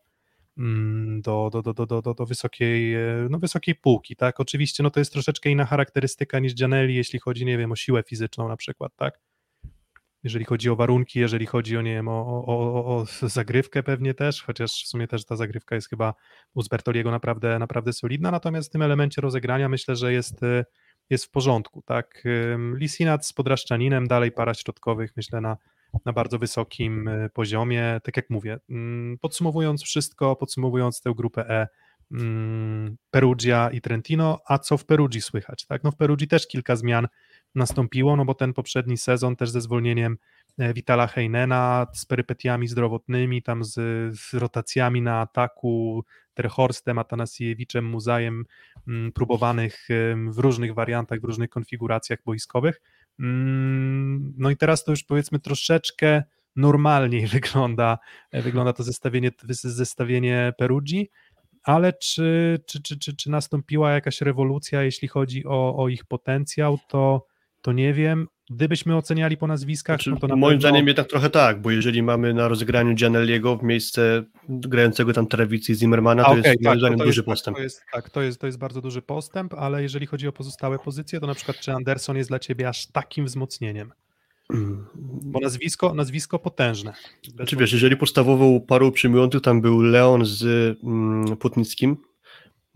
S3: wysokiej półki, tak? Oczywiście no to jest troszeczkę inna charakterystyka niż Giannelli, jeśli chodzi, nie wiem, o siłę fizyczną na przykład, tak? Jeżeli chodzi o warunki, jeżeli chodzi o, nie wiem, o zagrywkę pewnie też, chociaż w sumie też ta zagrywka jest chyba u Bertoliego naprawdę solidna, natomiast w tym elemencie rozegrania myślę, że jest w porządku, tak? Lisinac z Podraszczaninem, dalej para środkowych, myślę na bardzo wysokim poziomie, tak jak mówię, podsumowując wszystko, podsumowując tę grupę E, Perugia i Trentino, a co w Perugii słychać, tak? No w Perugii też kilka zmian nastąpiło, no bo ten poprzedni sezon też ze zwolnieniem Vitala Heinena, z perypetiami zdrowotnymi, tam z rotacjami na ataku, Terhorstem, Atanasiewiczem, Muzajem, próbowanych w różnych wariantach, w różnych konfiguracjach boiskowych. No i teraz to już powiedzmy troszeczkę normalniej wygląda to zestawienie Perugii, ale czy nastąpiła jakaś rewolucja, jeśli chodzi o ich potencjał, to nie wiem. Gdybyśmy oceniali po nazwiskach,
S4: znaczy,
S3: no to na
S4: moim
S3: pewno...
S4: zdaniem jednak trochę tak, bo jeżeli mamy na rozegraniu Giannelliego w miejsce grającego tam Travici Zimmermana, to jest moim zdaniem duży postęp.
S3: To jest bardzo duży postęp, ale jeżeli chodzi o pozostałe pozycje, to na przykład czy Anderson jest dla ciebie aż takim wzmocnieniem? Bo nazwisko potężne.
S4: Znaczy wiesz, jeżeli podstawową parą przyjmujących tam był Leon z Płotnickim,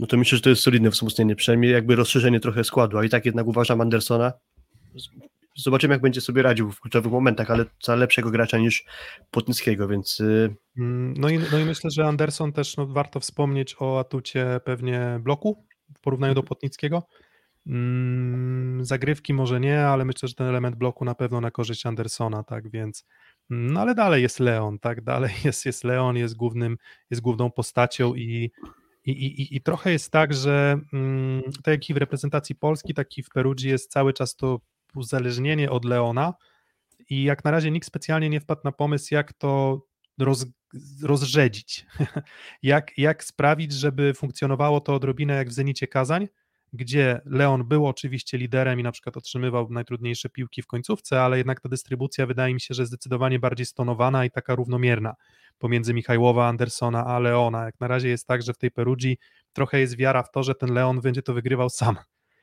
S4: No to myślę, że to jest solidne wzmocnienie, przynajmniej jakby rozszerzenie trochę składu, a i tak jednak uważam Andersona. Zobaczymy, jak będzie sobie radził w kluczowych momentach, ale za lepszego gracza niż Płotnickiego, więc...
S3: No i myślę, że Anderson też warto wspomnieć o atucie pewnie bloku w porównaniu do Płotnickiego. Zagrywki może nie, ale myślę, że ten element bloku na pewno na korzyść Andersona, tak więc ale dalej jest Leon, tak, dalej jest Leon, jest główną postacią i trochę jest tak, że tak jak i w reprezentacji Polski, tak i w Perugii jest cały czas to uzależnienie od Leona i jak na razie nikt specjalnie nie wpadł na pomysł, jak to rozrzedzić, jak sprawić, żeby funkcjonowało to odrobinę jak w Zenicie Kazań, gdzie Leon był oczywiście liderem i na przykład otrzymywał najtrudniejsze piłki w końcówce, ale jednak ta dystrybucja wydaje mi się, że zdecydowanie bardziej stonowana i taka równomierna pomiędzy Michajłowa, Andersona a Leona. Jak na razie jest tak, że w tej Perugii trochę jest wiara w to, że ten Leon będzie to wygrywał sam.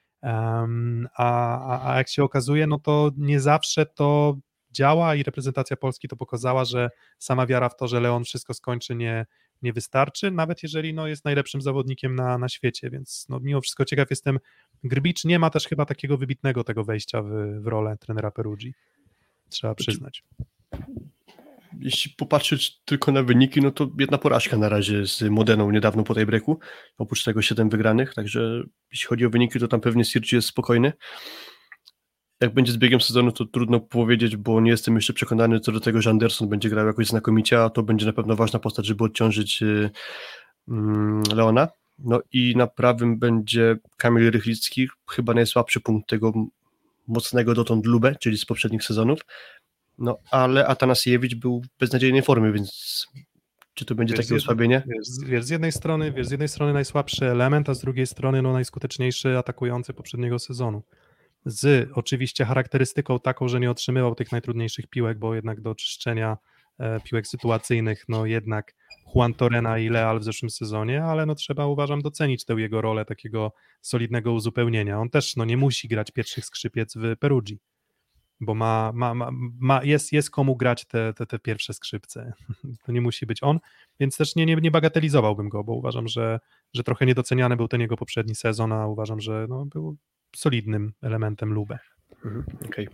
S3: A jak się okazuje, no to nie zawsze to działa i reprezentacja Polski to pokazała, że sama wiara w to, że Leon wszystko skończy nie wystarczy, nawet jeżeli jest najlepszym zawodnikiem na świecie, więc mimo wszystko ciekaw jestem. Grbicz nie ma też chyba takiego wybitnego tego wejścia w rolę trenera Perugii, trzeba przyznać.
S4: Jeśli popatrzeć tylko na wyniki, no to jedna porażka na razie z Modeną niedawno po tiebreaku, oprócz tego 7 wygranych, także jeśli chodzi o wyniki, to tam pewnie Sirci jest spokojny. Jak będzie z biegiem sezonu, to trudno powiedzieć, bo nie jestem jeszcze przekonany co do tego, że Anderson będzie grał jakoś znakomicie, a to będzie na pewno ważna postać, żeby odciążyć Leona. No i na prawym będzie Kamil Rychlicki, chyba najsłabszy punkt tego mocnego dotąd Lubę, czyli z poprzednich sezonów. No ale Atanasiewicz był w beznadziejnej formie, więc czy to będzie takie osłabienie?
S3: Z jednej strony najsłabszy element, a z drugiej strony najskuteczniejszy atakujący poprzedniego sezonu. Z oczywiście charakterystyką taką, że nie otrzymywał tych najtrudniejszych piłek, bo jednak do czyszczenia piłek sytuacyjnych, jednak Juan Torrena i Leal w zeszłym sezonie, ale trzeba, uważam, docenić tę jego rolę takiego solidnego uzupełnienia. On też nie musi grać pierwszych skrzypiec w Perugii, bo jest komu grać te pierwsze skrzypce. To nie musi być on, więc też nie bagatelizowałbym go, bo uważam, że trochę niedoceniany był ten jego poprzedni sezon, a uważam, że był solidnym elementem Lubę.
S4: Okej.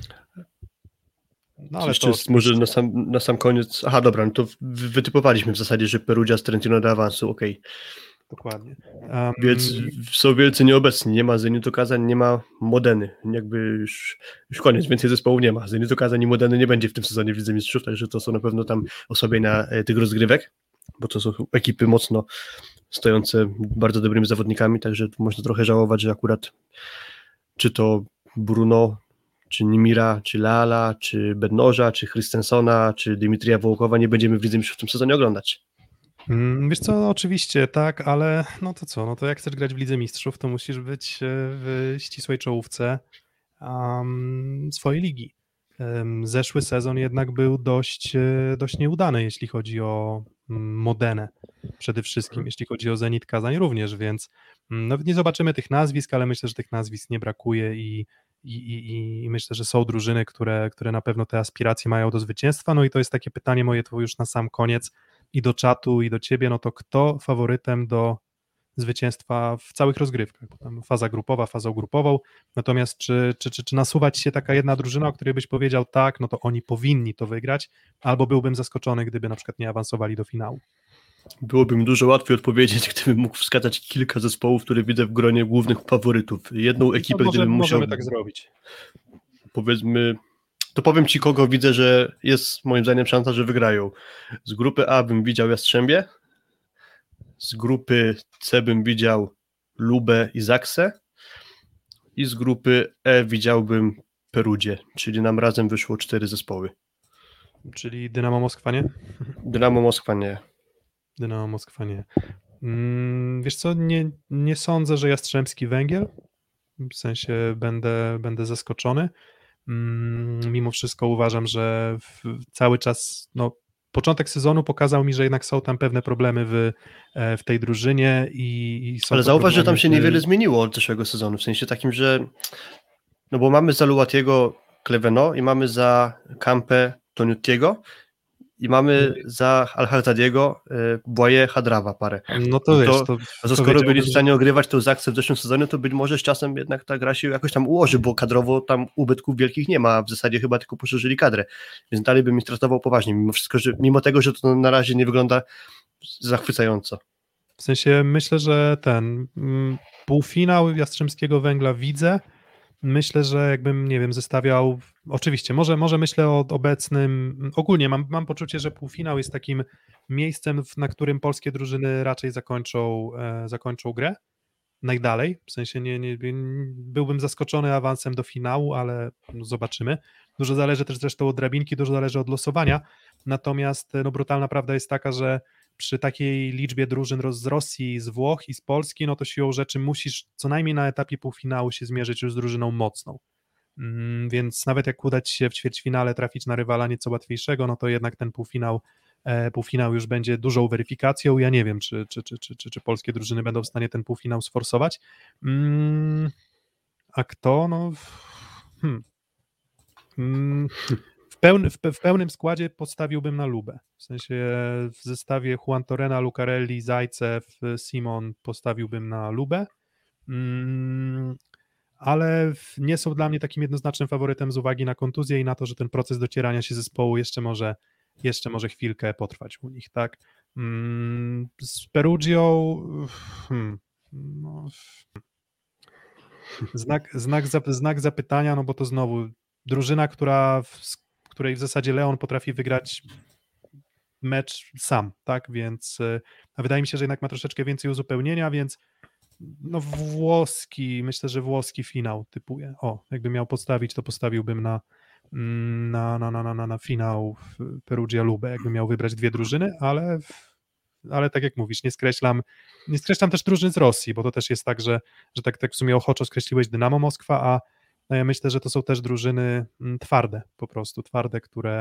S3: Ale
S4: jeszcze może na sam koniec, aha dobra, no to wytypowaliśmy w zasadzie, że Perugia z Trentino do awansu, okej.
S3: Dokładnie.
S4: Więc są wielcy nieobecni, nie ma Zenitu Kazań, nie ma Modeny, jakby już koniec, więcej zespołów nie ma. Zenitu Kazań i Modeny nie będzie w tym sezonie w Lidze Mistrzów, także to są na pewno tam osłabienia tych rozgrywek, bo to są ekipy mocno stojące bardzo dobrymi zawodnikami, także można trochę żałować, że akurat czy to Bruno, czy Nimira, czy Leala, czy Bednoża, czy Christensona, czy Dimitrija Wołkowa nie będziemy w Lidze Mistrzów w tym sezonie oglądać.
S3: Wiesz co, oczywiście, tak, ale to co, to jak chcesz grać w Lidze Mistrzów, to musisz być w ścisłej czołówce swojej ligi. Zeszły sezon jednak był dość nieudany, jeśli chodzi o Modenę przede wszystkim, jeśli chodzi o Zenit Kazań również, więc nie zobaczymy tych nazwisk, ale myślę, że tych nazwisk nie brakuje i myślę, że są drużyny, które na pewno te aspiracje mają do zwycięstwa, i to jest takie pytanie moje to już na sam koniec i do czatu, i do ciebie, to kto faworytem do zwycięstwa w całych rozgrywkach, bo tam faza grupowa, fazą grupową, natomiast czy nasuwać się taka jedna drużyna, o której byś powiedział tak, to oni powinni to wygrać, albo byłbym zaskoczony, gdyby na przykład nie awansowali do finału?
S4: Byłoby mi dużo łatwiej odpowiedzieć, gdybym mógł wskazać kilka zespołów, które widzę w gronie głównych faworytów. Jedną ekipę, gdybym musiał...
S3: Możemy tak zrobić.
S4: Powiedzmy, to powiem ci, kogo widzę, że jest moim zdaniem szansa, że wygrają. Z grupy A bym widział Jastrzębie, z grupy C bym widział Lubę i Zaksę i z grupy E widziałbym Perugię, czyli nam razem wyszło 4 zespoły.
S3: Czyli Dynamo Moskwa nie?
S4: Dynamo Moskwa nie.
S3: Dynamo Moskwa nie. Wiesz co, nie sądzę, że Jastrzębski Węgiel, w sensie będę zaskoczony. Mimo wszystko uważam, że cały czas, początek sezonu pokazał mi, że jednak są tam pewne problemy w tej drużynie i są.
S4: Ale zauważ, że tam się niewiele zmieniło od zeszłego sezonu, w sensie takim, że bo mamy za Luatiego Kleveno i mamy za Campę Toniutiego i mamy za Al-Haddadiego Błaje Hadrawa parę.
S3: No to wiesz, to
S4: skoro byli w stanie ogrywać tą Zaksę w zeszłym sezonie, to być może z czasem jednak ta gra się jakoś tam ułoży, bo kadrowo tam ubytków wielkich nie ma, w zasadzie chyba tylko poszerzyli kadrę, więc dalej bym ich traktował poważnie, mimo tego, że to na razie nie wygląda zachwycająco.
S3: W sensie myślę, że półfinał Jastrzębskiego Węgla widzę. Myślę, że jakbym, nie wiem, zestawiał, oczywiście, może myślę o obecnym, ogólnie mam poczucie, że półfinał jest takim miejscem, na którym polskie drużyny raczej zakończą grę najdalej, w sensie nie byłbym zaskoczony awansem do finału, ale zobaczymy. Dużo zależy też zresztą od drabinki, dużo zależy od losowania, natomiast brutalna prawda jest taka, że przy takiej liczbie drużyn z Rosji, z Włoch i z Polski, no to siłą rzeczy musisz co najmniej na etapie półfinału się zmierzyć już z drużyną mocną. Więc nawet jak uda ci się w ćwierćfinale trafić na rywala nieco łatwiejszego, no to jednak ten półfinał już będzie dużą weryfikacją. Ja nie wiem, czy polskie drużyny będą w stanie ten półfinał sforsować. A kto? No... W pełnym składzie postawiłbym na Lubę. W sensie w zestawie Juan Torrena, Lucarelli, Zajcew, Simon postawiłbym na Lubę, ale nie są dla mnie takim jednoznacznym faworytem z uwagi na kontuzję i na to, że ten proces docierania się zespołu jeszcze może chwilkę potrwać u nich, tak? Z Perugią no, znak zapytania, no bo to znowu drużyna, której w zasadzie Leon potrafi wygrać mecz sam, tak, więc wydaje mi się, że jednak ma troszeczkę więcej uzupełnienia, więc no myślę, że włoski finał typuję. Jakbym miał postawić, to postawiłbym na finał Perugia Lubę, jakbym miał wybrać dwie drużyny, ale tak jak mówisz, nie skreślam też drużyn z Rosji, bo to też jest tak, że tak w sumie ochoczo skreśliłeś Dynamo Moskwa, a no ja myślę, że to są też drużyny twarde, po prostu twarde,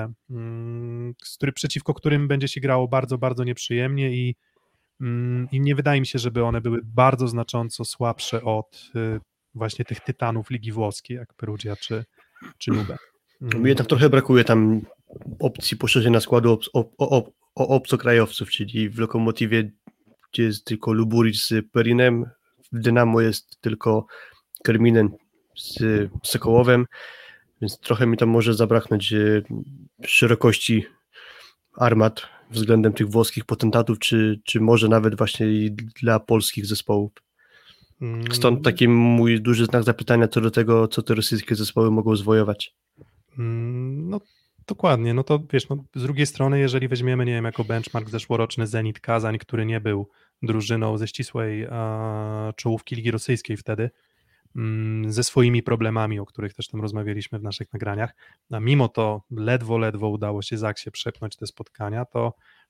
S3: przeciwko którym będzie się grało bardzo, bardzo nieprzyjemnie i nie wydaje mi się, żeby one były bardzo znacząco słabsze od właśnie tych tytanów Ligi Włoskiej, jak Perugia czy Lubę.
S4: Mi jednak trochę brakuje tam opcji poszerzenia składu o obcokrajowców, czyli w Lokomotywie, gdzie jest tylko Luburic z Perinem, w Dynamo jest tylko Kerminen z Sokołowem, więc trochę mi tam może zabraknąć szerokości armat względem tych włoskich potentatów, czy może nawet właśnie i dla polskich zespołów. Stąd taki mój duży znak zapytania co do tego, co te rosyjskie zespoły mogą zwojować.
S3: No dokładnie, no to wiesz, no, z drugiej strony, jeżeli weźmiemy, nie wiem, jako benchmark zeszłoroczny Zenit Kazań, który nie był drużyną ze ścisłej czołówki Ligi Rosyjskiej wtedy, ze swoimi problemami, o których też tam rozmawialiśmy w naszych nagraniach, a mimo to ledwo udało się Zaksie przepchnąć te spotkania, to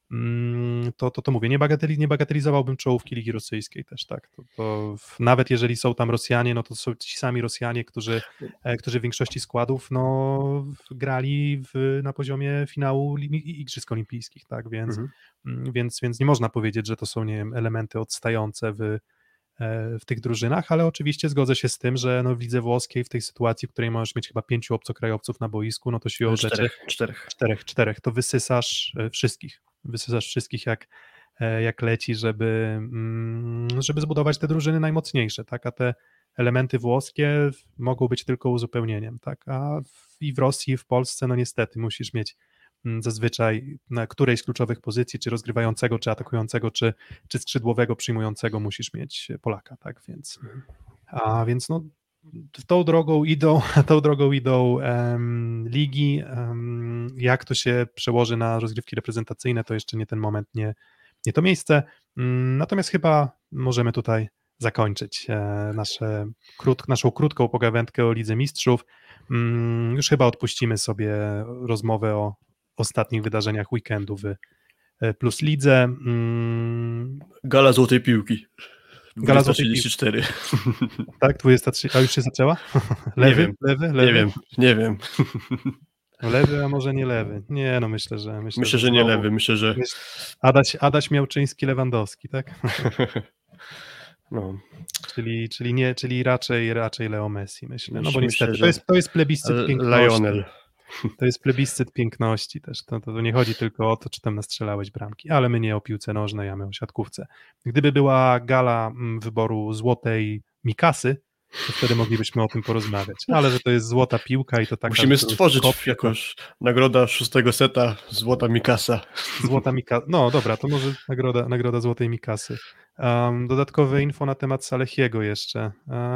S3: mówię, nie bagatelizowałbym czołówki Ligi Rosyjskiej też, tak, to nawet jeżeli są tam Rosjanie, no to są ci sami Rosjanie, którzy w większości składów, no, grali na poziomie finału Igrzysk Olimpijskich, tak, więc nie można powiedzieć, że to są, nie wiem, elementy odstające w tych drużynach, ale oczywiście zgodzę się z tym, że no w lidze włoskiej w tej sytuacji, w której możesz mieć chyba 5 obcokrajowców na boisku, no to siłą rzeczy czterech, to wysysasz wszystkich jak leci, żeby zbudować te drużyny najmocniejsze, tak, a te elementy włoskie mogą być tylko uzupełnieniem, tak, a i w Rosji, i w Polsce, no niestety musisz mieć zazwyczaj na którejś z kluczowych pozycji, czy rozgrywającego, czy atakującego, czy skrzydłowego przyjmującego musisz mieć Polaka, tak, więc no tą drogą idą ligi, jak to się przełoży na rozgrywki reprezentacyjne, to jeszcze nie ten moment, nie to miejsce, natomiast chyba możemy tutaj zakończyć naszą krótką pogawędkę o Lidze Mistrzów. Już chyba odpuścimy sobie rozmowę o ostatnich wydarzeniach weekendu w Plus Lidze.
S4: Gala Złotej Piłki.
S3: Gala Złotej
S4: 34.
S3: Tak, 23. A już się zaczęła? Lewy?
S4: Nie wiem.
S3: Lewy, a może nie lewy? Nie, no myślę, że
S4: nie lewy. Myślę, że
S3: Adaś Miałczyński, Lewandowski, tak?
S4: No.
S3: Czyli raczej Leo Messi, myślę. No bo niestety, to jest plebiscyt piękności.
S4: Lionel.
S3: To jest plebiscyt piękności też. To nie chodzi tylko o to, czy tam nastrzelałeś bramki, ale my nie o piłce nożnej, a my o siatkówce. Gdyby była gala wyboru złotej Mikasy, to wtedy moglibyśmy o tym porozmawiać. Ale że to jest złota piłka i to taka...
S4: Musimy stworzyć
S3: kopia,
S4: jakoś nagroda 6. seta złota Mikasa.
S3: Złota Mikasa. No dobra, to może nagroda złotej Mikasy. Dodatkowe info na temat Salehiego jeszcze.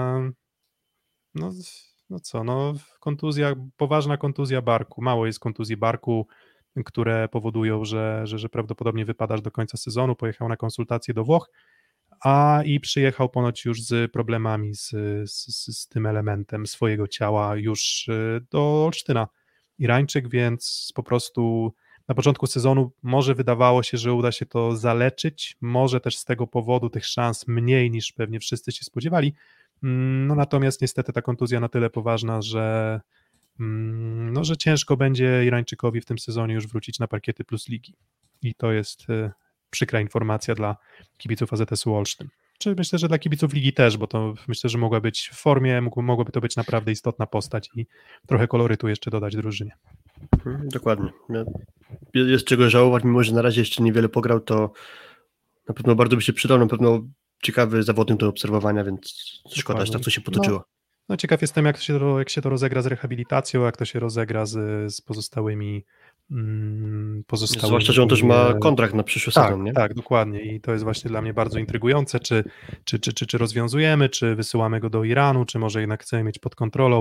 S3: Kontuzja, poważna kontuzja barku. Mało jest kontuzji barku, które powodują, że prawdopodobnie wypadasz do końca sezonu. Pojechał na konsultacje do Włoch, i przyjechał ponoć już z problemami z tym elementem swojego ciała już do Olsztyna. Irańczyk, więc po prostu na początku sezonu może wydawało się, że uda się to zaleczyć, może też z tego powodu tych szans mniej niż pewnie wszyscy się spodziewali, natomiast niestety ta kontuzja na tyle poważna, że ciężko będzie Irańczykowi w tym sezonie już wrócić na parkiety Plus Ligi i to jest przykra informacja dla kibiców AZS-u Olsztyn. Czy myślę, że dla kibiców ligi też, bo to myślę, że mogła być w formie, mogłaby to być naprawdę istotna postać i trochę kolorytu jeszcze dodać drużynie.
S4: Dokładnie. Jest czego żałować, mimo że na razie jeszcze niewiele pograł, to na pewno bardzo by się przydał, na pewno ciekawy zawodnik do obserwowania, więc szkoda, że tak to się potoczyło.
S3: No ciekaw jestem, jak się to rozegra z rehabilitacją, jak to się rozegra z pozostałymi.
S4: Zwłaszcza, że on też ma kontrakt na przyszły sezon, nie?
S3: Tak, dokładnie i to jest właśnie dla mnie bardzo intrygujące, czy rozwiązujemy, czy wysyłamy go do Iranu, czy może jednak chcemy mieć pod kontrolą,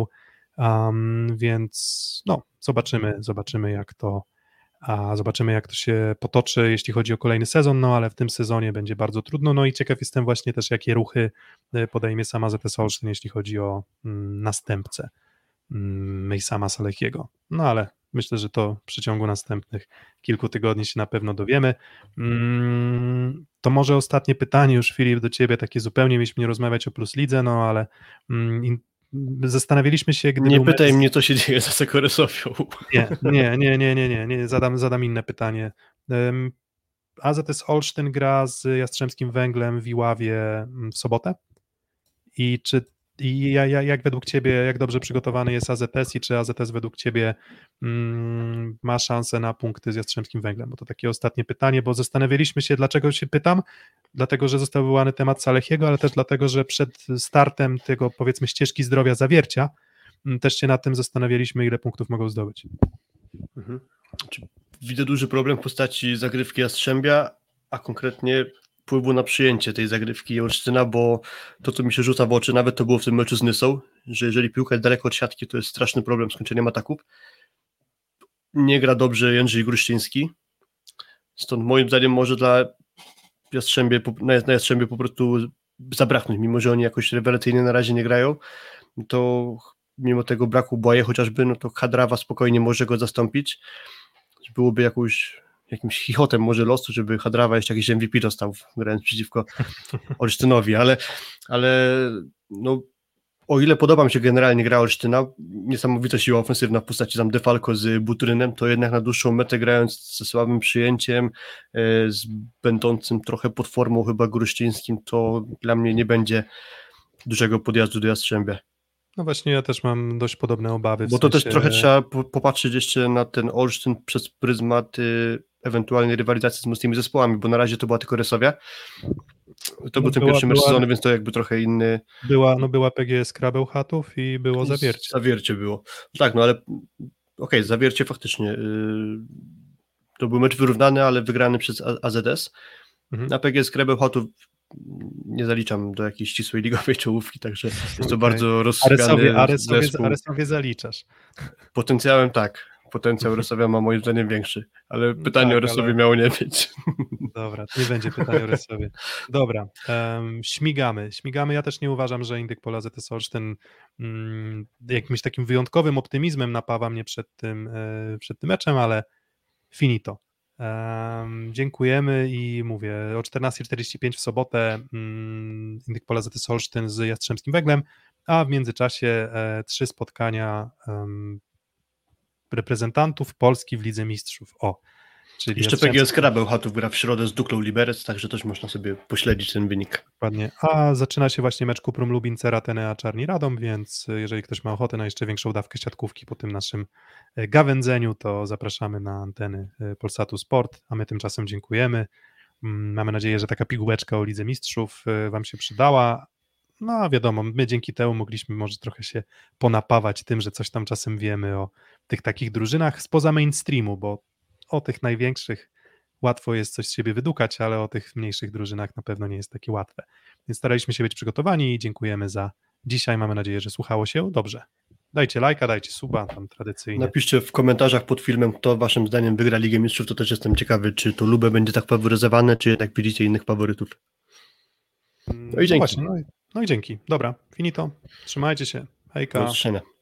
S3: więc zobaczymy jak to się potoczy, jeśli chodzi o kolejny sezon, ale w tym sezonie będzie bardzo trudno, i ciekaw jestem właśnie też, jakie ruchy podejmie sama AZS Olsztyn, jeśli chodzi o następcę Meysama Salehiego, ale myślę, że to w przeciągu następnych kilku tygodni się na pewno dowiemy. To może ostatnie pytanie już, Filip, do ciebie, takie zupełnie mieliśmy nie rozmawiać o Plus Lidze, ale zastanawialiśmy się, gdy...
S4: Nie pytaj mnie, co się dzieje za Sekoresowią.
S3: Nie, zadam inne pytanie. AZS Olsztyn gra z Jastrzębskim Węglem w Iławie w sobotę i jak według ciebie, jak dobrze przygotowany jest AZS i czy AZS według ciebie ma szansę na punkty z Jastrzębskim Węglem? Bo to takie ostatnie pytanie, bo zastanawialiśmy się, dlaczego się pytam, dlatego, że został wywołany temat Salehiego, ale też dlatego, że przed startem tego, powiedzmy, ścieżki zdrowia Zawiercia też się nad tym zastanawialiśmy, ile punktów mogą zdobyć.
S4: Widzę duży problem w postaci zagrywki Jastrzębia, a konkretnie wpływu na przyjęcie tej zagrywki Olsztyna, bo to, co mi się rzuca w oczy, nawet to było w tym meczu z Nysą, że jeżeli piłka jest daleko od siatki, to jest straszny problem z skończeniem ataków. Nie gra dobrze Jędrzej Gruszczyński, stąd moim zdaniem może na Jastrzębie po prostu zabraknąć, mimo że oni jakoś rewelacyjnie na razie nie grają, to mimo tego braku Błaje chociażby, to Hadrawa spokojnie może go zastąpić. Byłoby jakimś chichotem może losu, żeby Hadrawa jeszcze jakiś MVP dostał, grając przeciwko Olsztynowi, ale o ile podoba mi się generalnie gra Olsztyna, niesamowita siła ofensywna w postaci tam Defalco z Butrynem, to jednak na dłuższą metę grając ze słabym przyjęciem, z będącym trochę pod formą chyba Gruszczyńskim, to dla mnie nie będzie dużego podjazdu do Jastrzębia.
S3: No właśnie, ja też mam dość podobne obawy.
S4: Bo to też trochę trzeba popatrzeć jeszcze na ten Olsztyn przez pryzmat ewentualnej rywalizacji z mocnymi zespołami, bo na razie to była tylko Resowia. To był ten pierwszy mecz sezonu, więc to jakby trochę inny...
S3: Była PGS Krabełchatów i było Zawiercie.
S4: Zawiercie było. Tak, ale okej, Zawiercie faktycznie. To był mecz wyrównany, ale wygrany przez AZS. Na PGS Krabełchatów nie zaliczam do jakiejś ścisłej ligowej czołówki, także jest to bardzo rozsypiany zespół.
S3: Aresowie zaliczasz.
S4: Potencjałem tak. Potencjał Resowia ma moim zdaniem większy, ale pytanie o Resowie miało nie być.
S3: Dobra, nie będzie pytania o Resowie. Dobra, śmigamy. Ja też nie uważam, że Indyk Pol AZS Olsztyn jakimś takim wyjątkowym optymizmem napawa mnie przed tym meczem, ale finito. Dziękujemy i mówię, o 14:45 w sobotę Indyk Pol AZS Olsztyn z Jastrzębskim Węglem, a w międzyczasie 3 spotkania reprezentantów Polski w Lidze Mistrzów. Czyli
S4: Jeszcze PGS Krabełchatów gra w środę z Duklą Liberec, także też można sobie pośledzić ten wynik.
S3: Dokładnie. A zaczyna się właśnie mecz Kuprum Lubin, Ceratene, a Czarni Radom, więc jeżeli ktoś ma ochotę na jeszcze większą dawkę siatkówki po tym naszym gawędzeniu, to zapraszamy na anteny Polsatu Sport, a my tymczasem dziękujemy. Mamy nadzieję, że taka pigułeczka o Lidze Mistrzów wam się przydała. No a wiadomo, my dzięki temu mogliśmy może trochę się ponapawać tym, że coś tam czasem wiemy o tych takich drużynach spoza mainstreamu, bo o tych największych łatwo jest coś z siebie wydukać, ale o tych mniejszych drużynach na pewno nie jest takie łatwe. Więc staraliśmy się być przygotowani i dziękujemy za dzisiaj. Mamy nadzieję, że słuchało się dobrze. Dajcie lajka, dajcie suba, tam tradycyjnie.
S4: Napiszcie w komentarzach pod filmem, kto waszym zdaniem wygra Ligę Mistrzów, to też jestem ciekawy, czy to Lubę będzie tak faworyzowane, czy jednak widzicie innych faworytów. No i dzięki.
S3: Właśnie, no i dzięki. Dobra, finito. Trzymajcie się. Hejka.
S4: Do usłyszenia.